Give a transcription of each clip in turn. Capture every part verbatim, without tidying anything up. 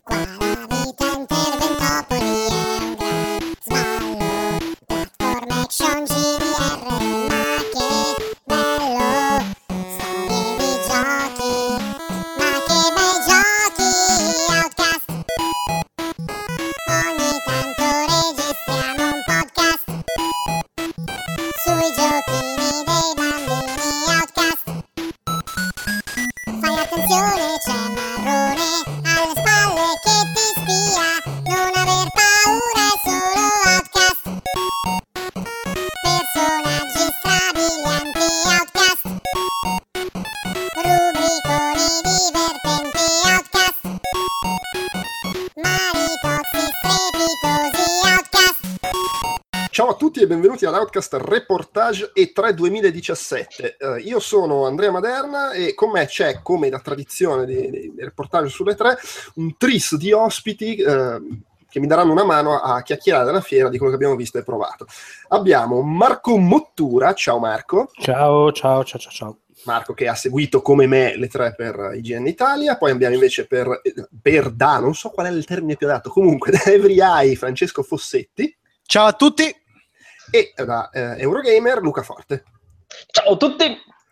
Ciao a tutti e benvenuti all'Outcast Reportage E tre duemiladiciassette. Uh, io sono Andrea Maderna e con me c'è, come da tradizione dei, dei reportage sulle tre, un tris di ospiti uh, che mi daranno una mano a chiacchierare della fiera di quello che abbiamo visto e provato. Abbiamo Marco Mottura. Ciao Marco. Ciao, ciao, ciao, ciao, ciao. Marco che ha seguito come me le tre per I G N Italia, poi abbiamo invece per, per da, non so qual è il termine più adatto, comunque da Every Eye Francesco Fossetti. Ciao a tutti. E da eh, Eurogamer Luca Forte. Ciao a tutti.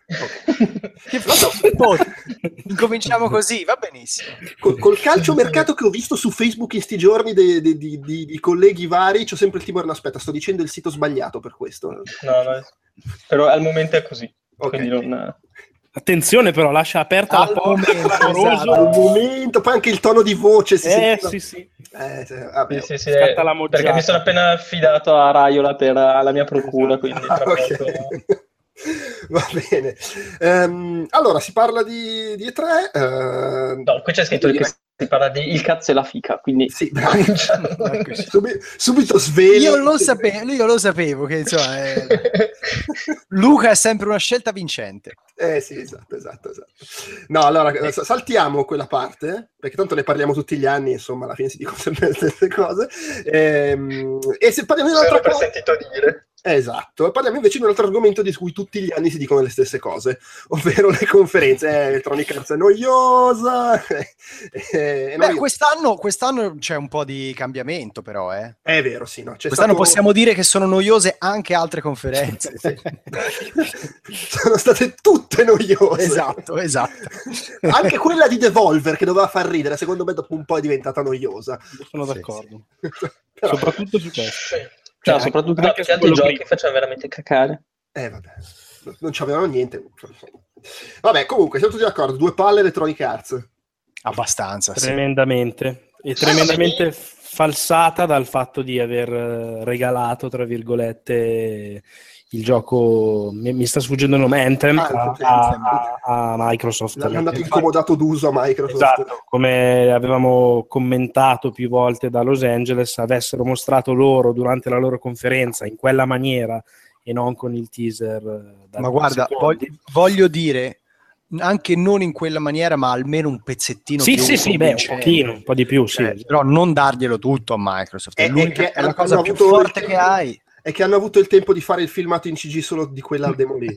Okay. Che fatto? Incominciamo così, va benissimo. Col, col calciomercato che ho visto su Facebook in sti giorni di de, de, de, de colleghi vari, c'ho sempre il timore, no aspetta, sto dicendo il sito sbagliato per questo. No, no, però al momento è così. Okay. Quindi non... Attenzione però, lascia aperta al la porta. Momento, esatto. Al momento, poi anche il tono di voce si eh, sente... sì, sì. Eh, sì, vabbè, sì, sì, scatta sì, la moggiata. perché mi sono appena affidato a Raiola per la mia procura, quindi tra okay. poco... Va bene. Um, allora, si parla di, di E tre. Uh, no, qui c'è scritto che si parla di il cazzo e la fica, quindi... Sì, subito, subito svelo. Io lo sapevo, io lo sapevo che insomma, eh... Luca è sempre una scelta vincente. Eh sì, esatto, esatto, esatto. No, allora, saltiamo quella parte, perché tanto ne parliamo tutti gli anni, insomma, alla fine si dicono sempre le stesse cose. Ehm, e se parliamo di un'altra per cosa... sentito dire. Esatto, parliamo invece di un altro argomento di cui tutti gli anni si dicono le stesse cose, ovvero le conferenze. Eh, Electronic Arts è noiosa. Eh, Beh, noiosa. Quest'anno, quest'anno c'è un po' di cambiamento però, eh. È vero, sì, no. C'è Quest'anno stato... possiamo dire che sono noiose anche altre conferenze. Sono state tutte noiose. Esatto, esatto. Anche quella di Devolver che doveva far ridere, secondo me dopo un po' è diventata noiosa. Sono sì, d'accordo. Sì. Però... Soprattutto su questo. No, Cioè, soprattutto anche perché altri su giochi prima. facevano veramente cacare. Eh vabbè, non c'avevano niente. Vabbè, comunque, siamo tutti d'accordo, due palle Electronic Arts. Abbastanza, sì. Tremendamente. E tremendamente falsata dal fatto di aver regalato, tra virgolette, il gioco, mi, mi sta sfuggendo il nome, Anthem, Ah, a, a, a Microsoft. L'hanno dato incomodato d'uso a Microsoft. Esatto, come avevamo commentato più volte da Los Angeles, avessero mostrato loro durante la loro conferenza in quella maniera e non con il teaser. Ma guarda, voglio, voglio dire, anche non in quella maniera, ma almeno un pezzettino sì, più. Sì, sì, beh, un pochino, un po' di più, cioè, sì. Però non darglielo tutto a Microsoft, è, è, è, che è la cosa più forte che hai. È che hanno avuto il tempo di fare il filmato in C G solo di quella demo lì.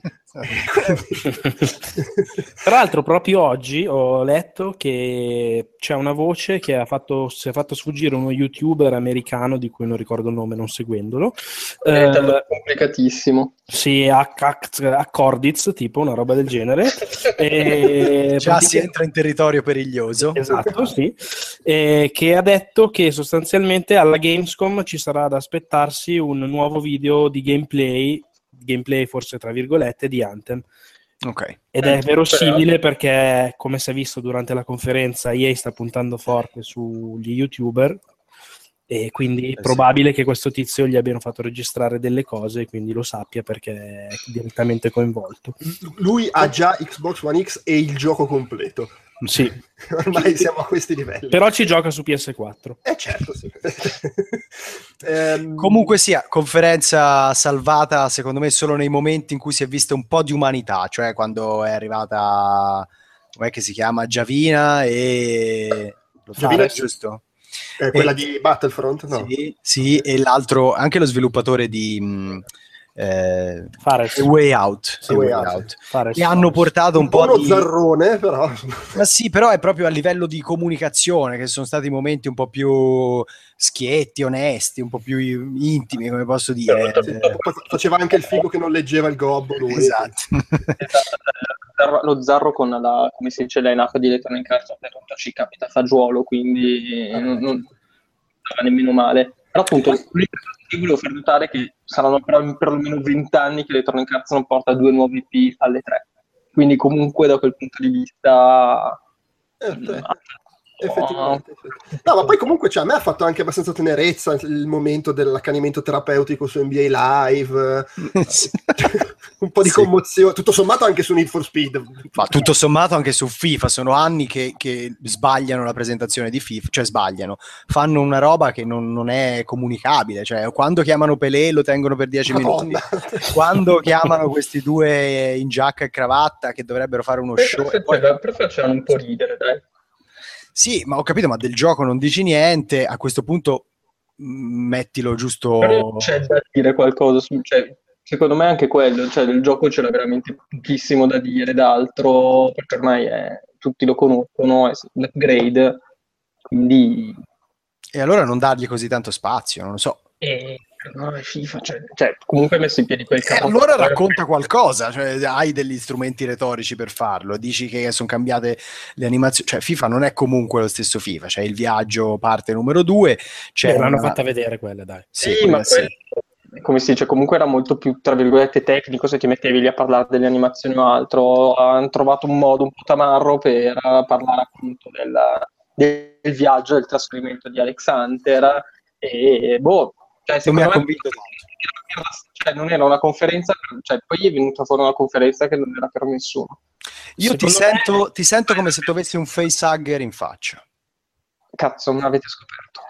Tra l'altro proprio oggi ho letto che c'è una voce che ha fatto, si è fatto sfuggire uno youtuber americano di cui non ricordo il nome non seguendolo. È eh, complicatissimo. Sì, Accordiz, tipo una roba del genere. E già si entra in territorio periglioso. Esatto, sì. E che ha detto che sostanzialmente alla Gamescom ci sarà da aspettarsi un nuovo video di gameplay, gameplay forse tra virgolette, di Anthem. Ok. Ed è verosimile perché, come si è visto durante la conferenza, E A sta puntando forte sugli YouTuber e quindi è probabile che questo tizio gli abbiano fatto registrare delle cose e quindi lo sappia perché è direttamente coinvolto. Lui ha già Xbox One X e il gioco completo. Sì. Ormai siamo a questi livelli. Però ci gioca su P S quattro. Eh certo, sì. ehm... Comunque sia, conferenza salvata secondo me solo nei momenti in cui si è vista un po' di umanità, cioè quando è arrivata, com'è che si chiama, Giavina e... Lo Giavina, fare, giusto? Eh, quella e... di Battlefront, no? Sì, sì, e l'altro, anche lo sviluppatore di... Mh, eh, Fares. A Way Out, sì, way out, out. Fares. E hanno portato un, un po' po' uno di zarrone, però ma sì, però è proprio a livello di comunicazione che sono stati momenti un po' più schietti, onesti, un po' più intimi, come posso dire. Faceva anche il figo che non leggeva il gobbo lui. Esatto. Esatto. Lo zarro con la, come si dice, line-up di Electronic Arts appunto ci capita fagiolo, quindi non, non va nemmeno male. Però appunto l'unica cosa che volevo far notare è che saranno per, perlomeno vent'anni che Electronic Arts non porta due nuovi I P alle tre, quindi comunque da quel punto di vista eh, mh, effettivamente, effettivamente. No, ma poi comunque cioè, a me ha fatto anche abbastanza tenerezza il momento dell'accanimento terapeutico su N B A Live. Sì. Un po' di sì. commozione, tutto sommato anche su Need for Speed. Ma tutto sommato anche su FIFA, sono anni che, che sbagliano la presentazione di FIFA, cioè sbagliano, fanno una roba che non, non è comunicabile, cioè quando chiamano Pelé lo tengono per dieci minuti, quando chiamano questi due in giacca e cravatta che dovrebbero fare uno per show. Però poi... facevano un po' ridere, dai. Sì, ma ho capito, ma del gioco non dici niente, a questo punto mh, mettilo giusto... Però c'è da dire qualcosa, su, cioè, secondo me anche quello, cioè del gioco c'era veramente pochissimo da dire d'altro, perché ormai è, tutti lo conoscono, è l'upgrade, quindi... E allora non dargli così tanto spazio, non lo so. E no, è FIFA, cioè, cioè comunque hai messo in piedi quel E capo. allora racconta qualcosa, cioè hai degli strumenti retorici per farlo, dici che sono cambiate le animazioni, cioè FIFA non è comunque lo stesso FIFA, c'è il viaggio parte numero due, c'è Beh, l'hanno una... fatta vedere quella, dai. Sì, Sì, ma sì. quello, come si dice, comunque era molto più, tra virgolette, tecnico se ti mettevi lì a parlare delle animazioni o altro. Hanno trovato un modo un po' tamarro per parlare appunto del, del viaggio, del trasferimento di Alex Hunter e boh, cioè, Non mi ha secondo me convinto cioè, non era una conferenza, cioè poi è venuta fuori una conferenza che non era per nessuno. Io ti sento, me... ti sento come se tu avessi un facehugger in faccia. Cazzo, non l'avete scoperto.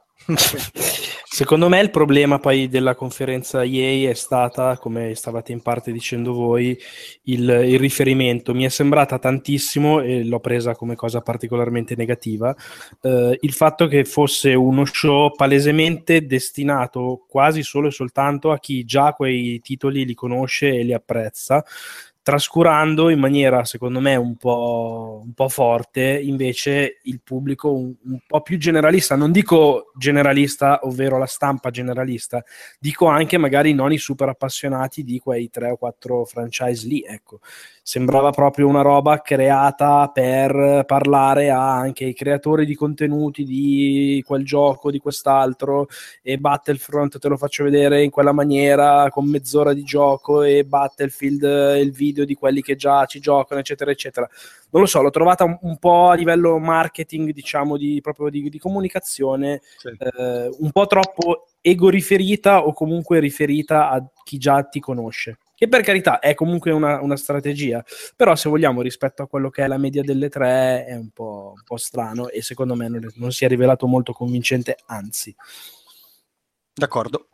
Secondo me il problema poi della conferenza E A è stata, come stavate in parte dicendo voi, il, il riferimento. Mi è sembrata tantissimo, e l'ho presa come cosa particolarmente negativa, eh, il fatto che fosse uno show palesemente destinato quasi solo e soltanto a chi già quei titoli li conosce e li apprezza, trascurando in maniera secondo me un po', un po' forte invece il pubblico un, un po' più generalista, non dico generalista ovvero la stampa generalista, dico anche magari non i super appassionati di quei tre o quattro franchise lì, ecco. Sembrava proprio una roba creata per parlare a anche i creatori di contenuti di quel gioco, di quest'altro, e Battlefront te lo faccio vedere in quella maniera con mezz'ora di gioco e Battlefield il video di quelli che già ci giocano eccetera eccetera. Non lo so, l'ho trovata un, un po' a livello marketing, diciamo, di proprio di, di comunicazione, sì. eh, un po' troppo ego riferita o comunque riferita a chi già ti conosce, che per carità è comunque una, una strategia, però se vogliamo rispetto a quello che è la media delle tre è un po', un po' strano e secondo me non, non si è rivelato molto convincente, anzi. D'accordo.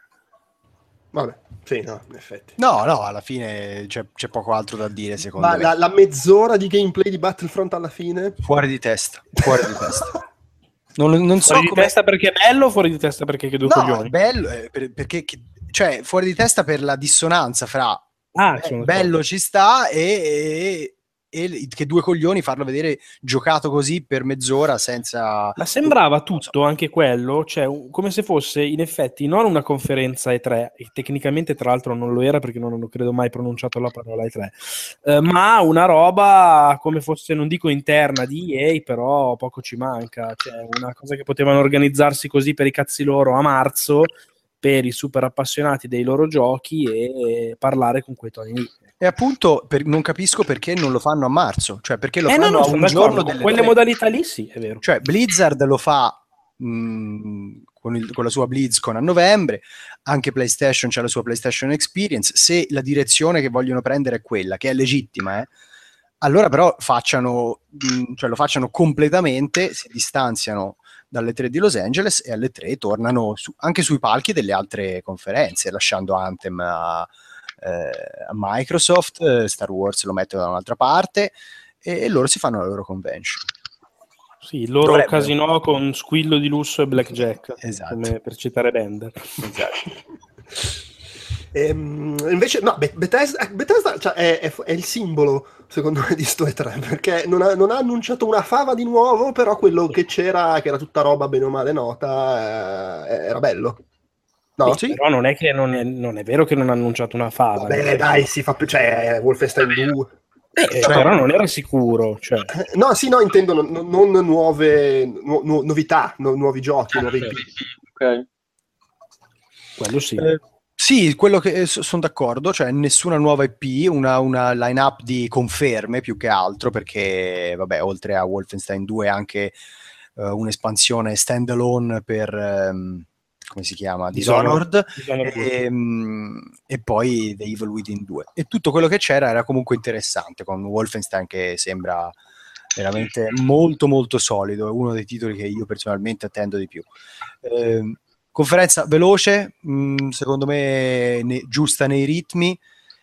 Vabbè, sì, no, in effetti. No, no, alla fine c'è, c'è poco altro da dire, secondo Ma me. La, la mezz'ora di gameplay di Battlefront alla fine? Fuori di testa, fuori di testa. Non, non so fuori di come... testa perché è bello o fuori di testa perché che due no, coglioni? È bello, eh, per, perché, cioè, fuori di testa per la dissonanza fra ah, eh, bello so. Ci sta e... e... e che due coglioni farlo vedere giocato così per mezz'ora senza... Ma sembrava tutto, anche quello, cioè un, come se fosse in effetti non una conferenza E tre, e tecnicamente tra l'altro non lo era perché non hanno credo mai pronunciato la parola E tre, eh, ma una roba come fosse, non dico interna di E A, però poco ci manca, cioè una cosa che potevano organizzarsi così per i cazzi loro a marzo per i super appassionati dei loro giochi e parlare con quei toni lì. E appunto per, non capisco perché non lo fanno a marzo, cioè perché lo eh fanno no, no, a un giorno delle quelle tre... modalità lì sì, è vero. Cioè Blizzard lo fa mh, con, il, con la sua BlizzCon a novembre, anche PlayStation c'ha la sua PlayStation Experience, se la direzione che vogliono prendere è quella, che è legittima, eh, allora però facciano, mh, cioè lo facciano completamente, si distanziano dalle tre di Los Angeles e alle tre tornano su, anche sui palchi delle altre conferenze, lasciando Anthem a, eh, a Microsoft, eh, Star Wars lo mettono da un'altra parte e, e loro si fanno la loro convention. Sì, il loro Dovrebbero. casino con squillo di lusso e blackjack, esatto. come per citare Bender. Esatto. Ehm, invece, no, Be- Bethesda, Bethesda cioè, è, è, è il simbolo, secondo me, di sto E tre, perché non ha, non ha annunciato una fava di nuovo, però quello che c'era, che era tutta roba bene o male nota, eh, era bello. No? Sì, però non è che non è, non è vero che non ha annunciato una fava. Vabbè, dai, si fa più, cioè, Wolfenstein due. Eh, cioè, però non era sicuro. Cioè. No, sì, no, intendo non, non nuove nu- nu- novità, nu- nuovi giochi, nuovi I P. Ok. Quello sì. Eh, sì, quello che sono d'accordo, cioè nessuna nuova I P, una, una line-up di conferme più che altro, perché vabbè, oltre a Wolfenstein due anche uh, un'espansione standalone per um, come si chiama? Dishonored, Dishonored. E, um, e poi The Evil Within due. E tutto quello che c'era era comunque interessante, con Wolfenstein che sembra veramente molto molto solido, è uno dei titoli che io personalmente attendo di più. Eh, conferenza veloce, mh, secondo me ne, giusta nei ritmi,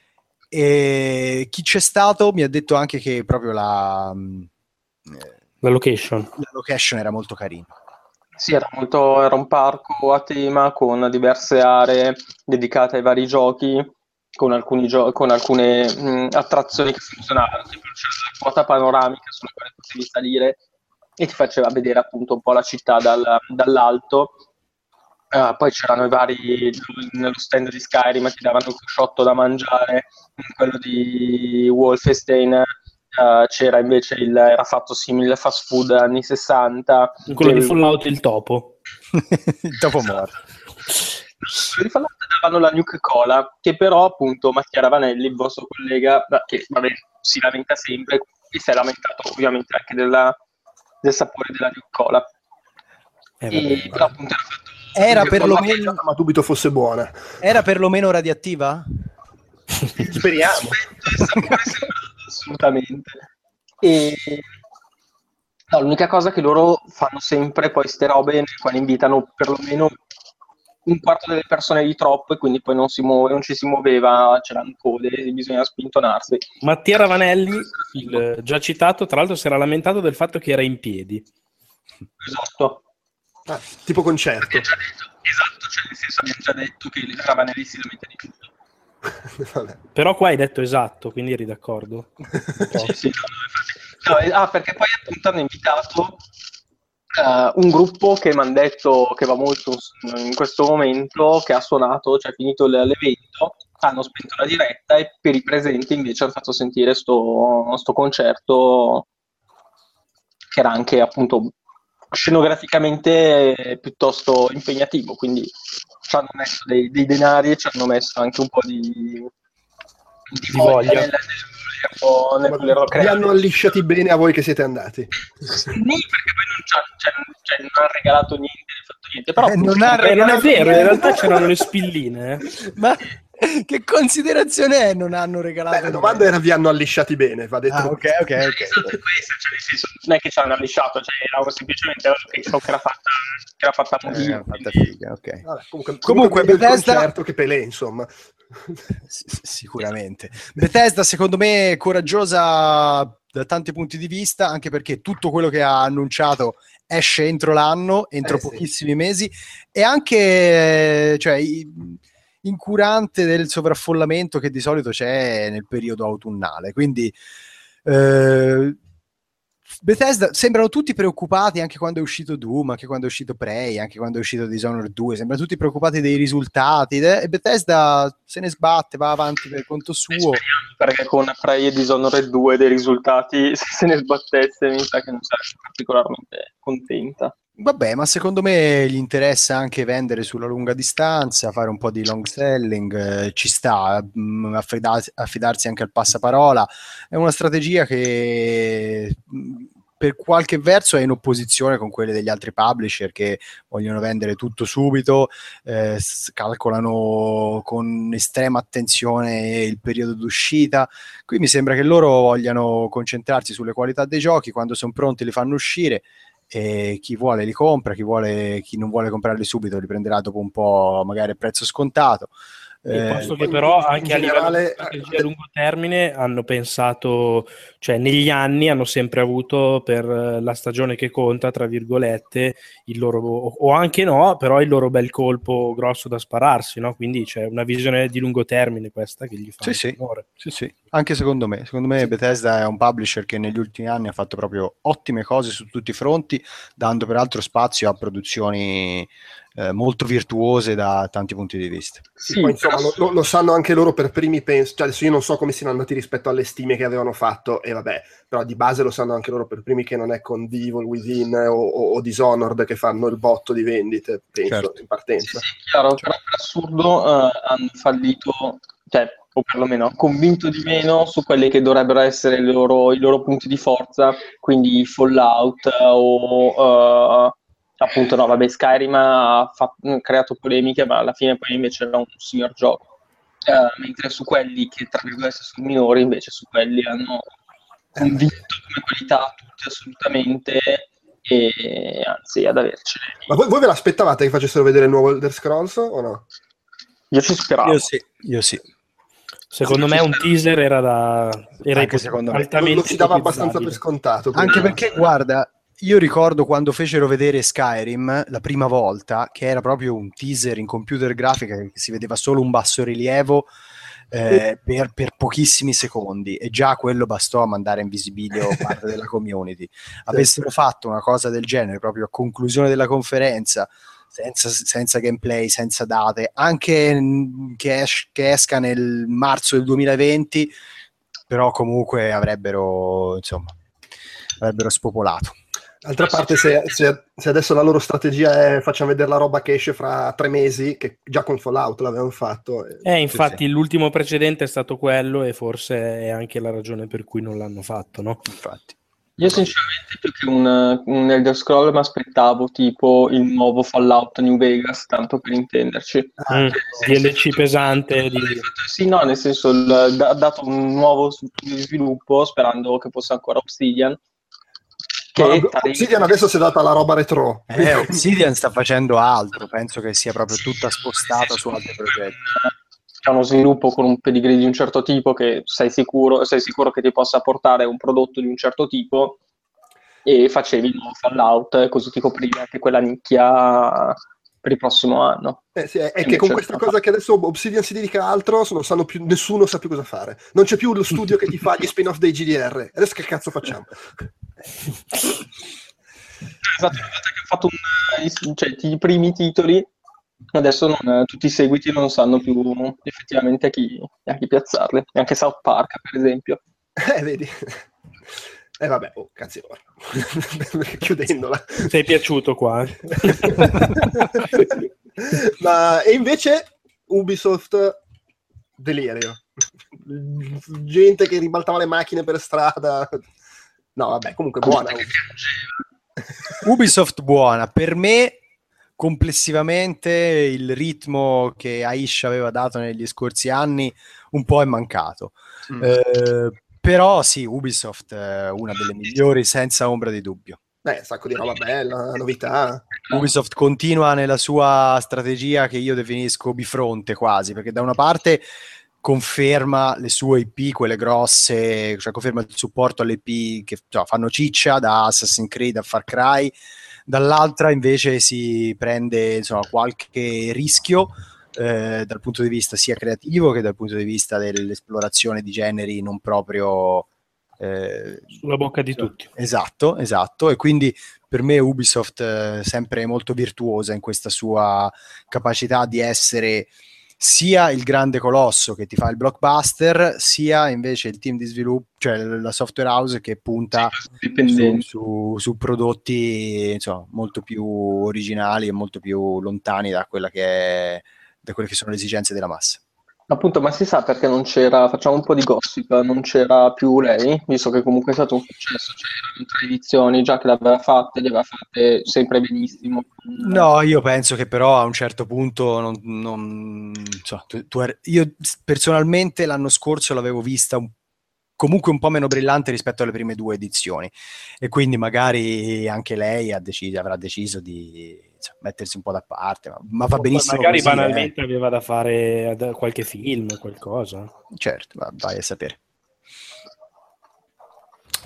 e chi c'è stato mi ha detto anche che proprio la, mh, la location la location era molto carina. Sì, era, molto, era un parco a tema con diverse aree dedicate ai vari giochi, con, alcuni gio- con alcune mh, attrazioni che funzionavano, tipo c'era la quota panoramica sulla quale potevi salire e ti faceva vedere appunto un po' la città dal, dall'alto. Uh, poi c'erano i vari, nello stand di Skyrim ti davano il cusciotto da mangiare, in quello di Wolfenstein uh, c'era invece il, era fatto simile fast food anni sessanta. In quello e... di Fallout il topo. Il topo morto. Quello di Fallout davano la Nuke Cola, che però appunto Mattia Ravanelli, il vostro collega, che vabbè, si lamenta sempre, e si è lamentato ovviamente anche della, del sapore della Nuke Cola. Eh, e però appunto era fatto era perlomeno, ma dubito fosse buona. Era perlomeno radioattiva? Speriamo. Assolutamente. E no, l'unica cosa che loro fanno sempre poi ste robe nelle quali invitano perlomeno un quarto delle persone di troppo e quindi poi non si muove, non ci si muoveva, c'erano code, bisogna spintonarsi. Mattia Ravanelli, il già citato, tra l'altro si era lamentato del fatto che era in piedi. Esatto. Ah, tipo concerto. Già detto, esatto, cioè nel senso abbiamo già detto che Ravanelli si lamenta di tutto. Vabbè. Però qua hai detto esatto, quindi eri d'accordo? Sì, sì, no, no, ah, perché poi appunto hanno invitato uh, un gruppo che mi hanno detto che va molto in questo momento, che ha suonato, cioè finito l'evento, hanno spento la diretta e per i presenti invece hanno fatto sentire sto, sto concerto che era anche appunto scenograficamente piuttosto impegnativo, quindi ci hanno messo dei, dei denari e ci hanno messo anche un po' di, di, di voglia nel, nel, nel, nel volerlo creare. Vi hanno allisciati bene a voi che siete andati. Sì, perché poi non, c'ha, cioè, cioè, non ha regalato niente, non ha fatto niente, però eh, non, ha eh, non è vero, in realtà c'erano le spilline. Eh. Ma che considerazione è? Non hanno regalato. Beh, la domanda era: vi hanno allisciati bene? Va detto. Ah, ok, ok, ok. Questo, cioè, nel senso, non è che ci hanno allisciato, cioè era semplicemente che era fatta, che era fatta morire. Eh, fatta figa, ok. Vabbè, comunque, comunque, comunque Bethesda... il concerto che Pelé, insomma. S- sicuramente. Bethesda, secondo me, è coraggiosa da tanti punti di vista, anche perché tutto quello che ha annunciato esce entro l'anno, entro eh, pochissimi sì. mesi, e anche, cioè, incurante del sovraffollamento che di solito c'è nel periodo autunnale. Quindi eh, Bethesda sembrano tutti preoccupati, anche quando è uscito Doom, anche quando è uscito Prey, anche quando è uscito Dishonored due, sembrano tutti preoccupati dei risultati, e Bethesda se ne sbatte, va avanti per conto suo. Perché con Prey e Dishonored due dei risultati, se se ne sbattesse, mi sa che non sarebbe particolarmente contenta. Vabbè, ma secondo me gli interessa anche vendere sulla lunga distanza, fare un po' di long selling, eh, ci sta, mh, affidarsi, affidarsi anche al passaparola. È una strategia che mh, per qualche verso è in opposizione con quelle degli altri publisher che vogliono vendere tutto subito, eh, calcolano con estrema attenzione il periodo d'uscita. Qui mi sembra che loro vogliano concentrarsi sulle qualità dei giochi, quando sono pronti li fanno uscire, e chi vuole li compra, chi vuole, chi non vuole comprarli subito li prenderà dopo un po', magari a prezzo scontato. Eh, posto che in, però in anche generale, a livello di strategia a lungo termine hanno pensato Cioè negli anni hanno sempre avuto per la stagione che conta, tra virgolette, il loro, o anche no, però il loro bel colpo grosso da spararsi, no? Quindi c'è una visione di lungo termine questa che gli fa Sì, sì, onore. sì, sì, anche secondo me. Secondo me Bethesda è un publisher che negli ultimi anni ha fatto proprio ottime cose su tutti i fronti, dando peraltro spazio a produzioni eh, molto virtuose da tanti punti di vista. Sì, Sì, poi insomma però- lo, lo- lo sanno anche loro per primi, penso. Cioè, adesso io non so come siano andati rispetto alle stime che avevano fatto, e vabbè, però di base lo sanno anche loro per primi che non è con The Evil Within o, o, o Dishonored che fanno il botto di vendite, penso, Certo. in partenza. Sì, sì, chiaro, però per assurdo eh, hanno fallito, cioè, o perlomeno hanno convinto di meno su quelli che dovrebbero essere i loro, i loro punti di forza, quindi Fallout o eh, appunto no, vabbè, Skyrim ha fatto- creato polemiche, ma alla fine poi invece era un signor gioco. Eh, mentre su quelli che tra virgolette sono minori, invece su quelli hanno convinto come qualità tutti assolutamente, e anzi ad avercene. Ma voi, voi ve l'aspettavate che facessero vedere il nuovo Elder Scrolls o no? Io ci speravo. Io sì, io sì. Secondo Sì, me ci un spero. teaser era da era Anche ipo- secondo me. Lo, altamente lo si dava abbastanza per ipotizzabile. scontato. Anche quindi- perché, guarda, io ricordo quando fecero vedere Skyrim la prima volta, che era proprio un teaser in computer grafica che si vedeva solo un basso rilievo eh, per, per pochissimi secondi, e già quello bastò a mandare in visibilio parte della community. Avessero fatto una cosa del genere proprio a conclusione della conferenza, senza, senza gameplay, senza date, anche mm, che, es- che esca nel marzo del duemilaventi, però comunque avrebbero, insomma, avrebbero spopolato. D'altra parte, se, se- se adesso la loro strategia è facciamo vedere la roba che esce fra tre mesi, che già con Fallout l'avevano fatto. eh, Eh, infatti sì. l'ultimo precedente è stato quello e forse è anche la ragione per cui non l'hanno fatto, no? Infatti. Io sinceramente più che un, un Elder Scroll mi aspettavo tipo il nuovo Fallout New Vegas, tanto per intenderci. Ah, Mm, D L C pesante di... Sì, no, nel senso il- da- dato un nuovo studio di sviluppo, sperando che fosse ancora Obsidian, ma che Obsidian adesso si è data la roba retro. Eh, Obsidian sta facendo altro, penso che sia proprio tutta spostata su altri progetti. c'è uno sviluppo con un pedigree di un certo tipo che sei sicuro, sei sicuro che ti possa portare un prodotto di un certo tipo, e facevi il nuovo Fallout, così ti coprivi anche quella nicchia per il prossimo anno. Eh, sì, è, è E che con invece questa no. cosa che adesso Obsidian si dedica a altro, non sanno più, nessuno sa più cosa fare. Non c'è più lo studio che ti fa gli spin-off dei G D R. Adesso che cazzo facciamo? Esatto, una volta che ho fatto un, cioè, i primi titoli, adesso non, tutti i seguiti non sanno più effettivamente a chi, a chi piazzarli. E anche South Park, per esempio. Eh, vedi? E eh, vabbè, oh, cazzo ora. Chiudendola. Sei piaciuto qua? eh? Ma, e invece Ubisoft, delirio. Gente che ribaltava le macchine per strada. No, vabbè, comunque buona. Ubisoft buona, per me complessivamente il ritmo che Aisha aveva dato negli scorsi anni un po' è mancato. Mm. Eh, però sì, Ubisoft è una delle migliori senza ombra di dubbio. Beh, un sacco di roba bella, novità. Ubisoft continua nella sua strategia che io definisco bifronte quasi, perché da una parte conferma le sue I P, quelle grosse, cioè conferma il supporto alle I P che cioè, fanno ciccia, da Assassin's Creed a Far Cry, dall'altra invece si prende insomma qualche rischio eh, dal punto di vista sia creativo che dal punto di vista dell'esplorazione di generi non proprio eh, Sulla bocca di tutti. Esatto, esatto, e quindi per me Ubisoft è sempre molto virtuosa in questa sua capacità di essere sia il grande colosso che ti fa il blockbuster, sia invece il team di sviluppo, cioè la software house che punta su, su, su prodotti insomma, molto più originali e molto più lontani da quella che è, da quelle che sono le esigenze della massa. Appunto, ma si sa perché non c'era, facciamo un po' di gossip, non c'era più lei, visto che comunque è stato un successo, c'erano tre edizioni già che l'aveva fatte, le aveva fatte sempre benissimo. No, io penso che però a un certo punto non, non so, tu, tu, io personalmente l'anno scorso l'avevo vista un, comunque un po' meno brillante rispetto alle prime due edizioni, e quindi magari anche lei ha deciso, avrà deciso di insomma, mettersi un po' da parte, ma, ma va benissimo magari così, banalmente eh. aveva da fare qualche film, qualcosa. Certo, vai a sapere.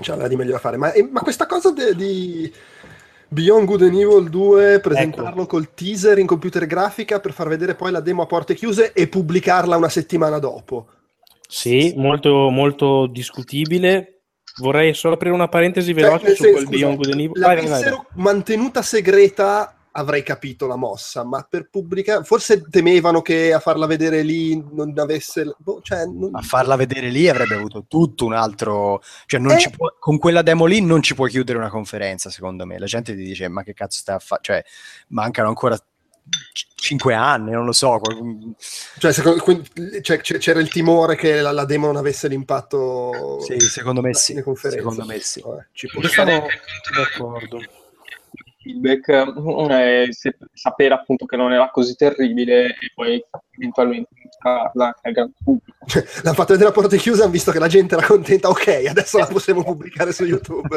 c'aveva di meglio da fare. Ma, ma questa cosa de, di Beyond Good and Evil due, presentarlo ecco. col teaser in computer grafica per far vedere poi la demo a porte chiuse e pubblicarla una settimana dopo. Sì, molto, molto discutibile. Vorrei solo aprire una parentesi veloce cioè, su senso, quel scusa, Beyond Good and Evil. L'avessero mantenuta segreta avrei capito la mossa, ma per pubblicare forse temevano che a farla vedere lì non avesse boh, cioè, non... a farla vedere lì avrebbe avuto tutto un altro, cioè non eh... ci può... con quella demo lì non ci puoi chiudere una conferenza, secondo me la gente ti dice ma che cazzo stai a fare, cioè mancano ancora cinque anni, non lo so, cioè, secondo, quindi, cioè c'era il timore che la, la demo non avesse l'impatto. Sì, secondo me sì, secondo me sì. Vabbè, ci può stare d'accordo. Feedback è sapere appunto che non era così terribile e poi eventualmente mostrarla al grande pubblico. L'hanno fatto vedere a porte chiuse, hanno visto che la gente era contenta, ok, adesso la possiamo pubblicare su YouTube.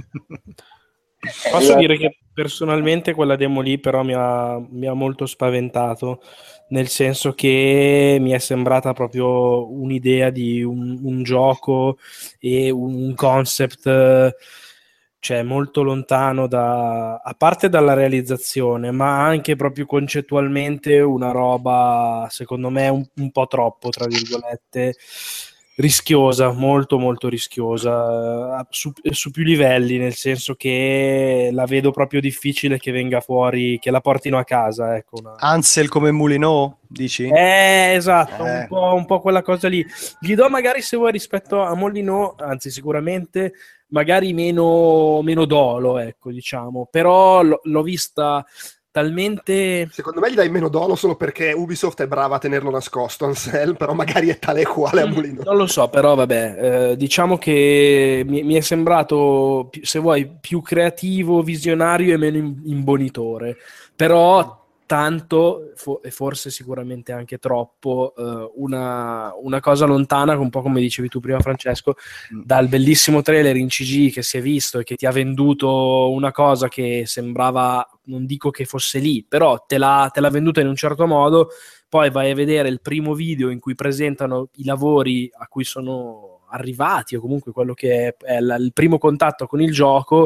Posso dire che personalmente quella demo lì però mi ha, mi ha molto spaventato, nel senso che mi è sembrata proprio un'idea di un, un gioco e un concept cioè molto lontano da, a parte dalla realizzazione, ma anche proprio concettualmente una roba, secondo me, un, un po' troppo, tra virgolette, rischiosa, molto molto rischiosa, su, su più livelli, nel senso che la vedo proprio difficile che venga fuori, che la portino a casa. Ecco, una... Ansel come Moulinot, dici? Eh, esatto, eh. Un, po', un po' quella cosa lì. Gli do magari, se vuoi, rispetto a Moulinot, anzi sicuramente, magari meno, meno dolo, ecco, diciamo, però l- l'ho vista talmente... Secondo me gli dai meno dolo solo perché Ubisoft è brava a tenerlo nascosto, Ansel, però magari è tale e quale a Moulinot. Non lo so, però vabbè, eh, diciamo che mi, mi è sembrato, se vuoi, più creativo, visionario e meno imbonitore, però tanto, fo- e forse sicuramente anche troppo, eh, una, una cosa lontana, un po' come dicevi tu prima Francesco, dal bellissimo trailer in C G che si è visto e che ti ha venduto una cosa che sembrava, non dico che fosse lì, però te l'ha, te l'ha venduta in un certo modo, poi vai a vedere il primo video in cui presentano i lavori a cui sono arrivati o comunque quello che è, è la, il primo contatto con il gioco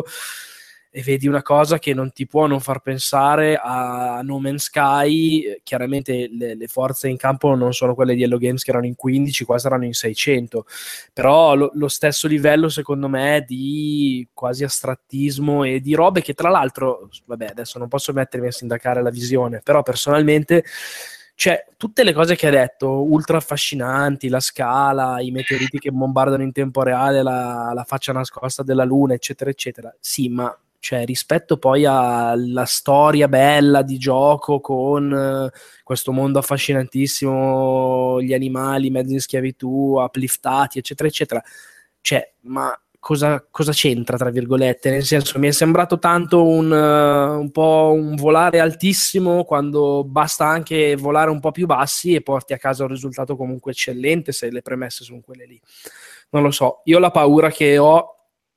e vedi una cosa che non ti può non far pensare a No Man's Sky. Chiaramente le, le forze in campo non sono quelle di Hello Games che erano in quindici, qua saranno in seicento, però lo, lo stesso livello secondo me di quasi astrattismo e di robe che tra l'altro, vabbè adesso non posso mettermi a sindacare la visione, però personalmente cioè, tutte le cose che ha detto, ultra affascinanti, la scala, i meteoriti che bombardano in tempo reale, la, la faccia nascosta della luna, eccetera, eccetera. Sì, ma cioè, rispetto poi alla storia bella di gioco con uh, questo mondo affascinantissimo, gli animali, mezzi in schiavitù, upliftati, eccetera, eccetera. Cioè, ma... Cosa, cosa c'entra, tra virgolette? Nel senso, mi è sembrato tanto un, uh, un po' un volare altissimo quando basta anche volare un po' più bassi e porti a casa un risultato comunque eccellente se le premesse sono quelle lì. Non lo so, io la paura che ho,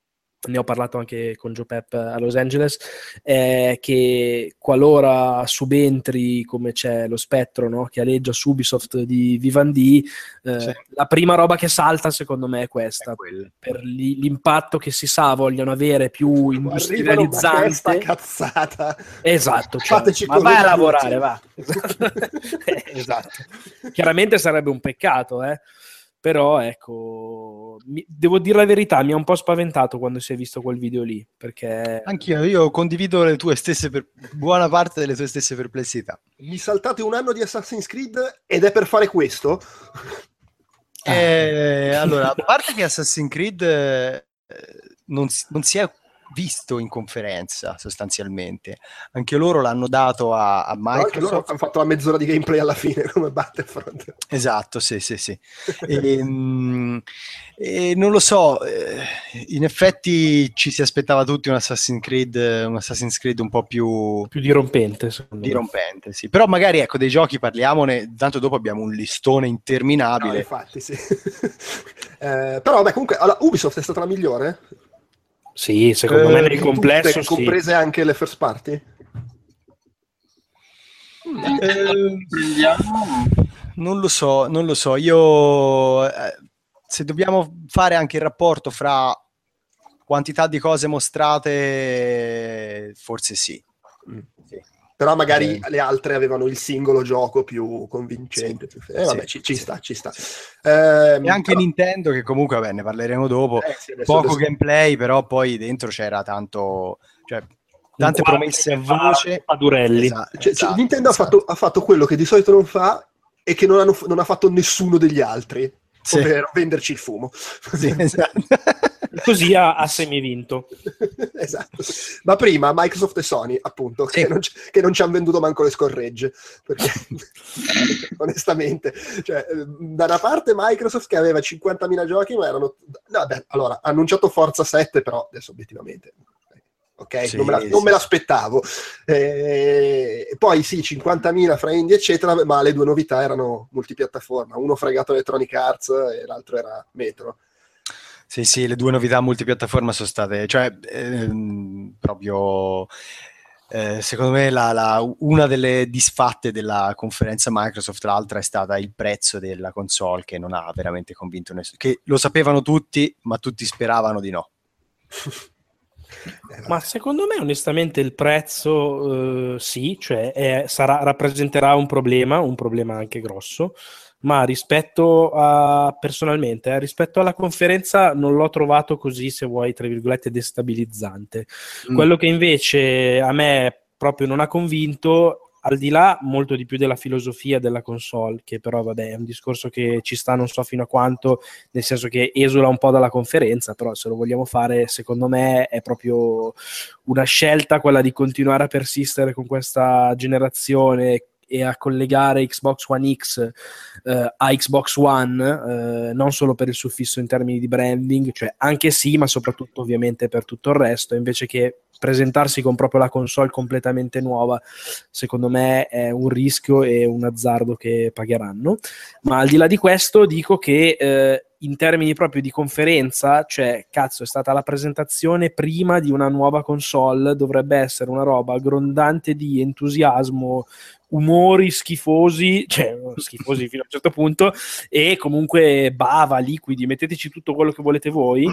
ne ho parlato anche con Joe Pep a Los Angeles, è che qualora subentri, come c'è lo spettro, no? Che aleggia su Ubisoft di Vivendi, eh, sì. La prima roba che salta secondo me è questa, è per l'impatto che si sa vogliono avere più industrializzante. Questa cazzata, esatto, cioè, ma vai a lavorare, va. Esatto. Chiaramente sarebbe un peccato, eh. Però ecco, mi, devo dire la verità, mi ha un po' spaventato quando si è visto quel video lì, perché... Anch'io, io condivido le tue stesse, per... buona parte delle tue stesse perplessità. Mi saltate un anno di Assassin's Creed ed è per fare questo? Eh, allora, a parte che Assassin's Creed eh, non, si, non si è visto in conferenza sostanzialmente, anche loro l'hanno dato a, a Microsoft. Anche loro hanno fatto la mezz'ora di gameplay alla fine come Battlefront. Esatto, sì sì sì. e, mh, e non lo so, eh, in effetti ci si aspettava tutti un Assassin's Creed un Assassin's Creed un po' più più dirompente, dirompente, sì. Però magari ecco, dei giochi parliamone, tanto dopo abbiamo un listone interminabile. No, infatti sì. eh, però vabbè, comunque allora, Ubisoft è stata la migliore? Sì, secondo eh, me nel complesso tutte, sì. Comprese anche le first party? Eh, non lo so, non lo so. Io eh, se dobbiamo fare anche il rapporto fra quantità di cose mostrate, forse sì. Mm. Sì. Però magari eh. le altre avevano il singolo gioco più convincente. Sì. Più... Eh, vabbè, sì, ci, ci sì. sta, ci sta. Eh, e anche però... Nintendo, che comunque, vabbè, ne parleremo dopo, eh, sì, adesso, poco adesso... gameplay, però poi dentro c'era tanto, cioè tante promesse a voce. A Durelli. Esatto, Cioè, esatto, Nintendo esatto. Ha, fatto, ha fatto quello che di solito non fa e che non, hanno, non ha fatto nessuno degli altri, Sì. ovvero venderci il fumo. Sì, esatto. Così ha, ha semivinto. Esatto. Ma prima Microsoft e Sony, appunto, Sì. che, non ci, che non ci hanno venduto manco le scorregge, perché onestamente, cioè, da una parte Microsoft che aveva cinquantamila giochi, ma erano... No, beh, allora, ha annunciato Forza sette, però adesso obiettivamente... ok, Sì, non, me la, sì. non me l'aspettavo. Eh, poi sì, cinquantamila fra indie eccetera, ma le due novità erano multipiattaforma, uno fregato Electronic Arts e l'altro era Metro. Sì, sì, le due novità multipiattaforma sono state, cioè, ehm, proprio, eh, secondo me, la, la, una delle disfatte della conferenza Microsoft, l'altra è stata il prezzo della console, che non ha veramente convinto nessuno, che lo sapevano tutti, ma tutti speravano di no. Ma secondo me onestamente il prezzo eh, sì, cioè è, sarà, rappresenterà un problema, un problema anche grosso, ma rispetto a personalmente, eh, rispetto alla conferenza non l'ho trovato così, se vuoi, tra virgolette, destabilizzante. Mm. Quello che invece a me proprio non ha convinto, al di là molto di più della filosofia della console, che però vabbè è un discorso che ci sta non so fino a quanto, nel senso che esula un po' dalla conferenza, però se lo vogliamo fare secondo me è proprio una scelta quella di continuare a persistere con questa generazione e a collegare Xbox One X eh, a Xbox One, eh, non solo per il suffisso in termini di branding, cioè anche sì, ma soprattutto ovviamente per tutto il resto, invece che presentarsi con proprio la console completamente nuova, secondo me è un rischio e un azzardo che pagheranno. Ma al di là di questo dico che eh, in termini proprio di conferenza, cioè cazzo è stata la presentazione prima di una nuova console, dovrebbe essere una roba grondante di entusiasmo, umori schifosi, cioè schifosi fino a un certo punto, e comunque bava, liquidi, metteteci tutto quello che volete voi,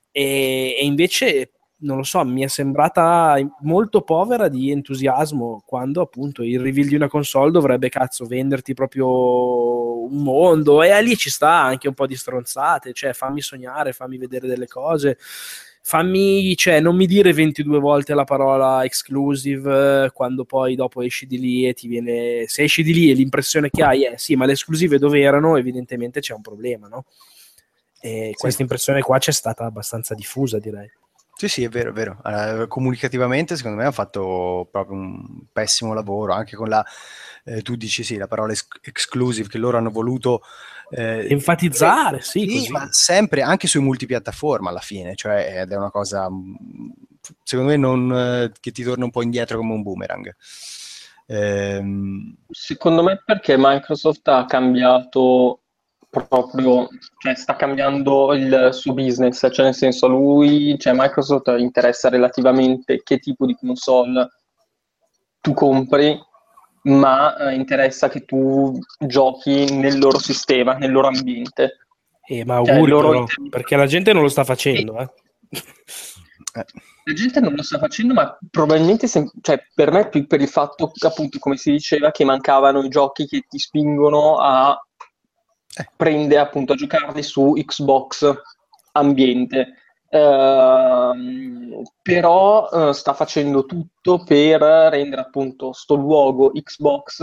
e, e invece non lo so, mi è sembrata molto povera di entusiasmo, quando appunto il reveal di una console dovrebbe cazzo venderti proprio un mondo, e lì ci sta anche un po' di stronzate, cioè fammi sognare, fammi vedere delle cose, fammi, cioè non mi dire ventidue volte la parola exclusive quando poi dopo esci di lì e ti viene, se esci di lì e l'impressione che hai è sì, ma le esclusive dove erano? Evidentemente c'è un problema, no? E Sì. questa impressione qua c'è stata abbastanza diffusa, direi. Sì, sì, è vero, è vero. Uh, comunicativamente, secondo me, ha fatto proprio un pessimo lavoro, anche con la, eh, tu dici sì, la parola ex- exclusive, che loro hanno voluto eh, enfatizzare, eh, sì, sì, così. ma sempre anche sui multipiattaforma alla fine, cioè ed è una cosa, secondo me, non, eh, che ti torna un po' indietro come un boomerang. Ehm... Secondo me perché Microsoft ha cambiato proprio, cioè sta cambiando il suo business, cioè nel senso lui, cioè Microsoft interessa relativamente che tipo di console tu compri, ma eh, interessa che tu giochi nel loro sistema, nel loro ambiente. Eh, ma auguri cioè, però, inter... perché la gente non lo sta facendo, eh. La gente non lo sta facendo, ma probabilmente sem- cioè, per me più per il fatto, appunto, come si diceva, che mancavano i giochi che ti spingono a prendere, appunto, a giocarli su Xbox ambiente. Uh, però uh, sta facendo tutto per rendere appunto sto luogo Xbox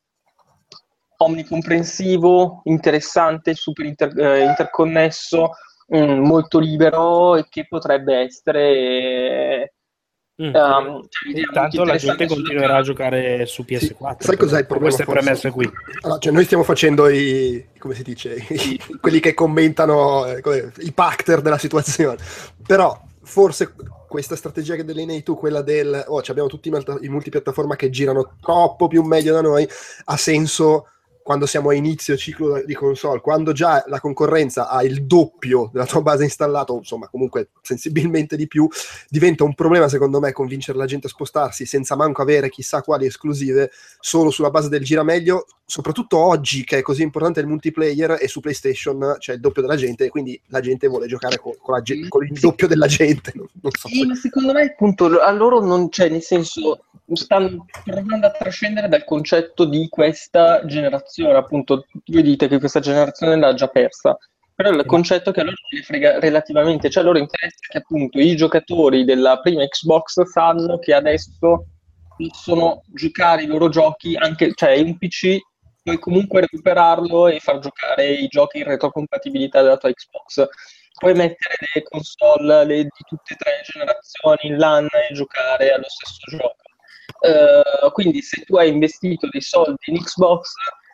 omnicomprensivo, interessante, super inter- eh, interconnesso, mh, molto libero e che potrebbe essere mm. um, intanto la gente continuerà a giocare su P S quattro. Sì, sai cos'è il problema? Queste premesse qui. Allora, cioè noi stiamo facendo i, come si dice, i, quelli che commentano eh, i pacter della situazione, però forse questa strategia che delinei tu, quella del oh, abbiamo tutti i multipiattaforma che girano troppo più meglio da noi, ha senso quando siamo a inizio ciclo di console, quando già la concorrenza ha il doppio della tua base installata, o insomma comunque sensibilmente di più, diventa un problema secondo me convincere la gente a spostarsi senza manco avere chissà quali esclusive solo sulla base del gira meglio, soprattutto oggi che è così importante il multiplayer e su PlayStation c'è il doppio della gente e quindi la gente vuole giocare con, con, la, con il doppio della gente. Non, non so sì, se... ma secondo me appunto a loro non c'è, nel senso stanno provando a trascendere dal concetto di questa generazione, appunto voi dite che questa generazione l'ha già persa, però il concetto è che a loro li frega relativamente, cioè a loro interessa che appunto i giocatori della prima Xbox sanno che adesso possono giocare i loro giochi anche, cioè un P C puoi comunque recuperarlo e far giocare i giochi in retrocompatibilità della tua Xbox, puoi mettere le console le, di tutte e tre le generazioni in LAN e giocare allo stesso gioco. Uh, quindi se tu hai investito dei soldi in Xbox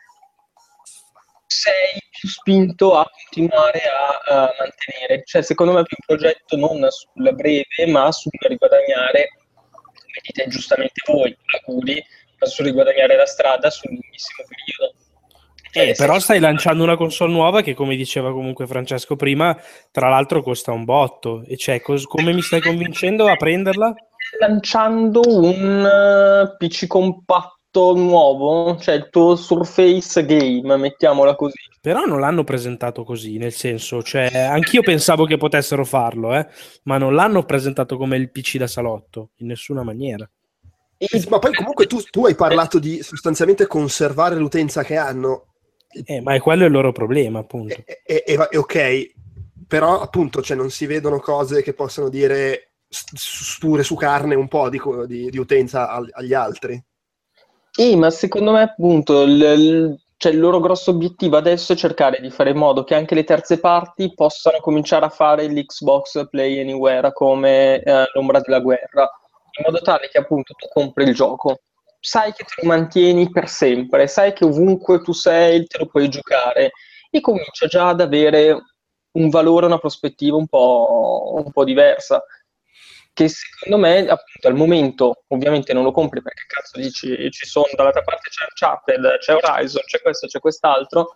sei più spinto a continuare a, a mantenere, cioè secondo me è più un progetto non sul breve ma sul riguadagnare, come dite giustamente voi, auguri, ma sul riguadagnare la strada sul lunghissimo periodo. Eh, però stai lanciando una console nuova che, come diceva comunque Francesco prima, tra l'altro costa un botto. E cioè, cos- come mi stai convincendo a prenderla? Lanciando un uh, P C compatto nuovo, cioè il tuo Surface Game, mettiamola così. Però non l'hanno presentato così, nel senso, cioè, anch'io pensavo che potessero farlo, eh, ma non l'hanno presentato come il P C da salotto, in nessuna maniera. E, ma poi comunque tu, tu hai parlato di sostanzialmente conservare l'utenza che hanno. Eh, ma è quello il loro problema, appunto. E, e, e, e ok, però appunto cioè, non si vedono cose che possono dire pure su carne un po' di, di, di utenza agli altri. Sì, ma secondo me appunto il, il, cioè, il loro grosso obiettivo adesso è cercare di fare in modo che anche le terze parti possano cominciare a fare l'Xbox Play Anywhere come eh, l'ombra della guerra, in modo tale che appunto tu compri il gioco, sai che te lo mantieni per sempre, sai che ovunque tu sei te lo puoi giocare e comincia già ad avere un valore, una prospettiva un po', un po' diversa, che secondo me appunto al momento ovviamente non lo compri perché cazzo dici ci sono dall'altra parte c'è Uncharted, c'è Horizon, c'è questo, c'è quest'altro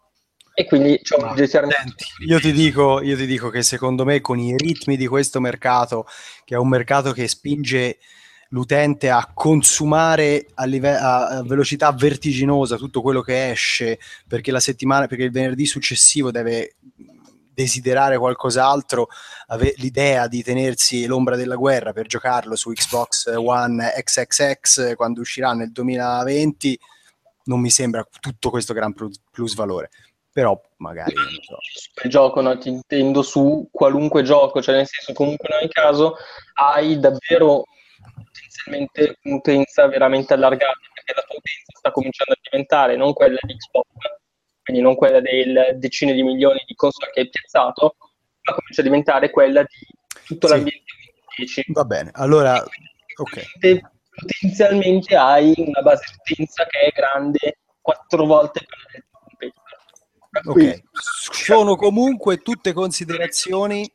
e quindi c'è un G T R. Io ti dico, io ti dico che secondo me con i ritmi di questo mercato, che è un mercato che spinge l'utente a consumare a, live- a velocità vertiginosa tutto quello che esce, perché la settimana, perché il venerdì successivo deve desiderare qualcos'altro, ave- l'idea di tenersi l'ombra della guerra per giocarlo su Xbox One X X X quando uscirà nel duemilaventi non mi sembra tutto questo gran plus, plus valore, però magari non so. Il gioco, no? Ti intendo su qualunque gioco, cioè nel senso comunque in ogni caso hai davvero potenzialmente un'utenza veramente allargata, perché la tua utenza sta cominciando a diventare non quella di Xbox, quindi non quella delle decine di milioni di console che hai piazzato, ma comincia a diventare quella di tutto sì. l'ambiente dieci. Va bene, allora ok. Potenzialmente hai una base di utenza che è grande quattro volte quella del competitor. Ok, sono comunque tutte considerazioni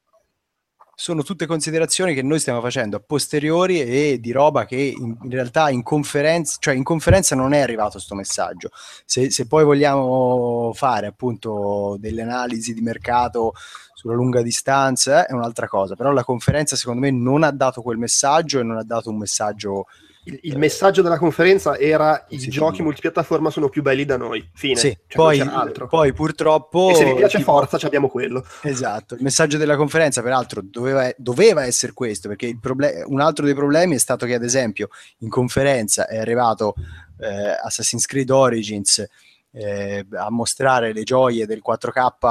sono tutte considerazioni che noi stiamo facendo a posteriori e di roba che in, in realtà in conferenza, cioè in conferenza non è arrivato sto messaggio. Se, se poi vogliamo fare appunto delle analisi di mercato sulla lunga distanza è un'altra cosa, però la conferenza secondo me non ha dato quel messaggio e non ha dato un messaggio. Il, il messaggio della conferenza era i sì, giochi sì. multipiattaforma sono più belli da noi, fine. Sì, cioè, poi, altro. poi purtroppo e se vi piace tipo, Forza ci abbiamo quello. Esatto, il messaggio della conferenza peraltro doveva, doveva essere questo, perché il proble- un altro dei problemi è stato che ad esempio in conferenza è arrivato eh, Assassin's Creed Origins eh, a mostrare le gioie del quattro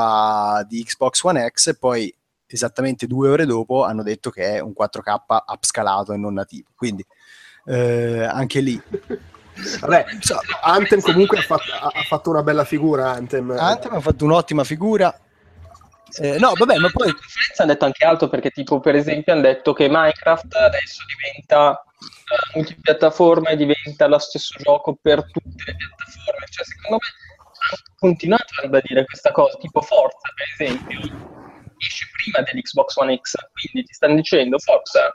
K di Xbox One X e poi esattamente due ore dopo hanno detto che è un quattro K upscalato e non nativo, quindi eh, anche lì vabbè, Anthem comunque ha fatto, ha fatto una bella figura. Anthem, Anthem ha fatto un'ottima figura. Eh, no, vabbè, ma poi la conferenza hanno detto anche altro, perché tipo per esempio hanno detto che Minecraft adesso diventa uh, multipiattaforma e diventa lo stesso gioco per tutte le piattaforme, cioè secondo me hanno continuato a ribadire questa cosa, tipo Forza per esempio esce prima dell'Xbox One X, quindi ti stanno dicendo Forza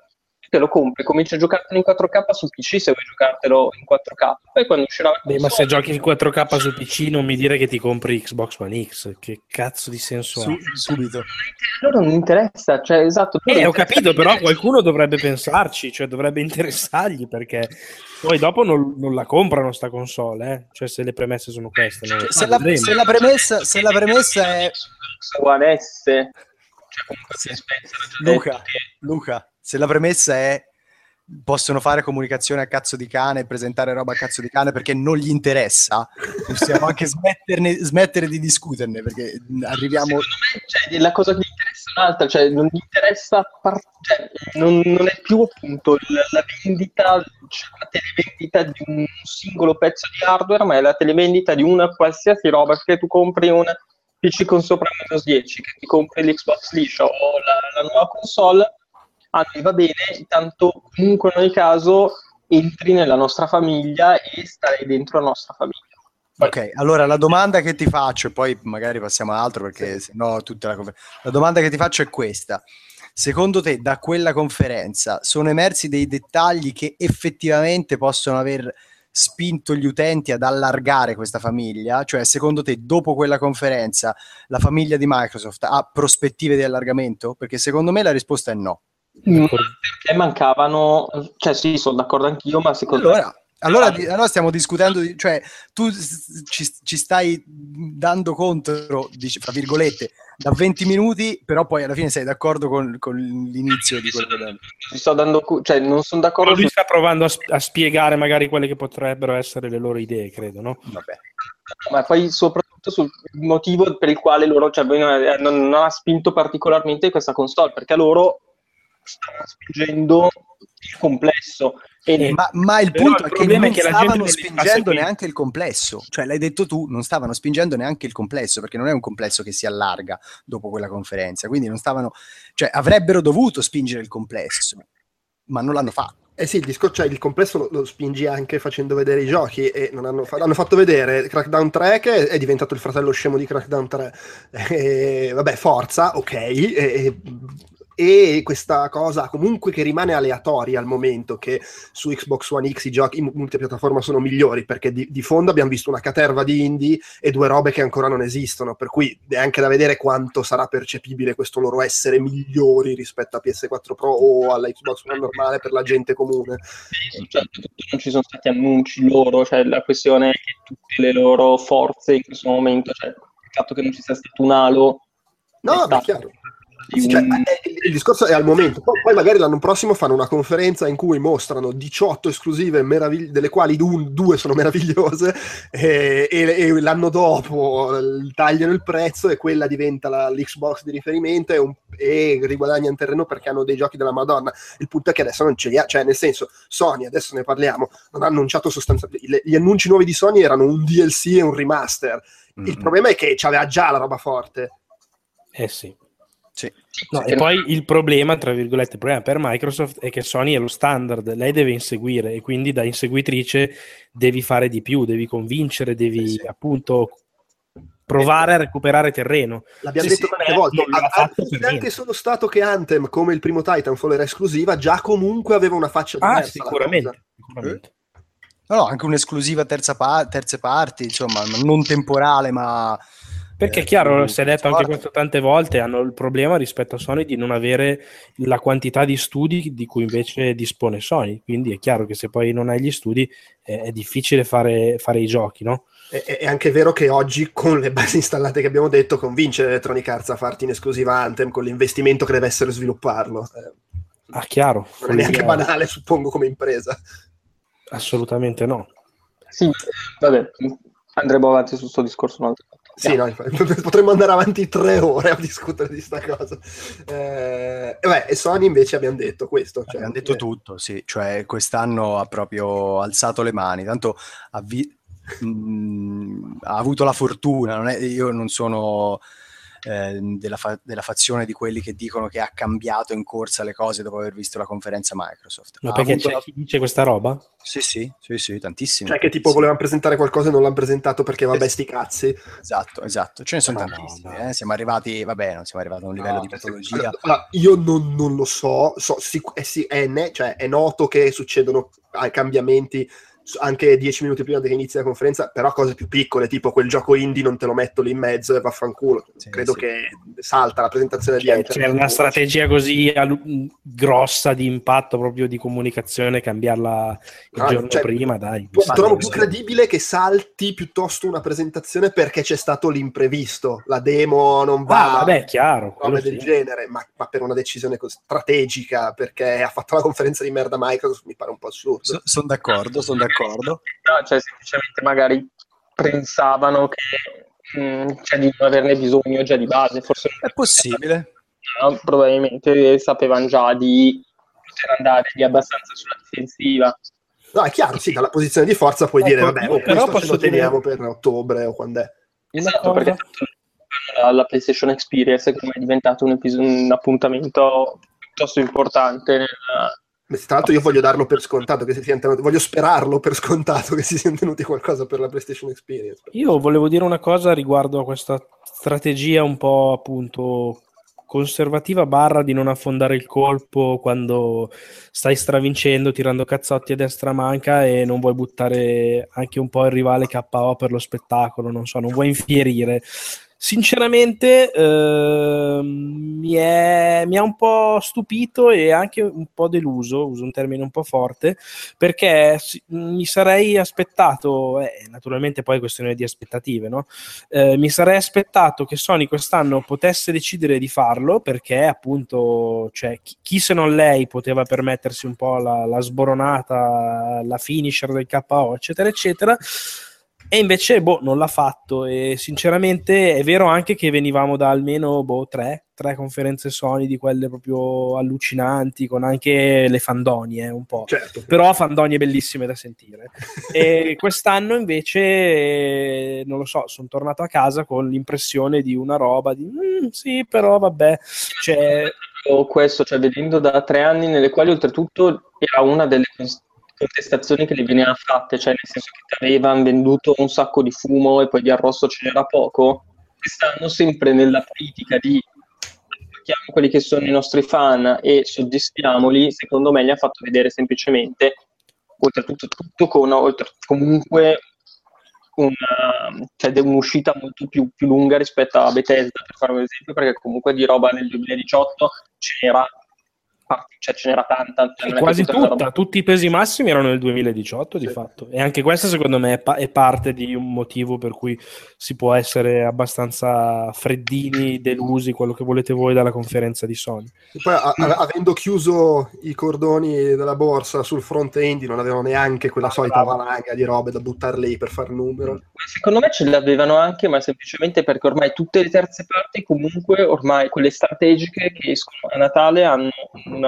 te lo compri, cominci a giocartelo in quattro K su P C se vuoi giocartelo in quattro K. Poi quando uscirà la Beh, console, ma se giochi in quattro K su P C non mi dire che ti compri Xbox One X, che cazzo di senso Su- ha? subito. allora non interessa, cioè esatto. tu Eh, non ho interessa- capito, però qualcuno dovrebbe pensarci, cioè dovrebbe interessargli, perché poi dopo non, non la comprano sta console, eh? Cioè se le premesse sono queste. Non lo Cioè, so, se, la, vedremo. se la premessa, se la premessa è One S, cioè comunque Sì. si Spencer ha già Luca, detto che Luca, se la premessa è possono fare comunicazione a cazzo di cane e presentare roba a cazzo di cane perché non gli interessa, possiamo anche smetterne, smettere di discuterne perché arriviamo... secondo me cioè, la cosa che mi interessa è un'altra, cioè non mi interessa par- cioè, non, non è più appunto la, la vendita, cioè, la televendita di un singolo pezzo di hardware, ma è la televendita di una qualsiasi roba, perché tu compri un P C con sopra Windows dieci, che ti compri l'Xbox liscia o la, la nuova console, a noi va bene, tanto comunque in ogni caso entri nella nostra famiglia e stai dentro la nostra famiglia. Poi, Ok, allora la domanda che ti faccio, e poi magari passiamo ad altro perché se no tutta la confer- la domanda che ti faccio è questa. Secondo te da quella conferenza sono emersi dei dettagli che effettivamente possono aver spinto gli utenti ad allargare questa famiglia? Cioè, secondo te dopo quella conferenza la famiglia di Microsoft ha prospettive di allargamento? Perché secondo me la risposta è no. ma perché mancavano, cioè sì, sono d'accordo anch'io, ma secondo Allora, me allora, di- allora stiamo discutendo, di, cioè tu s- ci, ci stai dando contro, dici, fra virgolette, da venti minuti, però poi alla fine sei d'accordo con, con l'inizio di quello che abbiamo. ci sto dando, cu- cioè non sono d'accordo Lui su sta provando a, sp- a spiegare magari quelle che potrebbero essere le loro idee, credo, no? Vabbè. ma poi soprattutto sul motivo per il quale loro, cioè, non, non ha spinto particolarmente questa console, perché a loro stanno spingendo il complesso. E Eh, Ma, ma il però punto il è che problema non è che la gente stavano non li sta spingendo seguendo. neanche il complesso, cioè l'hai detto tu, non stavano spingendo neanche il complesso, perché non è un complesso che si allarga dopo quella conferenza, quindi non stavano, cioè avrebbero dovuto spingere il complesso, ma non l'hanno fatto. Eh sì, il discorso, cioè il complesso lo, lo spingi anche facendo vedere i giochi e non hanno, fa- hanno fatto vedere Crackdown tre che è diventato il fratello scemo di Crackdown tre. E, vabbè, Forza, ok, e, e questa cosa comunque che rimane aleatoria al momento, che su Xbox One X i giochi in multipiattaforma sono migliori, perché di, di fondo abbiamo visto una caterva di indie e due robe che ancora non esistono, per cui è anche da vedere quanto sarà percepibile questo loro essere migliori rispetto a P S quattro Pro o alla Xbox One normale per la gente comune. cioè, non ci sono stati annunci loro, cioè la questione è che tutte le loro forze in questo momento, cioè il fatto che non ci sia stato un halo No, è ma è stato chiaro. di Sì, cioè, un- è- il, il discorso è al momento, poi, poi magari l'anno prossimo fanno una conferenza in cui mostrano diciotto esclusive meravigli- delle quali du- due sono meravigliose e, e- e l'anno dopo eh, tagliano il prezzo e quella diventa la, l'Xbox di riferimento e, un, e riguadagnano terreno perché hanno dei giochi della Madonna. Il punto è che adesso non ce li ha, cioè nel senso Sony, adesso ne parliamo, non ha annunciato sostanzialmente, gli annunci nuovi di Sony erano un D L C e un remaster. Il Mm. problema è che c'aveva già la roba forte. Eh sì. Sì. No, e poi il problema, tra virgolette, il problema per Microsoft è che Sony è lo standard, lei deve inseguire e quindi da inseguitrice devi fare di più, devi convincere, devi Sì, sì. appunto provare a recuperare terreno. L'abbiamo Sì, detto sì, tante eh, volte, non lo ha a- a- fatto per fosse anche niente. solo stato che Anthem, come il primo Titanfall era esclusiva, già comunque aveva una faccia Ah, diversa. la sicuramente, cosa. sicuramente. No, no, anche un'esclusiva terza pa- terze parti, insomma, non temporale, ma Perché è eh, chiaro, più si è detto anche forte. questo tante volte, hanno il problema rispetto a Sony di non avere la quantità di studi di cui invece dispone Sony, quindi è chiaro che se poi non hai gli studi eh, è difficile fare, fare i giochi, no? È, è anche vero che oggi, con le basi installate che abbiamo detto, convince Electronic Arts a farti in esclusiva Anthem con l'investimento che deve essere svilupparlo. Eh, Ah, chiaro, non è neanche follia. banale, suppongo, come impresa. Assolutamente no. Sì, vabbè, andremo avanti su questo discorso un altro. Sì, no, infatti, potremmo andare avanti tre ore a discutere di sta cosa. Eh, e beh, e Sony invece abbiamo detto questo. Cioè, Abbiamo detto eh, tutto, sì, cioè quest'anno ha proprio alzato le mani, tanto ha, vi- mh, ha avuto la fortuna, non è- io non sono eh, della, fa- della fazione di quelli che dicono che ha cambiato in corsa le cose dopo aver visto la conferenza Microsoft. Ma Ha perché avuto c'è la- chi dice questa roba? Sì, sì, sì, sì, tantissimi. Cioè che tipo tantissimi. volevano presentare qualcosa e non l'hanno presentato perché vabbè sti cazzi. Esatto, esatto, ce ne sono Ma no, tantissimi, no. eh. Siamo arrivati, vabbè, non siamo arrivati a un livello No, di cioè, patologia. allora, io non, non lo so, so sic- è, sì, è, ne- cioè, è noto che succedono ah, cambiamenti s- anche dieci minuti prima che inizi la conferenza, però cose più piccole, tipo quel gioco indie non te lo metto lì in mezzo e vaffanculo. Sì, Credo sì. che salta la presentazione di Cioè, Enter. c'è una strategia così alu- grossa di impatto proprio di comunicazione, cambiarla il No, giorno cioè, prima, dai. tu- Ma trovo non più so. credibile che salti piuttosto una presentazione perché c'è stato l'imprevisto, la demo non va, Ah, vabbè, chiaro, quello robe del sì. genere, ma, ma per una decisione così strategica perché ha fatto la conferenza di merda Microsoft mi pare un po' assurdo. Sono d'accordo, sono d'accordo. No, cioè semplicemente magari pensavano che mh, cioè, di non averne bisogno già di base, forse È possibile. no, probabilmente sapevano già di poter andare di abbastanza sulla difensiva. No, è chiaro, sì, dalla posizione di forza puoi Ecco, dire, vabbè, io oh, però questo ce posso lo teniamo dire per ottobre o quando è. una Esatto, cosa. perché tanto la, la PlayStation Experience secondo me è diventato un, episodio, un appuntamento piuttosto importante nella... Tra l'altro io voglio darlo per scontato che si siano tenuti, voglio sperarlo per scontato che si siano tenuti qualcosa per la PlayStation Experience. Io volevo dire una cosa riguardo a questa strategia un po' appunto conservativa barra di non affondare il colpo quando stai stravincendo, tirando cazzotti a destra manca e non vuoi buttare anche un po' il rivale K O per lo spettacolo, non so, non vuoi infierire. Sinceramente eh, mi, è, mi ha un po' stupito e anche un po' deluso, uso un termine un po' forte, perché mi sarei aspettato, eh, naturalmente poi è questione di aspettative, no? Eh, mi sarei aspettato che Sony quest'anno potesse decidere di farlo, perché appunto cioè, chi, chi se non lei poteva permettersi un po' la, la sboronata, la finisher del K O, eccetera, eccetera. E invece, boh, non l'ha fatto e sinceramente è vero anche che venivamo da almeno, boh, tre, tre conferenze Sony di quelle proprio allucinanti, con anche le fandonie, un po'. Certo. Però fandonie bellissime da sentire. E quest'anno invece, non lo so, sono tornato a casa con l'impressione di una roba di, mm, sì, però vabbè, cioè... Questo, cioè vedendo da tre anni nelle quali oltretutto era una delle contestazioni che le veniva fatte, cioè nel senso che ti avevano venduto un sacco di fumo e poi di arrosto ce n'era poco, stanno sempre nella politica di attacchiamo quelli che sono i nostri fan e soddisfiamoli. Secondo me gli ha fatto vedere semplicemente, oltretutto tutto con oltre, comunque una, cioè un'uscita molto più, più lunga rispetto a Bethesda, per fare un esempio, perché comunque di roba nel duemiladiciotto c'era cioè ce n'era tanta, cioè e quasi tutta, roba... tutti i pesi massimi erano nel duemiladiciotto sì. Di fatto, e anche questa secondo me è, pa- è parte di un motivo per cui si può essere abbastanza freddini, delusi, quello che volete voi dalla conferenza di Sony. E poi a- a- avendo chiuso i cordoni della borsa sul fronte indie non avevano neanche quella ah, solita bravo. valanga di robe da buttare lì per far numero. Secondo me ce l'avevano anche, ma semplicemente perché ormai tutte le terze parti comunque ormai quelle strategiche che escono a Natale hanno una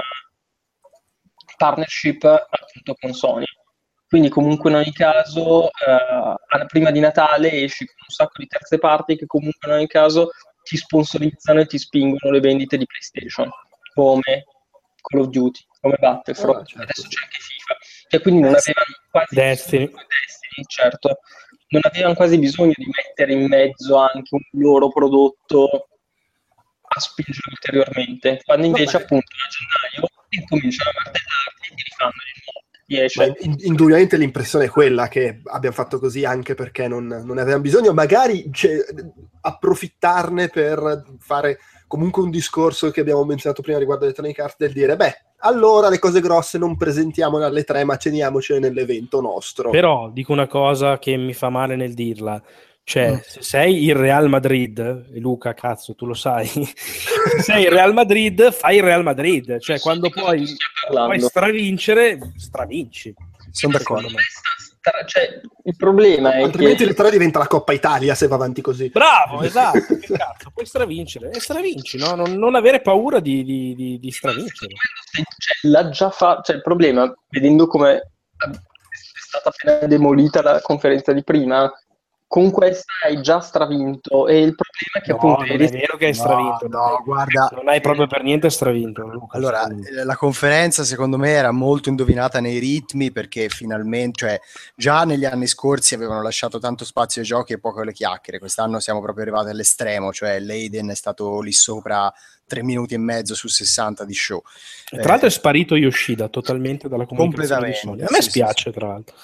partnership appunto con Sony, quindi comunque in ogni caso eh, prima di Natale esci con un sacco di terze parti che comunque in ogni caso ti sponsorizzano e ti spingono le vendite di PlayStation, come Call of Duty, come Battlefront, ah, certo. Adesso c'è anche FIFA, cioè quindi non avevano quasi Destiny. bisogno, Destiny, certo, non avevano quasi bisogno di mettere in mezzo anche un loro prodotto a spingere ulteriormente, quando invece no, appunto a gennaio incominciano a martellarti e ti rifanno di nuovo. Ma in, indubbiamente l'impressione è quella che abbiamo fatto così anche perché non, non ne avevamo bisogno, magari cioè, approfittarne per fare comunque un discorso che abbiamo menzionato prima riguardo Electronic Arts, del dire beh, allora le cose grosse non presentiamole alle tre ma teniamocele nell'evento nostro. Però dico una cosa che mi fa male nel dirla, cioè, se sei il Real Madrid, e Luca, cazzo, tu lo sai, se sei il Real Madrid, fai il Real Madrid, cioè quando puoi, puoi stravincere, stravinci. Sono d'accordo. Cioè, il problema è altrimenti che... le tre diventa la Coppa Italia se va avanti così. Bravo, esatto, che cazzo, puoi stravincere, e stravinci, no? Non, non avere paura di, di, di, di stravincere. Cioè, l'ha già fatto, cioè il problema, vedendo come è stata appena demolita la conferenza di prima, con questa hai già stravinto e il problema è che no, appunto non è vero che hai stravinto, no, no, no, guarda, non hai proprio per niente stravinto, Luca, allora, la conferenza secondo me era molto indovinata nei ritmi perché finalmente, cioè già negli anni scorsi avevano lasciato tanto spazio ai giochi e poco alle chiacchiere, quest'anno siamo proprio arrivati all'estremo, cioè Leiden è stato lì sopra tre minuti e mezzo su sessanta di show. E tra l'altro Eh, è sparito Yoshida totalmente dalla comunicazione di Sony. A me sì, spiace, sì, sì. tra l'altro.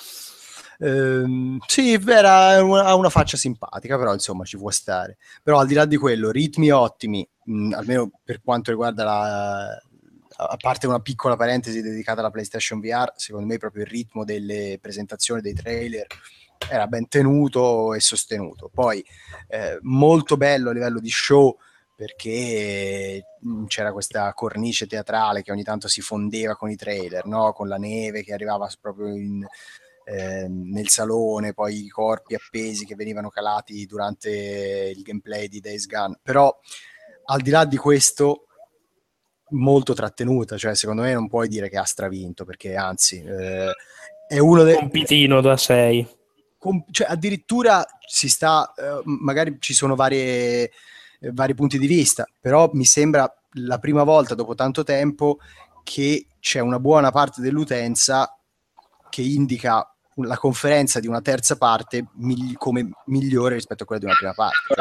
Ehm, sì, era, ha una, una faccia simpatica, però insomma ci può stare. Però al di là di quello, ritmi ottimi, mh, almeno per quanto riguarda la... A parte una piccola parentesi dedicata alla PlayStation V R, secondo me proprio il ritmo delle presentazioni, dei trailer, era ben tenuto e sostenuto. Poi eh, molto bello a livello di show, perché mh, c'era questa cornice teatrale che ogni tanto si fondeva con i trailer, no? Con la neve che arrivava proprio in, eh, nel salone, poi i corpi appesi che venivano calati durante il gameplay di Days Gone. Però al di là di questo molto trattenuta, cioè secondo me non puoi dire che ha stravinto, perché anzi eh, è uno dei compitino da sei. Com- cioè, addirittura si sta, eh, magari ci sono varie, eh, vari punti di vista, però mi sembra la prima volta dopo tanto tempo che c'è una buona parte dell'utenza che indica la conferenza di una terza parte migli- come migliore rispetto a quella di una prima parte. Cioè,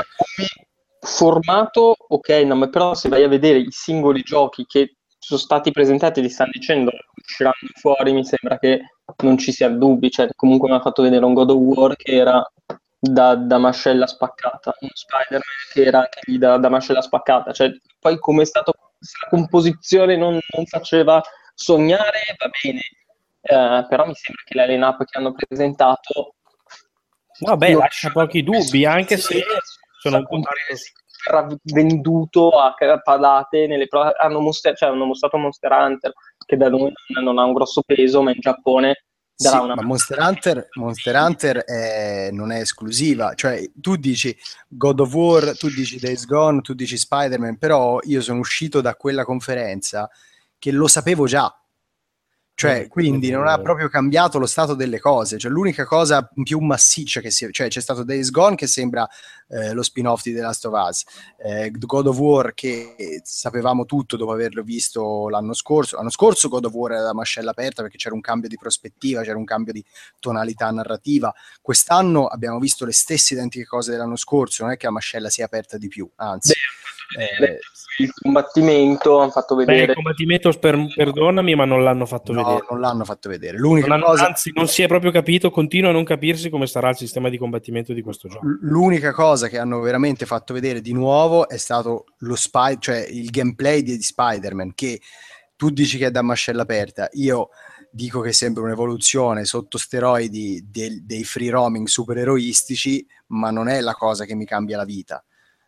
formato, ok, no, ma però se vai a vedere i singoli giochi che sono stati presentati e ti stanno dicendo usciranno fuori, mi sembra che non ci sia dubbi, cioè comunque mi ha fatto vedere un God of War che era da, da mascella spaccata, uno Spider-Man che era anche lì da, da mascella spaccata, cioè poi come è stato, se la composizione non, non faceva sognare, va bene, eh, però mi sembra che la line-up che hanno presentato vabbè, non lascia pochi dubbi, anche se sono un po' tanto venduto a palate nelle pro- hanno, moster- cioè, hanno mostrato Monster Hunter che da noi non ha un grosso peso, ma in Giappone darà sì, una ma Monster Hunter, Monster Hunter è, non è esclusiva, cioè tu dici God of War, tu dici Days Gone, tu dici Spider-Man, però io sono uscito da quella conferenza che lo sapevo già. Cioè, Mm, quindi non ha eh, proprio cambiato lo stato delle cose. Cioè, l'unica cosa più massiccia che si... Cioè, c'è stato Days Gone che sembra eh, lo spin-off di The Last of Us, eh, God of War che sapevamo tutto dopo averlo visto l'anno scorso. L'anno scorso God of War era da mascella aperta perché c'era un cambio di prospettiva, c'era un cambio di tonalità narrativa. Quest'anno abbiamo visto le stesse identiche cose dell'anno scorso, non è che la mascella sia aperta di più, anzi... eh, il combattimento hanno fatto vedere. Beh, il combattimento, per, perdonami, ma non l'hanno fatto no, vedere. non l'hanno fatto vedere. L'unica non hanno, cosa... Anzi, non si è proprio capito, continua a non capirsi come sarà il sistema di combattimento di questo gioco. L'unica cosa che hanno veramente fatto vedere di nuovo è stato lo spy, cioè il gameplay di Spider-Man, che tu dici che è da mascella aperta, io dico che sembra un'evoluzione sotto steroidi del, dei free roaming supereroistici, ma non è la cosa che mi cambia la vita.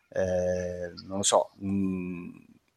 Eh, non lo so, mh,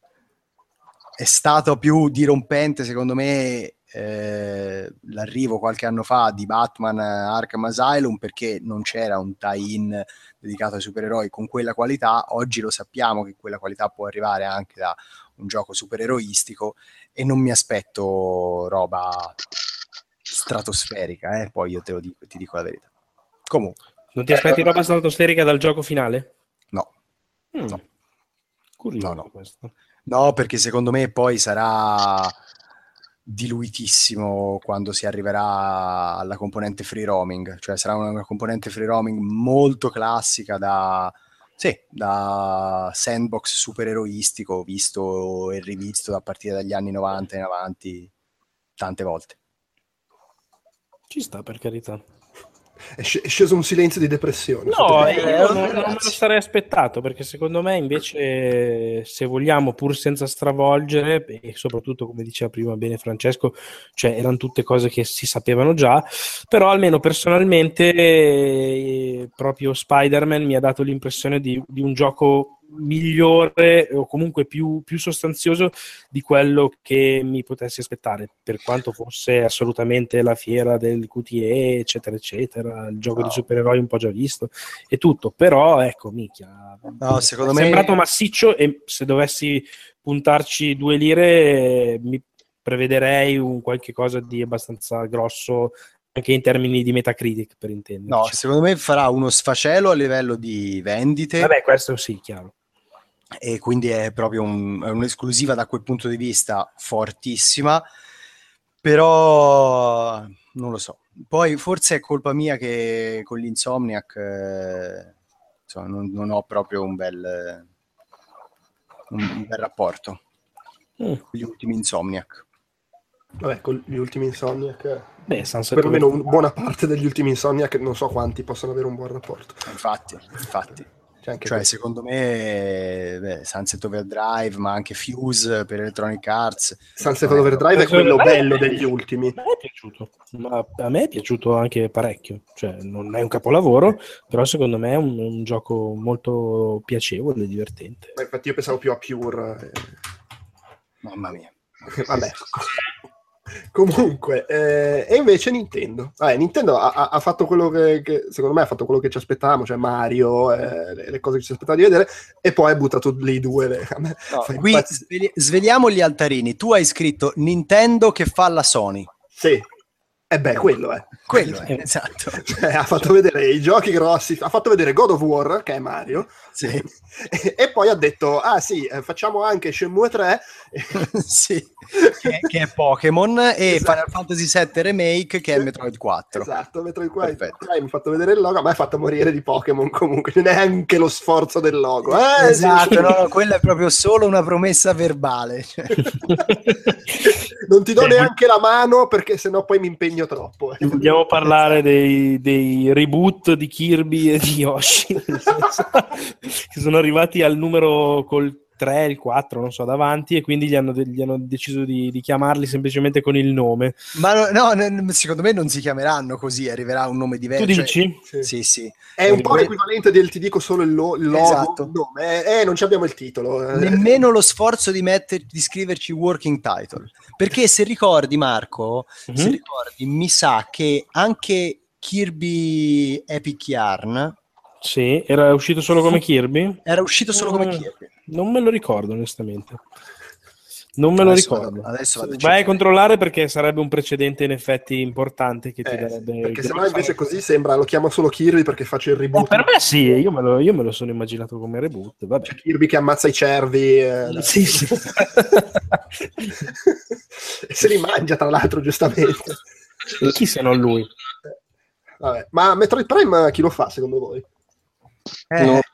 è stato più dirompente secondo me eh, l'arrivo qualche anno fa di Batman Arkham Asylum, perché non c'era un tie-in dedicato ai supereroi con quella qualità. Oggi lo sappiamo che quella qualità può arrivare anche da un gioco supereroistico e non mi aspetto roba stratosferica, eh? Poi io te lo dico, ti dico la verità. Comunque non ti aspetti roba stratosferica dal gioco finale? no, Mm. no. Curioso no, no. questo. No, perché secondo me poi sarà diluitissimo quando si arriverà alla componente free roaming, cioè sarà una, una componente free roaming molto classica da, sì, da sandbox supereroistico visto e rivisto a partire dagli anni novanta in avanti tante volte. Ci sta, per carità. È, sc- è sceso un silenzio di depressione. No, sotto- io non, non me lo sarei aspettato, perché secondo me invece, se vogliamo, pur senza stravolgere, e soprattutto come diceva prima bene Francesco, cioè erano tutte cose che si sapevano già, però almeno personalmente eh, proprio Spider-Man mi ha dato l'impressione di, di un gioco migliore o comunque più, più sostanzioso di quello che mi potessi aspettare, per quanto fosse assolutamente la fiera del Q T E eccetera eccetera, il gioco no. di supereroi un po' già visto e tutto, però ecco minchia, no, secondo è me... sembrato massiccio, e se dovessi puntarci due lire mi prevederei un qualche cosa di abbastanza grosso Anche in termini di Metacritic, per intenderci. No, secondo me farà uno sfacelo a livello di vendite. Vabbè, questo sì, chiaro. E quindi è proprio un, è un'esclusiva da quel punto di vista fortissima, però non lo so. Poi forse è colpa mia che con l'Insomniac eh, insomma, non, non ho proprio un bel, un, un bel rapporto Mm. con gli ultimi Insomniac. Vabbè, con gli ultimi Insomniac, Beh, Sunset perlomeno Overdrive. una buona parte degli ultimi Insomniac, non so quanti possono avere un buon rapporto. Infatti, infatti. C'è anche Cioè, questo. secondo me, beh, Sunset Overdrive, ma anche Fuse per Electronic Arts. Sunset Eh, Overdrive è Sunset quello Overdrive- bello degli ultimi. A me è piaciuto, ma a me è piaciuto anche parecchio. Cioè, non è un capolavoro, però secondo me è un, un gioco molto piacevole e divertente. Ma infatti io pensavo più a Pure. Mamma mia. eh. Vabbè. Comunque, eh, e invece Nintendo. Vabbè, Nintendo ha, ha- ha fatto quello che, che, secondo me, ha fatto quello che ci aspettavamo, cioè Mario, eh, le, le cose che ci aspettavamo di vedere, e poi ha buttato lì due. Le, a me No, fa qui impazzire. sveli- sveliamo gli altarini. Tu hai scritto Nintendo che fa la Sony. Sì. E beh, quello è. Quello è, esatto. Cioè, ha fatto vedere i giochi grossi, ha fatto vedere God of War, che è Mario, Sì. e, e poi ha detto, ah sì, eh, facciamo anche Shenmue tre. Sì. Che, che è Pokémon, e Esatto. Final Fantasy sette Remake che è Metroid quattro. Esatto, Metroid Prime, Perfetto. Prime, mi ha fatto vedere il logo, ma è fatto morire di Pokémon comunque, neanche lo sforzo del logo. Eh, Esatto, sì. no, no, quella è proprio solo una promessa verbale. Cioè. Non ti do Beh, neanche la mano perché sennò poi mi impegno troppo. eh. Vogliamo parlare dei, dei reboot di Kirby e di Yoshi, nel senso che sono arrivati al numero col tre, il quattro, non so, davanti, e quindi gli hanno, gli hanno deciso di, di chiamarli semplicemente con il nome. Ma no, no, no, secondo me non si chiameranno così, arriverà un nome diverso. Tu cioè- dici? Sì. Sì, sì. È un po' Que- l'equivalente del ti dico solo il, lo- il logo, Esatto. il nome. Eh, eh, non ci abbiamo il titolo. eh. Nemmeno lo sforzo di, metter, di scriverci working title, perché se ricordi, Marco, Mhm. se ricordi, mi sa che anche Kirby Epic Yarn Sì, era uscito solo come Kirby? era uscito solo come Mm, Kirby. Non me lo ricordo, onestamente. Non me lo Adesso ricordo. vado- adesso vado a Vai a cercare. controllare, perché sarebbe un precedente in effetti importante che ti Eh, darebbe... perché sennò invece così sembra, lo chiamo solo Kirby perché faccio il Eh, reboot. per me sì, io me, lo, io me lo sono immaginato come reboot. Vabbè. C'è Kirby che ammazza i cervi. eh, Sì, sì. e se li mangia, tra l'altro, giustamente. Chi se non lui? Vabbè. Ma Metroid Prime chi lo fa, secondo voi? Eh, No.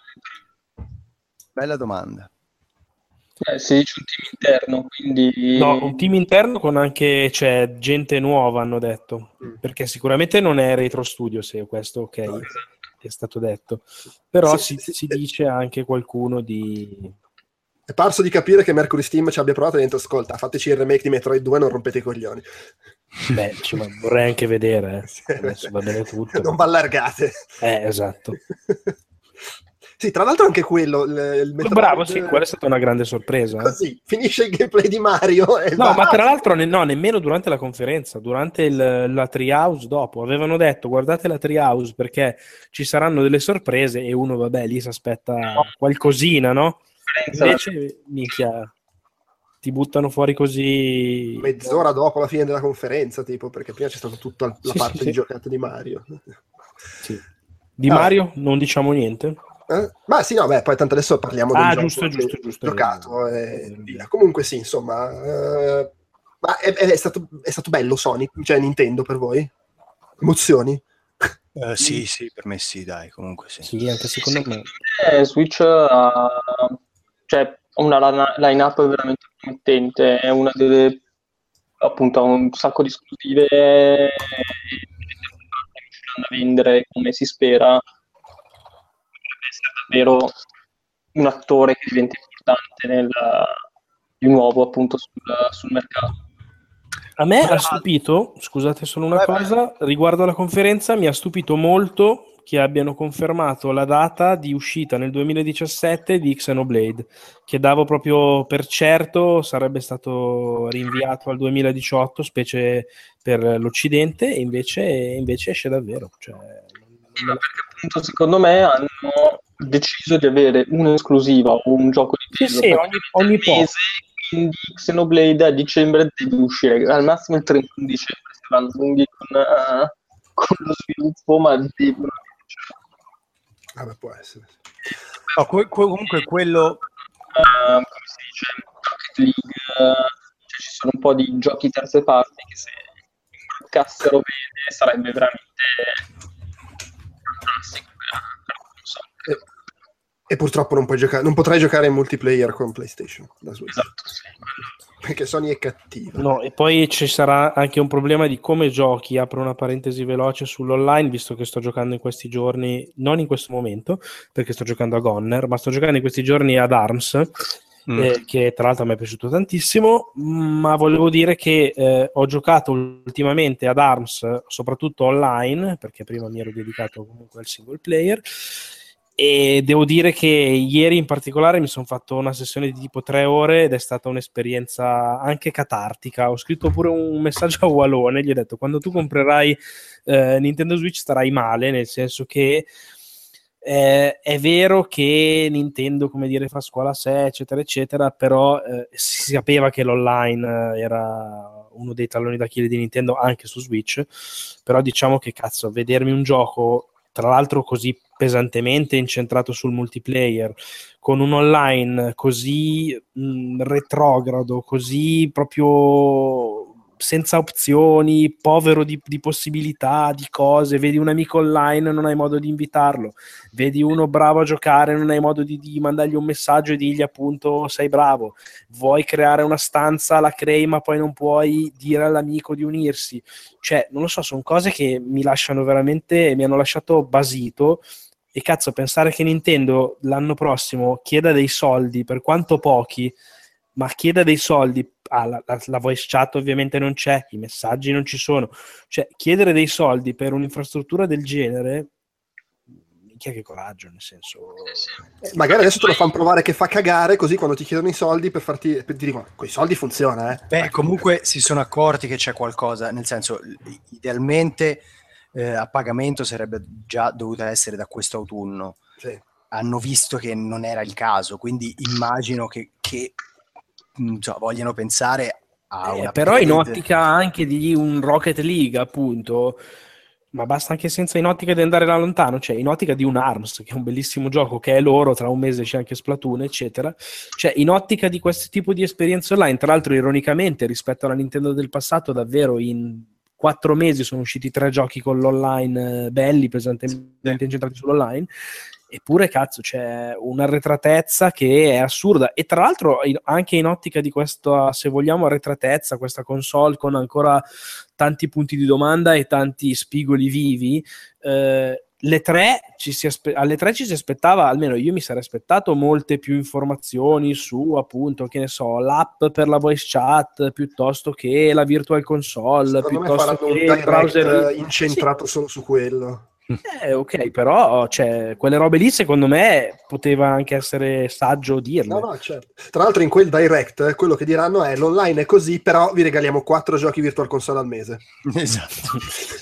Bella domanda. Eh, si dice un team interno, quindi No, un team interno con anche c'è gente nuova, hanno detto, Mm. perché sicuramente non è Retro Studio, se questo ok No, è stato detto, però Sì, si, sì, si eh. dice anche qualcuno di... È parso di capire che Mercury Steam ci abbia provato e ha detto, ascolta, fateci il remake di Metroid due, non rompete i coglioni. Beh, ci va- vorrei anche vedere, eh. Adesso va bene tutto. Non vi allargate. Eh, esatto. Sì, tra l'altro anche quello, il, il Metroid, Bravo, sì, quella è stata una grande sorpresa. eh. Così, finisce il gameplay di Mario e No, va. ma tra l'altro ne- no, nemmeno durante la conferenza, durante il- la Treehouse dopo, avevano detto guardate la Treehouse perché ci saranno delle sorprese, e uno vabbè lì si aspetta qualcosina, no? Invece, minchia, ti buttano fuori così... Mezz'ora dopo la fine della conferenza, tipo, perché prima c'è stata tutta la Sì, parte sì, di sì. giocato di Mario. Sì. Di Ah. Mario non diciamo niente. Eh? Ma sì, no, beh, poi tanto adesso parliamo Ah, del giusto, gioco giusto, che- giusto, giocato è vero, e è vero, è via. vero. Comunque sì, insomma, eh, ma è, è stato, è stato bello Sony, cioè Nintendo per voi? Emozioni? Eh, sì, sì, per me sì, dai, comunque sì. Sì, anche secondo me. eh, Switch ha cioè, una lana- line-up veramente promettente, è una delle, appunto, ha un sacco di esclusive e riusciranno a vendere come si spera. Potrebbe essere davvero un attore che diventa importante nel, di nuovo appunto sul, sul mercato. A me Però- ha stupito, scusate solo una Vai, vai. cosa, riguardo alla conferenza, mi ha stupito molto che abbiano confermato la data di uscita nel duemiladiciassette di Xenoblade, che davo proprio per certo sarebbe stato rinviato al duemiladiciotto, specie per l'Occidente, e invece, invece esce davvero. Cioè, non- non me la- Perché appunto secondo me hanno deciso di avere un'esclusiva o un gioco di Sì, peso sì, per ogni, ogni il po'. mese, quindi Xenoblade a dicembre deve uscire al massimo il trentuno dicembre se vanno lunghi con, eh, con lo sviluppo, ma di... Ah, beh, può essere. No, que- comunque quello... Uh, come si dice, Rocket League, uh, cioè ci sono un po' di giochi terze parti che se un broadcaster lo vede sarebbe veramente fantastico per, per console. E, e purtroppo non puoi giocare, non potrai giocare in multiplayer con PlayStation da Switch. Esatto, sì, quello. Perché Sony è cattiva. No, e poi ci sarà anche un problema di come giochi. Apro una parentesi veloce sull'online, visto che sto giocando in questi giorni, non in questo momento, perché sto giocando a Gonner, ma sto giocando in questi giorni ad Arms, mm. eh, che tra l'altro mi è piaciuto tantissimo, ma volevo dire che eh, ho giocato ultimamente ad Arms, soprattutto online, perché prima mi ero dedicato comunque al single player, e devo dire che ieri in particolare mi sono fatto una sessione di tipo tre ore ed è stata un'esperienza anche catartica. Ho scritto pure un messaggio a Walone, gli ho detto: quando tu comprerai eh, Nintendo Switch starai male, nel senso che eh, è vero che Nintendo, come dire, fa scuola a sé, eccetera eccetera, però eh, si sapeva che l'online era uno dei talloni d'Achille di Nintendo anche su Switch, però diciamo che cazzo, vedermi un gioco tra l'altro così pesantemente incentrato sul multiplayer, con un online così mh, retrogrado, così proprio senza opzioni, povero di, di possibilità, di cose. Vedi un amico online, non hai modo di invitarlo, vedi uno bravo a giocare, non hai modo di, di mandargli un messaggio e dirgli appunto sei bravo, vuoi creare una stanza, la crei ma poi non puoi dire all'amico di unirsi. Cioè, non lo so, sono cose che mi lasciano veramente, mi hanno lasciato basito. E cazzo, pensare che Nintendo l'anno prossimo chieda dei soldi, per quanto pochi, ma chieda dei soldi, ah, la, la, la voice chat ovviamente non c'è, i messaggi non ci sono, cioè chiedere dei soldi per un'infrastruttura del genere, minchia che coraggio, nel senso... Eh, magari adesso te lo fanno provare che fa cagare, così quando ti chiedono i soldi per farti, per dire, ma con i soldi funziona, eh. Beh, comunque si sono accorti che c'è qualcosa, nel senso, idealmente eh, a pagamento sarebbe già dovuta essere da questo autunno. Sì. Hanno visto che non era il caso, quindi immagino che, che cioè, vogliano pensare a eh, una però in ottica anche di un Rocket League, appunto, ma basta anche senza in ottica di andare là lontano, cioè in ottica di un ARMS, che è un bellissimo gioco, che è loro, tra un mese c'è anche Splatoon, eccetera, cioè in ottica di questo tipo di esperienze online, tra l'altro ironicamente rispetto alla Nintendo del passato, davvero in quattro mesi sono usciti tre giochi con l'online eh, belli, pesantemente incentrati sull'online. Eppure cazzo c'è un'arretratezza che è assurda, e tra l'altro anche in ottica di questa, se vogliamo, arretratezza, questa console con ancora tanti punti di domanda e tanti spigoli vivi, eh, le tre ci si aspe- alle tre ci si aspettava, almeno io mi sarei aspettato molte più informazioni su, appunto, che ne so, l'app per la voice chat piuttosto che la virtual console. Secondo piuttosto me faranno che un direct browser incentrato sì. solo su quello. Eh, ok, però cioè, quelle robe lì secondo me poteva anche essere saggio dirle. No, no, certo. Tra l'altro in quel direct eh, quello che diranno è l'online è così, però vi regaliamo quattro giochi virtual console al mese. Esatto.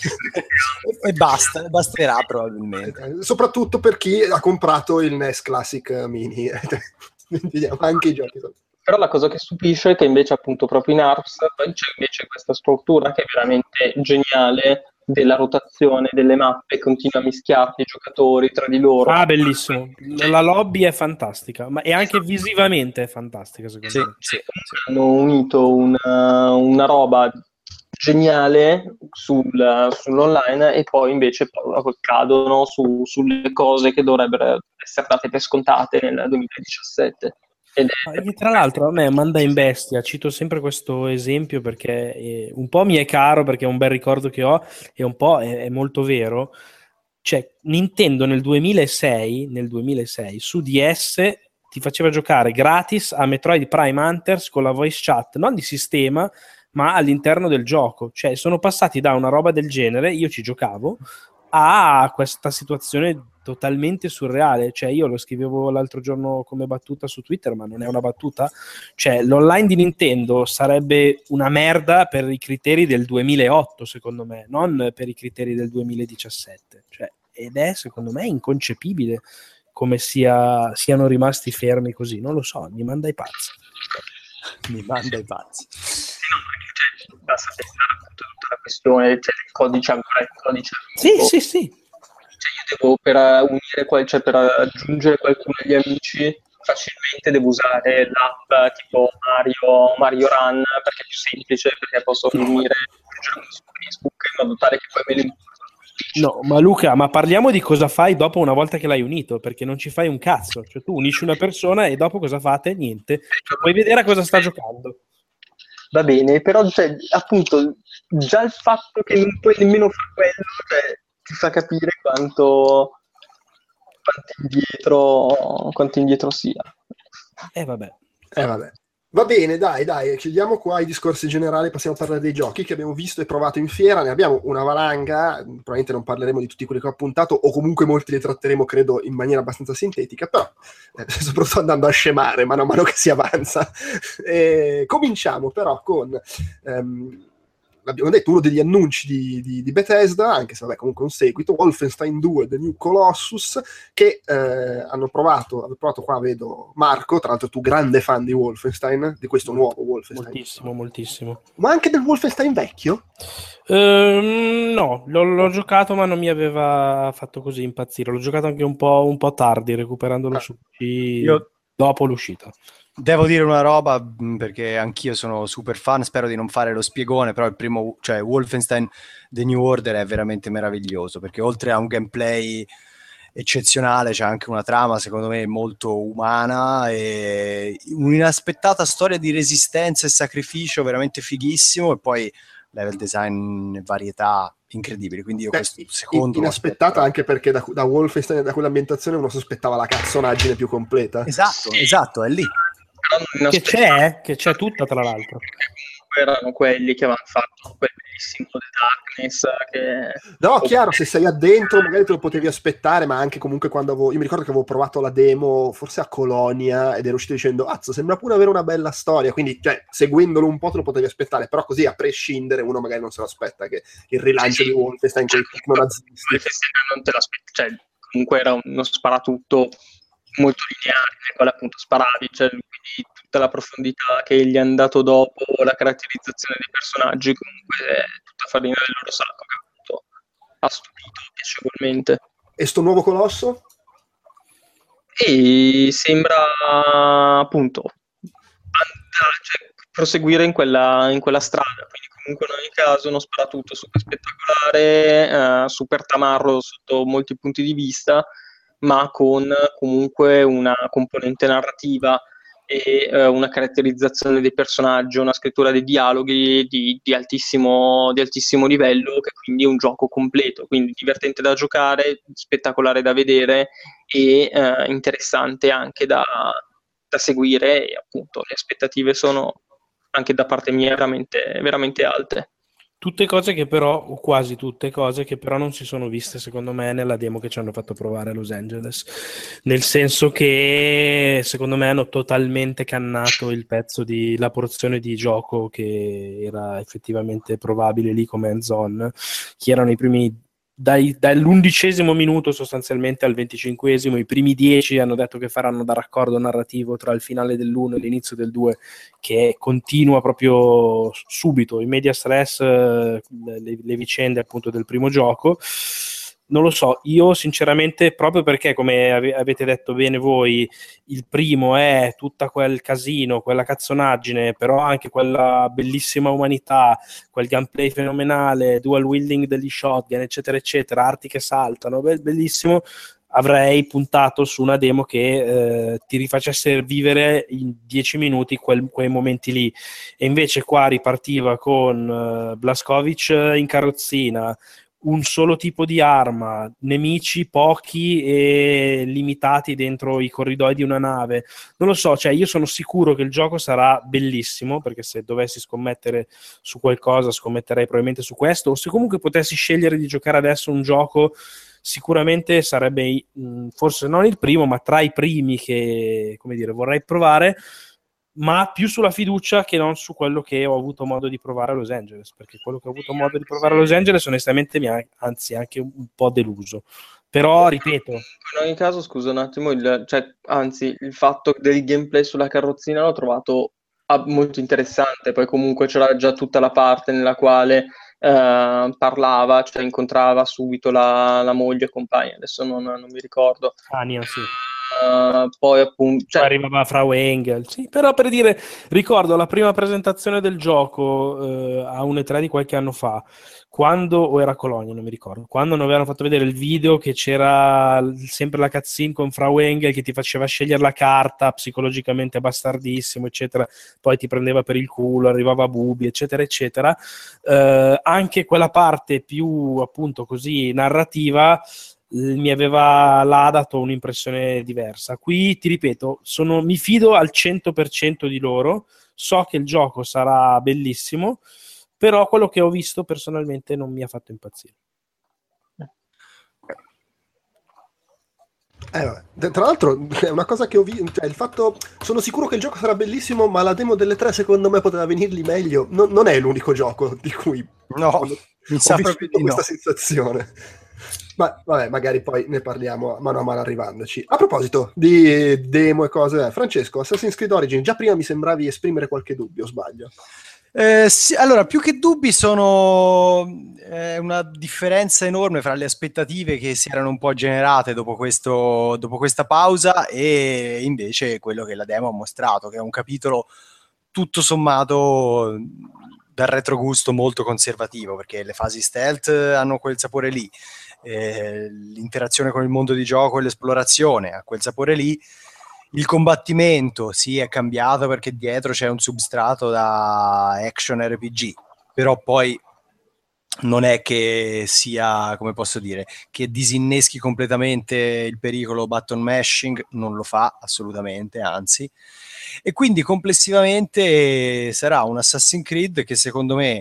E basta, basterà probabilmente. Soprattutto per chi ha comprato il N E S Classic Mini. Vediamo anche i giochi. Però la cosa che stupisce è che invece appunto proprio in ARPS poi c'è invece questa struttura che è veramente geniale, della rotazione delle mappe, continua a mischiarti i giocatori tra di loro. Ah, bellissimo. La lobby è fantastica, ma e anche visivamente è fantastica, secondo sì, me. Sì, sì. Hanno unito una, una roba geniale sul, sull'online e poi invece cadono su, sulle cose che dovrebbero essere date per scontate nel duemiladiciassette. Ed è... Tra l'altro a me manda in bestia, cito sempre questo esempio perché è, un po' mi è caro perché è un bel ricordo che ho e un po' è, è molto vero. Cioè Nintendo nel duemilasei, nel duemilasei su D S ti faceva giocare gratis a Metroid Prime Hunters con la voice chat, non di sistema ma all'interno del gioco. Cioè sono passati da una roba del genere, io ci giocavo, a questa situazione totalmente surreale. Cioè io lo scrivevo l'altro giorno come battuta su Twitter, ma non è una battuta, cioè l'online di Nintendo sarebbe una merda per i criteri del duemilaotto secondo me, non per i criteri del duemiladiciassette, cioè, ed è secondo me inconcepibile come sia, siano rimasti fermi così, non lo so, mi manda i pazzi mi manda i pazzi. basta testare appunto tutta la questione, cioè il codice ancora il codice. Sì, tipo, sì, sì. Cioè io devo, per unire, qual- cioè per aggiungere qualcuno agli amici, facilmente devo usare l'app tipo Mario, Mario Run, perché è più semplice, perché posso unire su Facebook in modo tale che poi me li... No, ma Luca, ma parliamo di cosa fai dopo una volta che l'hai unito, perché non ci fai un cazzo, cioè tu unisci una persona e dopo cosa fate? Niente, cioè, puoi vedere a cosa sta giocando. Va bene, però cioè, appunto già il fatto che non puoi nemmeno fare quello, cioè, ti fa capire quanto quanto indietro quanto indietro sia. Eh vabbè. Eh vabbè. Va bene, dai, dai, chiudiamo qua i discorsi generali, passiamo a parlare dei giochi che abbiamo visto e provato in fiera. Ne abbiamo una valanga, probabilmente non parleremo di tutti quelli che ho appuntato, o comunque molti li tratteremo, credo, in maniera abbastanza sintetica, però eh, soprattutto andando a scemare mano a mano che si avanza. E cominciamo però con... Um, l'abbiamo detto, uno degli annunci di, di, di Bethesda, anche se vabbè comunque un seguito, Wolfenstein due The New Colossus, che eh, hanno provato, hanno provato qua, vedo Marco, tra l'altro tu grande fan di Wolfenstein, di questo nuovo Wolfenstein. Moltissimo, moltissimo. Ma anche del Wolfenstein vecchio? Uh, no, l'ho, l'ho giocato ma non mi aveva fatto così impazzire, l'ho giocato anche un po', un po' tardi, recuperandolo ah. su P C Io... dopo l'uscita. Devo dire una roba, perché anch'io sono super fan, spero di non fare lo spiegone, però il primo, cioè Wolfenstein The New Order è veramente meraviglioso, perché oltre a un gameplay eccezionale c'è anche una trama secondo me molto umana e un'inaspettata storia di resistenza e sacrificio veramente fighissimo, e poi level design e varietà incredibili, quindi io Beh, questo secondo inaspettata anche perché da, da Wolfenstein, da quell'ambientazione uno sospettava la cazzonaggine più completa. Esatto, esatto, è lì. Che c'è, che c'è tutta tra l'altro. Erano quelli che avevano fatto quel bellissimo The Darkness che... No, chiaro, se sei addentro magari te lo potevi aspettare, ma anche comunque quando avevo... Io mi ricordo che avevo provato la demo forse a Colonia ed ero uscito dicendo azzo, sembra pure avere una bella storia, quindi cioè, seguendolo un po' te lo potevi aspettare, però così a prescindere uno magari non se lo aspetta che il rilancio sì, di Wolfenstein con il tecno nazisti non te l'aspetti, cioè comunque era uno sparatutto molto lineare, nel quale appunto sparavi, cioè quindi tutta la profondità che gli hanno dato dopo, la caratterizzazione dei personaggi, comunque è tutta farina del loro sacco, che appunto ha stupito piacevolmente. E sto nuovo Colosso? E sembra appunto andare, cioè, proseguire in quella, in quella strada, quindi comunque in ogni caso uno sparatutto super spettacolare, eh, super tamarro sotto molti punti di vista, ma con comunque una componente narrativa e eh, una caratterizzazione dei personaggi, una scrittura dei dialoghi di, di, altissimo, di altissimo livello, che quindi è un gioco completo, quindi divertente da giocare, spettacolare da vedere e eh, interessante anche da, da seguire, e appunto le aspettative sono anche da parte mia veramente, veramente alte. Tutte cose che però, o quasi tutte cose che però non si sono viste secondo me nella demo che ci hanno fatto provare a Los Angeles, nel senso che secondo me hanno totalmente cannato il pezzo di la porzione di gioco che era effettivamente probabile lì come hands-on, che erano i primi dai, dall'undicesimo minuto sostanzialmente al venticinquesimo, i primi dieci hanno detto che faranno da raccordo narrativo tra il finale dell'uno e l'inizio del due, che continua proprio subito, in media stress, le, le vicende appunto del primo gioco. Non lo so, io sinceramente, proprio perché come ave- avete detto bene voi, il primo è tutta quel casino, quella cazzonaggine, però anche quella bellissima umanità, quel gameplay fenomenale, dual wielding degli shotgun, eccetera eccetera, arti che saltano, be- bellissimo, avrei puntato su una demo che eh, ti rifacesse vivere in dieci minuti quel, quei momenti lì, e invece qua ripartiva con uh, Blazkowicz in carrozzina, un solo tipo di arma, nemici pochi e limitati dentro i corridoi di una nave. Non lo so, cioè io sono sicuro che il gioco sarà bellissimo, perché se dovessi scommettere su qualcosa scommetterei probabilmente su questo, o se comunque potessi scegliere di giocare adesso un gioco sicuramente sarebbe mh, forse non il primo, ma tra i primi che, come dire, vorrei provare, ma più sulla fiducia che non su quello che ho avuto modo di provare a Los Angeles, perché quello che ho avuto modo di provare a Los Angeles onestamente mi ha anzi anche un po' deluso. Però ripeto, in ogni caso scusa un attimo, il, cioè, anzi il fatto del gameplay sulla carrozzina l'ho trovato ah, molto interessante. Poi comunque c'era già tutta la parte nella quale eh, parlava, cioè incontrava subito la, la moglie compagna, adesso non, non mi ricordo. Ania, sì. Uh, poi appunto cioè... Poi arrivava Frau Engel, sì, però per dire, ricordo la prima presentazione del gioco eh, a un E tre di qualche anno fa, quando, o era a Colonia, non mi ricordo, quando non avevano fatto vedere il video che c'era sempre la cutscene con Frau Engel che ti faceva scegliere la carta psicologicamente bastardissimo, eccetera, poi ti prendeva per il culo, arrivava Bubi, eccetera, eccetera. Eh, anche quella parte più appunto così narrativa mi aveva là dato un'impressione diversa. Qui ti ripeto, sono, mi fido al cento per cento di loro, so che il gioco sarà bellissimo, però quello che ho visto personalmente non mi ha fatto impazzire. Eh, vabbè. Tra l'altro è una cosa che ho visto, cioè il fatto, sono sicuro che il gioco sarà bellissimo, ma la demo delle tre secondo me poteva venirgli meglio. No, non è l'unico gioco di cui no, ho, mi sa ho proprio vissuto di questa no. sensazione. Ma vabbè, magari poi ne parliamo mano a mano arrivandoci. A proposito di demo e cose, Francesco, Assassin's Creed Origins, già prima mi sembravi esprimere qualche dubbio, o sbaglio? Eh, sì, allora, più che dubbi sono eh, una differenza enorme fra le aspettative che si erano un po' generate dopo, questo, dopo questa pausa e invece quello che la demo ha mostrato, che è un capitolo tutto sommato dal retrogusto molto conservativo, perché le fasi stealth hanno quel sapore lì, eh, l'interazione con il mondo di gioco e l'esplorazione ha quel sapore lì. Il combattimento sì è cambiato perché dietro c'è un substrato da action R P G, però poi non è che sia, come posso dire, che disinneschi completamente il pericolo button mashing, non lo fa assolutamente, anzi. E quindi complessivamente sarà un Assassin's Creed che secondo me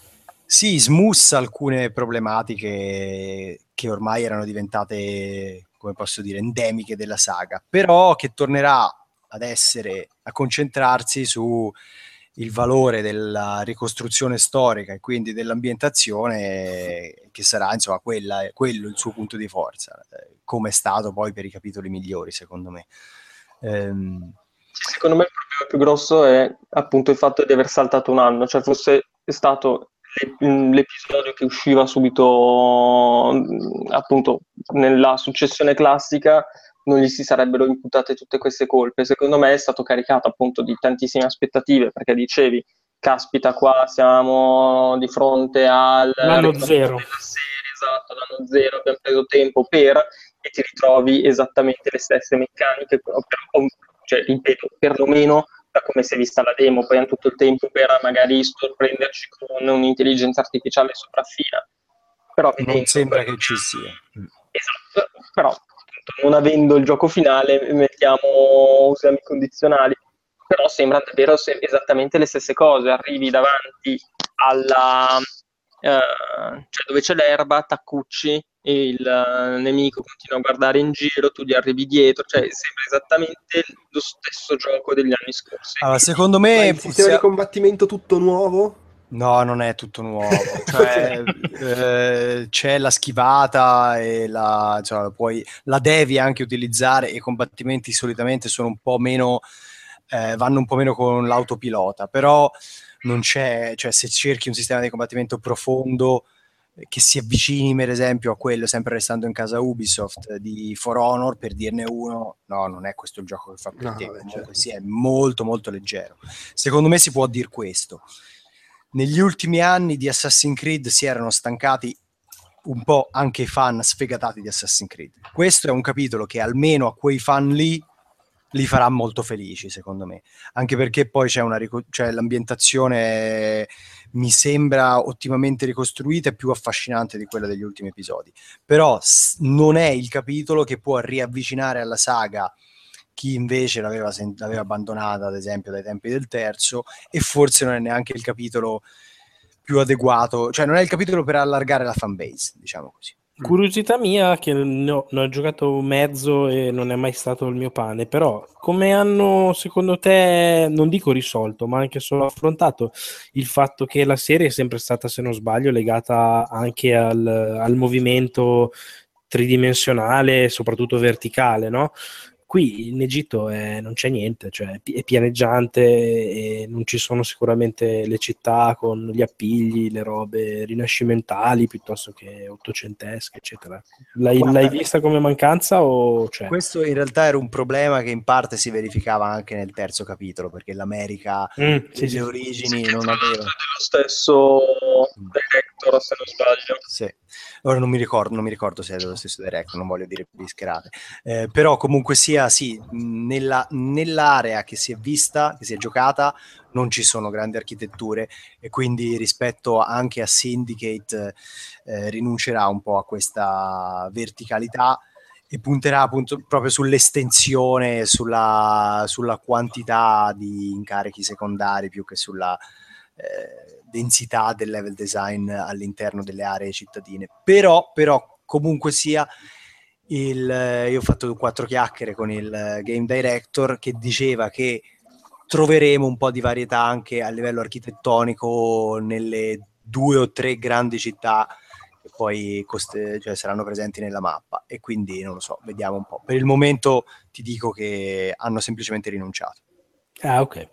si smussa alcune problematiche che ormai erano diventate, come posso dire, endemiche della saga, però che tornerà ad essere, a concentrarsi su il valore della ricostruzione storica e quindi dell'ambientazione, che sarà insomma quella, quello il suo punto di forza, come è stato poi per i capitoli migliori secondo me. Ehm... Secondo me il problema più grosso è appunto il fatto di aver saltato un anno, cioè fosse stato l'episodio che usciva subito appunto nella successione classica non gli si sarebbero imputate tutte queste colpe. Secondo me è stato caricato appunto di tantissime aspettative, perché dicevi caspita, qua siamo di fronte al l'anno zero della serie, esatto, l'anno zero, abbiamo preso tempo per, e ti ritrovi esattamente le stesse meccaniche, però, cioè ripeto, perlomeno da come si è vista la demo, poi hanno tutto il tempo per magari sorprenderci con un'intelligenza artificiale sopraffina. Però non sembra che ci sia. Esatto, però non avendo il gioco finale mettiamo, usiamo i condizionali, però sembrano davvero esattamente le stesse cose. Arrivi davanti alla eh, cioè dove c'è l'erba, t'accucci e il uh, nemico continua a guardare in giro, tu gli arrivi dietro, cioè sembra esattamente lo stesso gioco degli anni scorsi. Allora, secondo me ma il sistema di combattimento tutto nuovo? No, non è tutto nuovo, cioè, eh, c'è la schivata e la, cioè, puoi, la devi anche utilizzare, e i combattimenti solitamente sono un po' meno, eh, vanno un po' meno con l'autopilota, però non c'è, cioè se cerchi un sistema di combattimento profondo che si avvicini per esempio a quello, sempre restando in casa Ubisoft, di For Honor, per dirne uno, no, non è questo il gioco che fa per no, te, vabbè, comunque certo. sì, è molto molto leggero. Secondo me si può dire questo. Negli ultimi anni di Assassin's Creed si erano stancati un po' anche i fan sfegatati di Assassin's Creed. Questo è un capitolo che almeno a quei fan lì li farà molto felici, secondo me, anche perché poi c'è una rico- cioè l'ambientazione mi sembra ottimamente ricostruita e più affascinante di quella degli ultimi episodi, però s- non è il capitolo che può riavvicinare alla saga chi invece l'aveva, sen- l'aveva abbandonata, ad esempio dai tempi del terzo, e forse non è neanche il capitolo più adeguato, cioè non è il capitolo per allargare la fanbase, diciamo così. Curiosità mia, che ne ho, ne ho giocato mezzo e non è mai stato il mio pane, però come hanno secondo te, non dico risolto, ma anche solo affrontato il fatto che la serie è sempre stata, se non sbaglio, legata anche al, al movimento tridimensionale, soprattutto verticale, no? qui in Egitto è, non c'è niente, cioè è pianeggiante e non ci sono sicuramente le città con gli appigli, le robe rinascimentali piuttosto che ottocentesche, eccetera. L'hai, Guarda, l'hai vista come mancanza o c'è? Questo in realtà era un problema che in parte si verificava anche nel terzo capitolo, perché l'America, Mm, sì, le sì. origini Sì, non tra l'altro aveva. è dello stesso director, se non sbaglio. Sì. Ora non mi ricordo, non mi ricordo se è dello stesso director, non voglio dire bischerate. Eh, però comunque sia, sì, nella, nell'area che si è vista, che si è giocata, non ci sono grandi architetture e quindi rispetto anche a Syndicate eh, rinuncerà un po' a questa verticalità e punterà appunto proprio sull'estensione, sulla, sulla quantità di incarichi secondari più che sulla eh, densità del level design all'interno delle aree cittadine. Però, però comunque sia, il, io ho fatto quattro chiacchiere con il game director che diceva che troveremo un po' di varietà anche a livello architettonico nelle due o tre grandi città che poi coste- cioè saranno presenti nella mappa, e quindi non lo so, vediamo un po'. Per il momento ti dico che hanno semplicemente rinunciato. Ah, ok.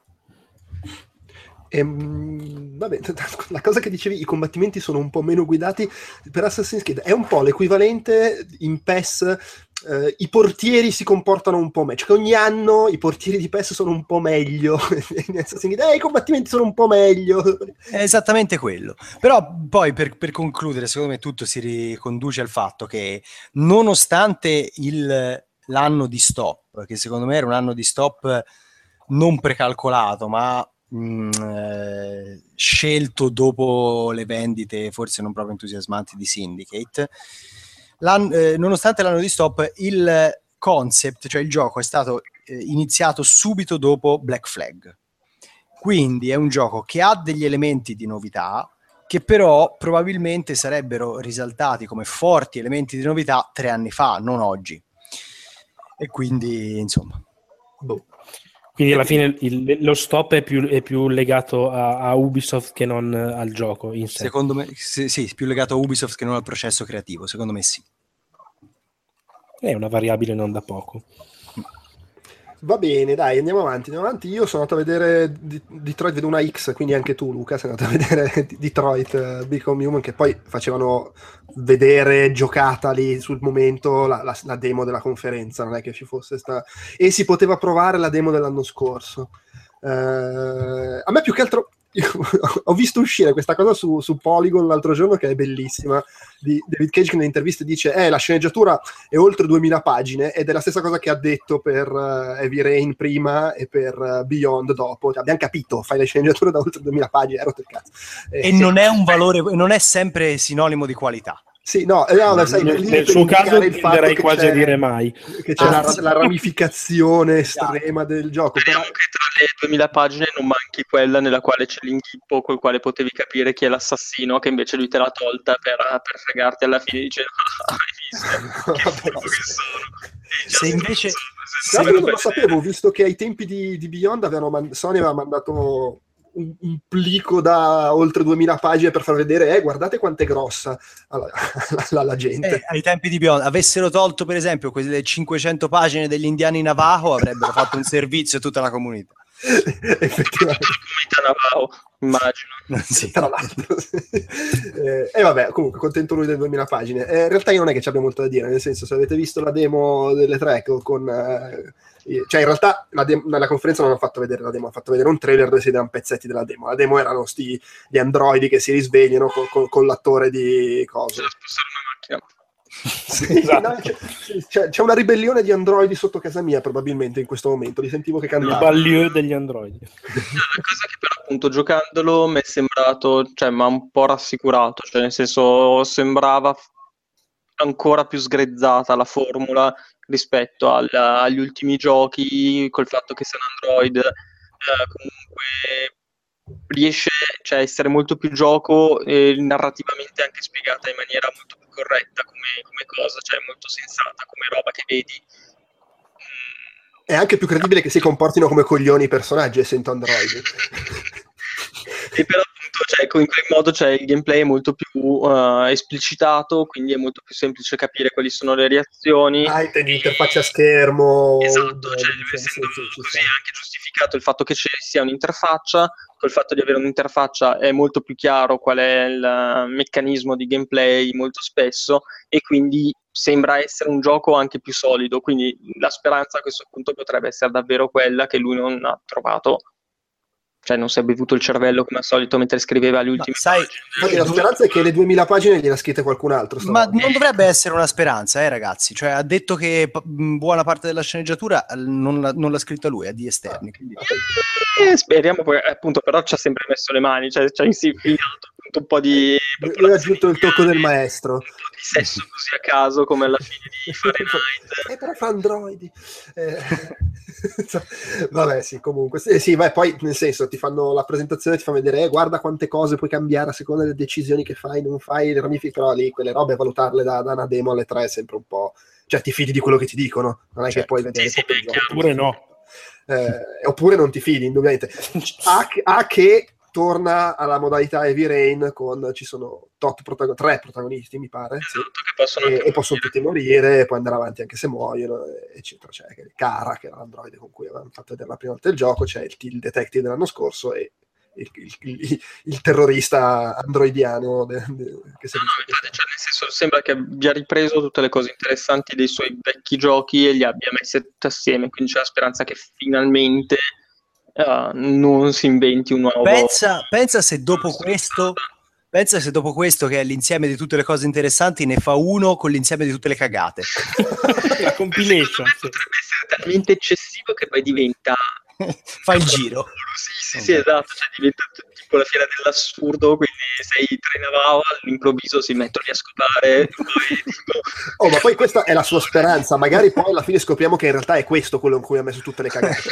Ehm, vabbè, la cosa che dicevi, i combattimenti sono un po' meno guidati per Assassin's Creed, è un po' l'equivalente in P E S, eh, i portieri si comportano un po' meglio, cioè che ogni anno i portieri di P E S sono un po' meglio, in Assassin's Creed, eh, i combattimenti sono un po' meglio. È esattamente quello. Però poi per, per concludere, secondo me tutto si riconduce al fatto che nonostante il, l'anno di stop, che secondo me era un anno di stop non precalcolato, ma mh, eh, scelto dopo le vendite forse non proprio entusiasmanti di Syndicate, L'an- eh, nonostante l'anno di stop, il concept, cioè il gioco, è stato eh, iniziato subito dopo Black Flag. Quindi è un gioco che ha degli elementi di novità che però probabilmente sarebbero risaltati come forti elementi di novità tre anni fa, non oggi. E quindi, insomma... Boh. Quindi alla fine il, lo stop è più, è più legato a, a Ubisoft che non al gioco in sé. Secondo me, sì, sì, più legato a Ubisoft che non al processo creativo, secondo me sì. È una variabile non da poco. Va bene, dai, andiamo avanti, andiamo avanti. Io sono andato a vedere di- Detroit, vedo una X, quindi anche tu, Luca, sei andato a vedere Detroit uh, Become Human, che poi facevano vedere giocata lì sul momento la, la, la demo della conferenza, non è che ci fosse sta... E si poteva provare la demo dell'anno scorso. Uh, a me più che altro... Io ho visto uscire questa cosa su, su Polygon l'altro giorno che è bellissima, di David Cage che nelle interviste dice eh, la sceneggiatura è oltre duemila pagine ed è la stessa cosa che ha detto per uh, Heavy Rain prima e per uh, Beyond dopo, cioè, abbiamo capito, fai le sceneggiature da oltre duemila pagine, ero il cazzo. E eh, non è un valore, non è sempre sinonimo di qualità. Sì, no, no, no sai, nel, nel suo caso tenderei quasi a dire mai. Che c'è ah, la, la ramificazione estrema del gioco. Speriamo però... che tra le duemila pagine non manchi quella nella quale c'è l'inghippo col quale potevi capire chi è l'assassino, che invece lui te l'ha tolta per, per fregarti alla fine, dice no, hai visto che furbo che sono. Se invece se io non lo sapevo, visto che ai tempi di, di Beyond avevano man- Sony aveva mandato un, un plico da oltre duemila pagine per far vedere, eh, guardate quanto è grossa alla, alla, alla gente. Eh, ai tempi di Beyond avessero tolto per esempio quelle cinquecento pagine degli indiani Navajo, avrebbero fatto un servizio a tutta la comunità. Effettivamente. La comunità Navajo, immagino. Sì, tra l'altro. E eh, vabbè, comunque contento lui delle duemila pagine. Eh, in realtà io non è che ci abbia molto da dire, nel senso, se avete visto la demo delle track con... Eh, cioè in realtà la demo, nella conferenza non hanno fatto vedere la demo, hanno fatto vedere un trailer dove si vedevano pezzetti della demo. La demo erano sti, gli androidi che si risvegliano con, con, con l'attore di cosa. Spostare una macchina. Sì, esatto. No, c'è, c'è, c'è una ribellione di androidi sotto casa mia probabilmente in questo momento, li sentivo che cantavano. Il banlieue degli androidi. La cosa che però appunto giocandolo mi è sembrato, cioè mi ha un po' rassicurato, cioè nel senso sembrava ancora più sgrezzata la formula rispetto al, agli ultimi giochi, col fatto che sia un Android eh, comunque riesce, cioè, a essere molto più gioco e narrativamente anche spiegata in maniera molto più corretta come, come cosa, cioè molto sensata come roba che vedi. È anche più credibile che si comportino come coglioni i personaggi essendo Android. E però cioè, in quel modo cioè, il gameplay è molto più uh, esplicitato, quindi è molto più semplice capire quali sono le reazioni. Ah, intendi interfaccia a schermo. Esatto, eh, cioè, sì, essendo sì, sì, così sì. è anche giustificato il fatto che ci sia un'interfaccia. Col fatto di avere un'interfaccia è molto più chiaro qual è il meccanismo di gameplay molto spesso, e quindi sembra essere un gioco anche più solido, quindi la speranza a questo punto potrebbe essere davvero quella che lui non ha trovato, cioè non si è bevuto il cervello come al solito mentre scriveva le ultime sai, pagine. Infatti la speranza è che le duemila pagine gliela scritte qualcun altro Ma stavolta. non dovrebbe essere una speranza, eh, ragazzi. Cioè, ha detto che p- buona parte della sceneggiatura eh, non l'ha, non l'ha scritta lui, è di esterni. Quindi... Eh, speriamo, poi, appunto, però ci ha sempre messo le mani, cioè ci ha insipiato appunto un po' di... Lui lui ha aggiunto il tocco del maestro. Un po' di sesso così a caso, come alla fine di Fahrenheit. Eh, però fra androidi. Eh, vabbè, sì, comunque. Sì, sì, vai, poi, nel senso, ti fanno la presentazione, ti fanno vedere, eh, guarda quante cose puoi cambiare a seconda delle decisioni che fai, non fai, le ramifiche, però lì, quelle robe, valutarle da, da una demo alle tre è sempre un po'... Cioè, ti fidi di quello che ti dicono, non è Certo. che puoi vedere Sì, sì, tutto il beh, gioco. Oppure no. Eh, oppure non ti fidi, indubbiamente. A, a che torna alla modalità Heavy Rain con ci sono tot protagon- tre protagonisti, mi pare, sì, Esatto, che possono e, anche e possono morire. tutti morire, puoi andare avanti anche se muoiono, eccetera. C'è cioè, Kara, che era l'androide con cui avevamo fatto vedere la prima volta il gioco, c'è il, il detective dell'anno scorso e il, il, il, il terrorista androidiano de, de, che si è No, no, visto infatti, cioè, nel senso, sembra che abbia ripreso tutte le cose interessanti dei suoi vecchi giochi e li abbia messe tutte assieme, quindi c'è la speranza che finalmente uh, non si inventi un nuovo... Pensa, pensa se dopo questo, pensa se dopo questo, che è l'insieme di tutte le cose interessanti, ne fa uno con l'insieme di tutte le cagate. La compilation. Secondo me Sì. potrebbe essere talmente eccessivo che poi diventa... Fa il giro. Sì, sì, sì, esatto, cioè diventa tipo la fiera dell'assurdo, quindi sei tre navava, all'improvviso si mettono lì a scopare, poi tipo... Oh, ma poi questa è la sua speranza, magari poi alla fine scopriamo che in realtà è questo quello in cui ha messo tutte le cagate.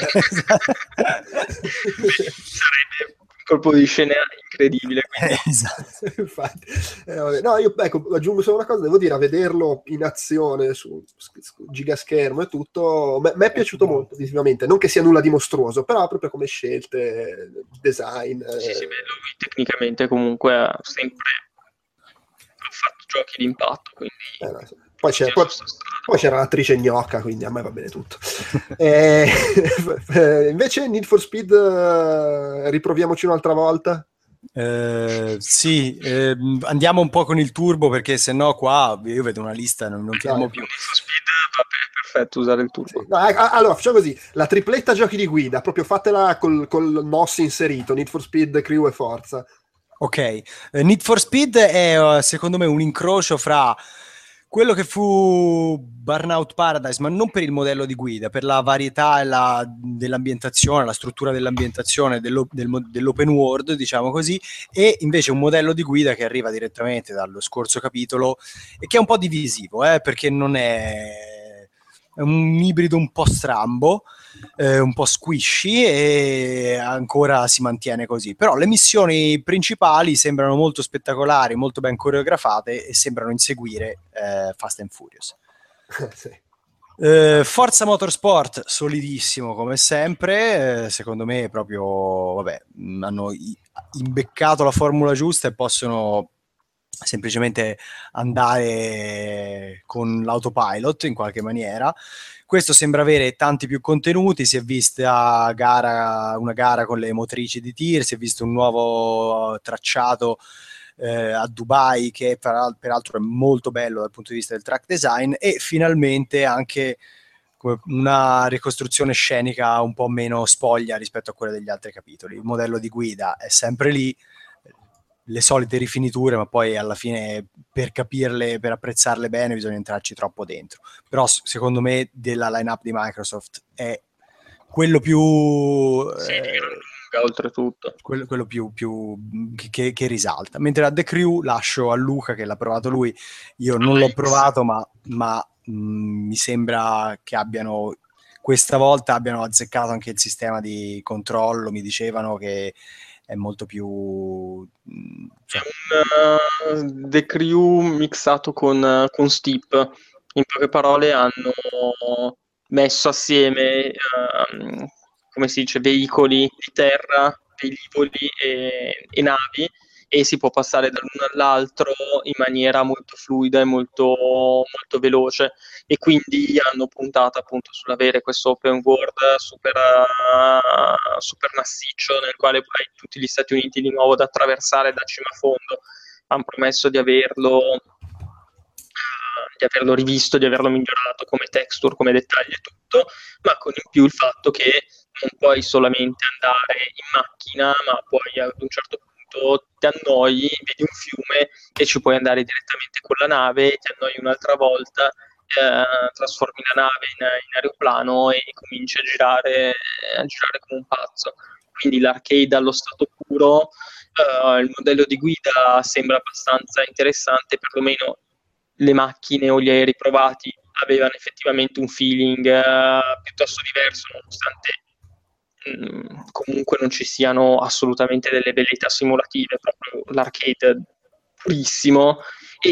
Sarebbe un colpo di scena incredibile, quindi... Esatto. Infatti, eh, vabbè. No, io ecco, aggiungo solo una cosa, devo dire, a vederlo in azione su, su gigaschermo e tutto, mi è piaciuto molto visivamente, non che sia nulla di mostruoso, però proprio come scelte, design. Sì, eh. sì, beh, lui tecnicamente comunque ha sempre ha fatto giochi di impatto, quindi... Eh, no, poi, c'era, poi, poi c'era l'attrice gnocca, quindi a me va bene tutto. eh, invece Need for Speed, eh, riproviamoci un'altra volta. Eh, sì, eh, andiamo un po' con il turbo, perché se no qua io vedo una lista, non, non fermo Dai. più. Need for Speed va perfetto usare il turbo. Sì. No, eh, allora facciamo così, la tripletta giochi di guida, proprio fatela col, col N O S inserito, Need for Speed, Crew e Forza. Ok, eh, Need for Speed è uh, secondo me un incrocio fra quello che fu Burnout Paradise, ma non per il modello di guida, per la varietà e la, dell'ambientazione, la struttura dell'ambientazione, dello, del, dell'open world, diciamo così, e invece un modello di guida che arriva direttamente dallo scorso capitolo e che è un po' divisivo, eh, perché non è, è un ibrido un po' strambo, eh, un po' squishy, e ancora si mantiene così. Però le missioni principali sembrano molto spettacolari, molto ben coreografate e sembrano inseguire eh, Fast and Furious. Sì. Eh, Forza Motorsport solidissimo come sempre, eh, secondo me proprio vabbè, hanno imbeccato la formula giusta e possono semplicemente andare con l'autopilot in qualche maniera. Questo sembra avere tanti più contenuti, si è vista gara, una gara con le motrici di tir, si è visto un nuovo tracciato eh, a Dubai che per, peraltro è molto bello dal punto di vista del track design, e finalmente anche una ricostruzione scenica un po' meno spoglia rispetto a quella degli altri capitoli. Il modello di guida è sempre lì, le solite rifiniture, ma poi alla fine per capirle, per apprezzarle bene bisogna entrarci troppo dentro. Però secondo me della lineup di Microsoft è quello più sì, eh, di gran lunga, oltretutto quello, quello più, più che, che risalta, mentre la The Crew lascio a Luca che l'ha provato lui. Io non l'ho provato, ma, ma mh, mi sembra che abbiano questa volta abbiano azzeccato anche il sistema di controllo. Mi dicevano che è molto più cioè... è un uh, The Crew mixato con, uh, con Steep. In poche parole hanno messo assieme uh, come si dice, veicoli di terra velivoli e, e navi, e si può passare dall'uno all'altro in maniera molto fluida e molto, molto veloce, e quindi hanno puntato appunto sull'avere questo open world super, uh, super massiccio, nel quale hai tutti gli Stati Uniti di nuovo da attraversare da cima a fondo. Hanno promesso di averlo di averlo rivisto, di averlo migliorato come texture, come dettagli e tutto, ma con in più il fatto che non puoi solamente andare in macchina, ma puoi ad un certo punto ti annoi, vedi un fiume e ci puoi andare direttamente con la nave, ti annoi un'altra volta, eh, trasformi la nave in, in aeroplano e cominci a girare, a girare come un pazzo. Quindi l'arcade allo stato puro, eh, il modello di guida sembra abbastanza interessante, perlomeno le macchine o gli aerei provati avevano effettivamente un feeling uh, piuttosto diverso, nonostante mh, comunque non ci siano assolutamente delle bellezze simulative, proprio l'arcade purissimo,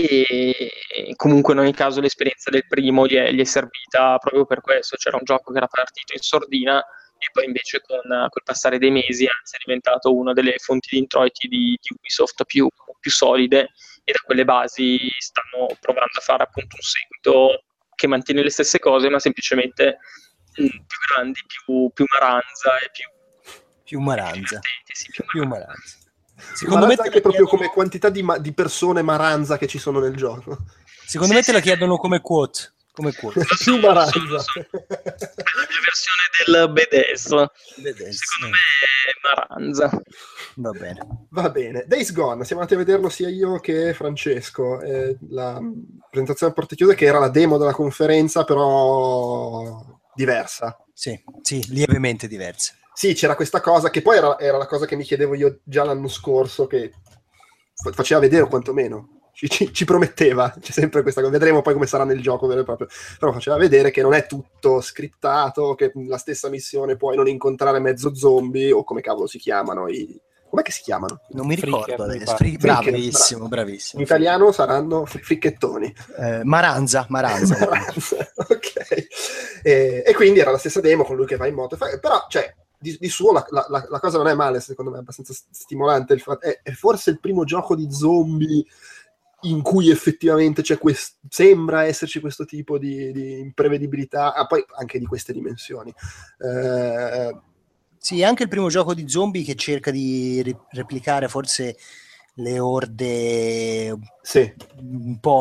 e comunque in ogni caso l'esperienza del primo gli è, gli è servita proprio per questo. C'era un gioco che era partito in sordina e poi invece con col passare dei mesi anzi è diventato una delle fonti di introiti di, di Ubisoft più, più solide, e da quelle basi stanno provando a fare appunto un seguito che mantiene le stesse cose, ma semplicemente mh, più grandi, più, più maranza e più più maranza, più, sì, più più maranza. maranza. Secondo me anche proprio come quantità di, ma- di persone maranza che ci sono nel gioco. Secondo sì, me te la sì. chiedono come quote. Come quote. Più maranza. Sono, sono. È la mia versione del Bethesda. Bethesda. Secondo me è maranza. Va bene. Va bene. Days Gone, siamo andati a vederlo sia io che Francesco. Eh, la presentazione a porte chiuse, che era la demo della conferenza, però diversa. Sì, sì, lievemente diversa. Sì, c'era questa cosa che poi era, era la cosa che mi chiedevo io già l'anno scorso, che f- faceva vedere, o quantomeno ci, ci, ci prometteva, c'è sempre questa cosa, vedremo poi come sarà nel gioco vero e proprio, però faceva vedere che non è tutto scriptato, che la stessa missione puoi non incontrare mezzo zombie, o come cavolo si chiamano i... Com'è che si chiamano? Non mi ricordo Fricker, mi adesso. pare. Fri- bravissimo, bravissimo. In italiano saranno fri- fricchettoni. Eh, maranza, maranza. Maranza, ok. E, e quindi era la stessa demo con lui che va in moto, fa- però cioè di, di suo la, la, la cosa non è male, secondo me è abbastanza stimolante, il fatto, è, è forse il primo gioco di zombie in cui effettivamente c'è quest- sembra esserci questo tipo di, di imprevedibilità, ah, poi anche di queste dimensioni. Eh, Sì, anche il primo gioco di zombie che cerca di ri- replicare forse le orde sì. un po'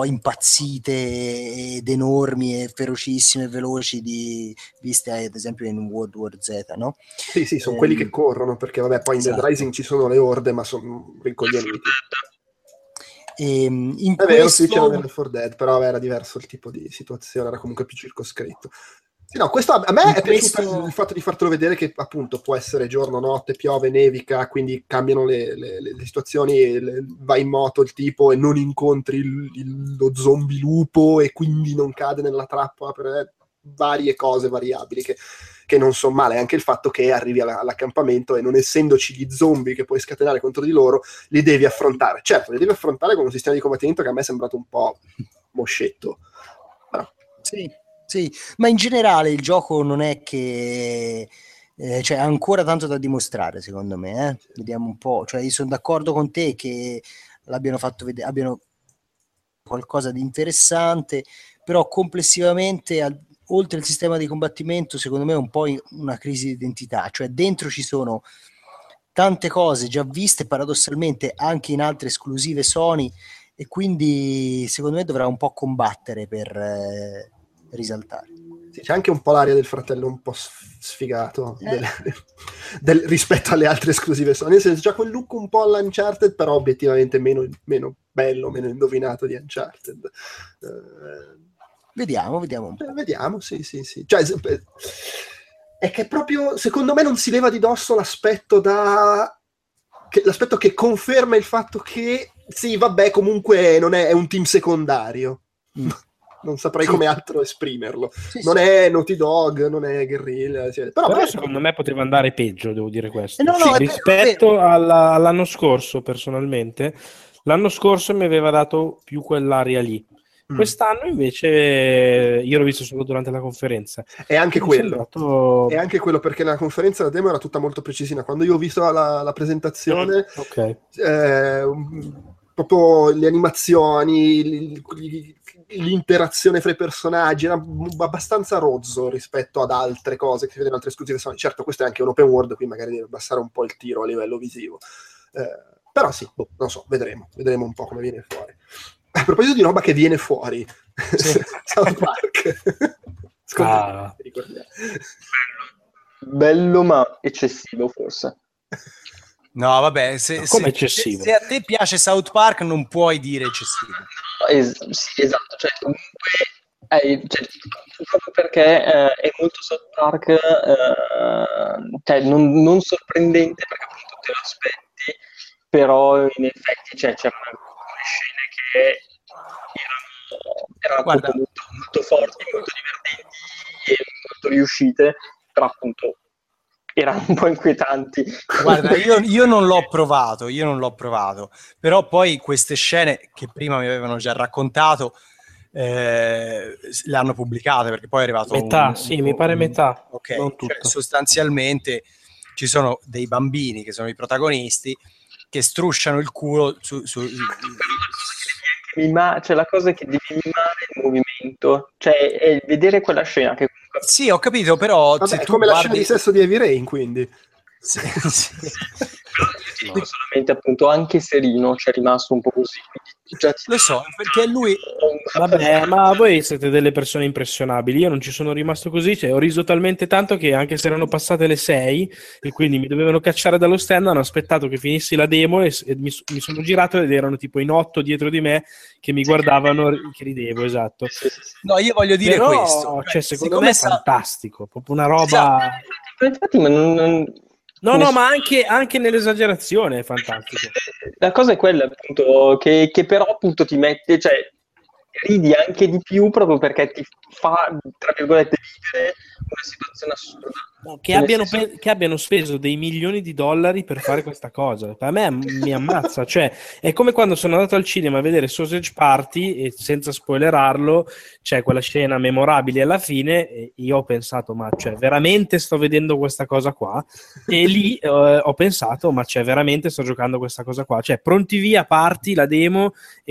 impazzite ed enormi e ferocissime e veloci di, viste ad esempio in World War Z, no? Sì, sì, sono Ehm, quelli che corrono, perché vabbè, poi esatto. in Dead Rising ci sono le orde, ma sono rincoglioniti. E in È vero, questo... sì, c'era Left four Dead, però vabbè, era diverso il tipo di situazione, era comunque più circoscritto. Sì, no, questo a me In è questo- piaciuto il fatto di fartelo vedere che appunto può essere giorno, notte, piove, nevica, quindi cambiano le, le, le situazioni, le, va in moto il tipo e non incontri il, il- lo zombie lupo e quindi non cade nella trappola, per eh, varie cose variabili che, che non sono male. Anche il fatto che arrivi alla- all'accampamento e non essendoci gli zombie che puoi scatenare contro di loro, li devi affrontare. Certo, li devi affrontare con un sistema di combattimento che a me è sembrato un po' moscetto. Però, Sì, sì, ma in generale il gioco non è che eh, cioè, ha ancora tanto da dimostrare, secondo me. Eh? Vediamo un po'. Cioè, io sono d'accordo con te che l'abbiano fatto vedere, abbiano qualcosa di interessante, però complessivamente, al- oltre il sistema di combattimento, secondo me è un po' in- una crisi di identità. Cioè, dentro ci sono tante cose già viste, paradossalmente, anche in altre esclusive Sony, e quindi secondo me dovrà un po' combattere per eh, risaltare. sì, c'è anche un po' l'aria del fratello un po' sf- sfigato Eh. del- del- rispetto alle altre esclusive Sony, nel senso c'ha quel look un po' all'Uncharted, però obiettivamente meno, meno bello, meno indovinato di Uncharted. Eh, Vediamo, vediamo un po'. eh, vediamo, sì, sì, sì. Cioè, se- eh, è che proprio, secondo me, non si leva di dosso l'aspetto da... che- l'aspetto che conferma il fatto che, sì, vabbè, comunque non è, è un team secondario. Mm. Non saprei Sì. come altro esprimerlo. Sì, Non sì. è Naughty Dog, non è Guerrilla, sì. però, Però beh, secondo me poteva andare peggio, devo dire questo. Eh, no, no, Sì, è vero, rispetto è vero. alla- all'anno scorso, personalmente, l'anno scorso mi aveva dato più quell'aria lì. Mm. Quest'anno invece io l'ho visto solo durante la conferenza. È anche Mi è quello. sembrato... È anche quello perché la conferenza la demo era tutta molto precisina. Quando io ho visto la, la presentazione, mm, okay. eh, proprio le animazioni, l'interazione fra i personaggi era abbastanza rozzo rispetto ad altre cose che si vedono in altre esclusive. Certo, questo è anche un open world, qui magari deve abbassare un po' il tiro a livello visivo. Eh, però sì, boh, non so, vedremo. Vedremo un po' come viene fuori. A proposito di roba che viene fuori, sì. South Park. Ah. Bello ma eccessivo forse. No, vabbè, se, no, come se, eccessivo? Se, se a te piace South Park non puoi dire eccessivo. No, es- sì, esatto, cioè comunque eh, cioè, proprio perché eh, è molto South Park, eh, cioè non, non sorprendente perché appunto te lo aspetti, però in effetti cioè, c'erano alcune scene che erano, erano Guarda, appunto molto, molto forti, molto divertenti e molto riuscite, però appunto erano un po' inquietanti. Guarda, io, io non l'ho provato, io non l'ho provato, però poi queste scene che prima mi avevano già raccontato eh, le hanno pubblicate perché poi è arrivato metà, un, sì, un, mi pare un, metà, ok, non cioè, tutto. sostanzialmente ci sono dei bambini che sono i protagonisti che strusciano il culo su, su, su Mima, cioè la cosa è che devi mimare il movimento, cioè è vedere quella scena che comunque... Sì, ho capito, però vabbè, se è tu come guardi... la scena di sesso di Heavy Rain, quindi sì, sì. Però io ti dico solamente appunto anche Serino c'è rimasto un po' così, quindi già ti lo so, perché lui... Vabbè, ma voi siete delle persone impressionabili. Io non ci sono rimasto così, cioè ho riso talmente tanto che anche se erano passate le sei e quindi mi dovevano cacciare dallo stand, hanno aspettato che finissi la demo e, e mi, mi sono girato ed erano tipo in otto dietro di me che mi guardavano, che ridevo, esatto. No, io voglio dire Però, questo. cioè, secondo Siccome me è sa... fantastico, proprio una roba... Esatto. Infatti, ma non... non... No, Ness... no, ma anche, anche nell'esagerazione è fantastico. La cosa è quella, appunto, che, che però appunto ti mette, cioè, ridi anche di più proprio perché ti fa, tra virgolette, vivere una situazione assurda. No, che, abbiano pe- che abbiano speso dei milioni di dollari per fare questa cosa. Per me mi ammazza. Cioè, è come quando sono andato al cinema a vedere Sausage Party e senza spoilerarlo, c'è quella scena memorabile alla fine e io ho pensato, ma cioè, veramente sto vedendo questa cosa qua? E lì eh, ho pensato, ma cioè, veramente sto giocando questa cosa qua? Cioè, pronti via, parti la demo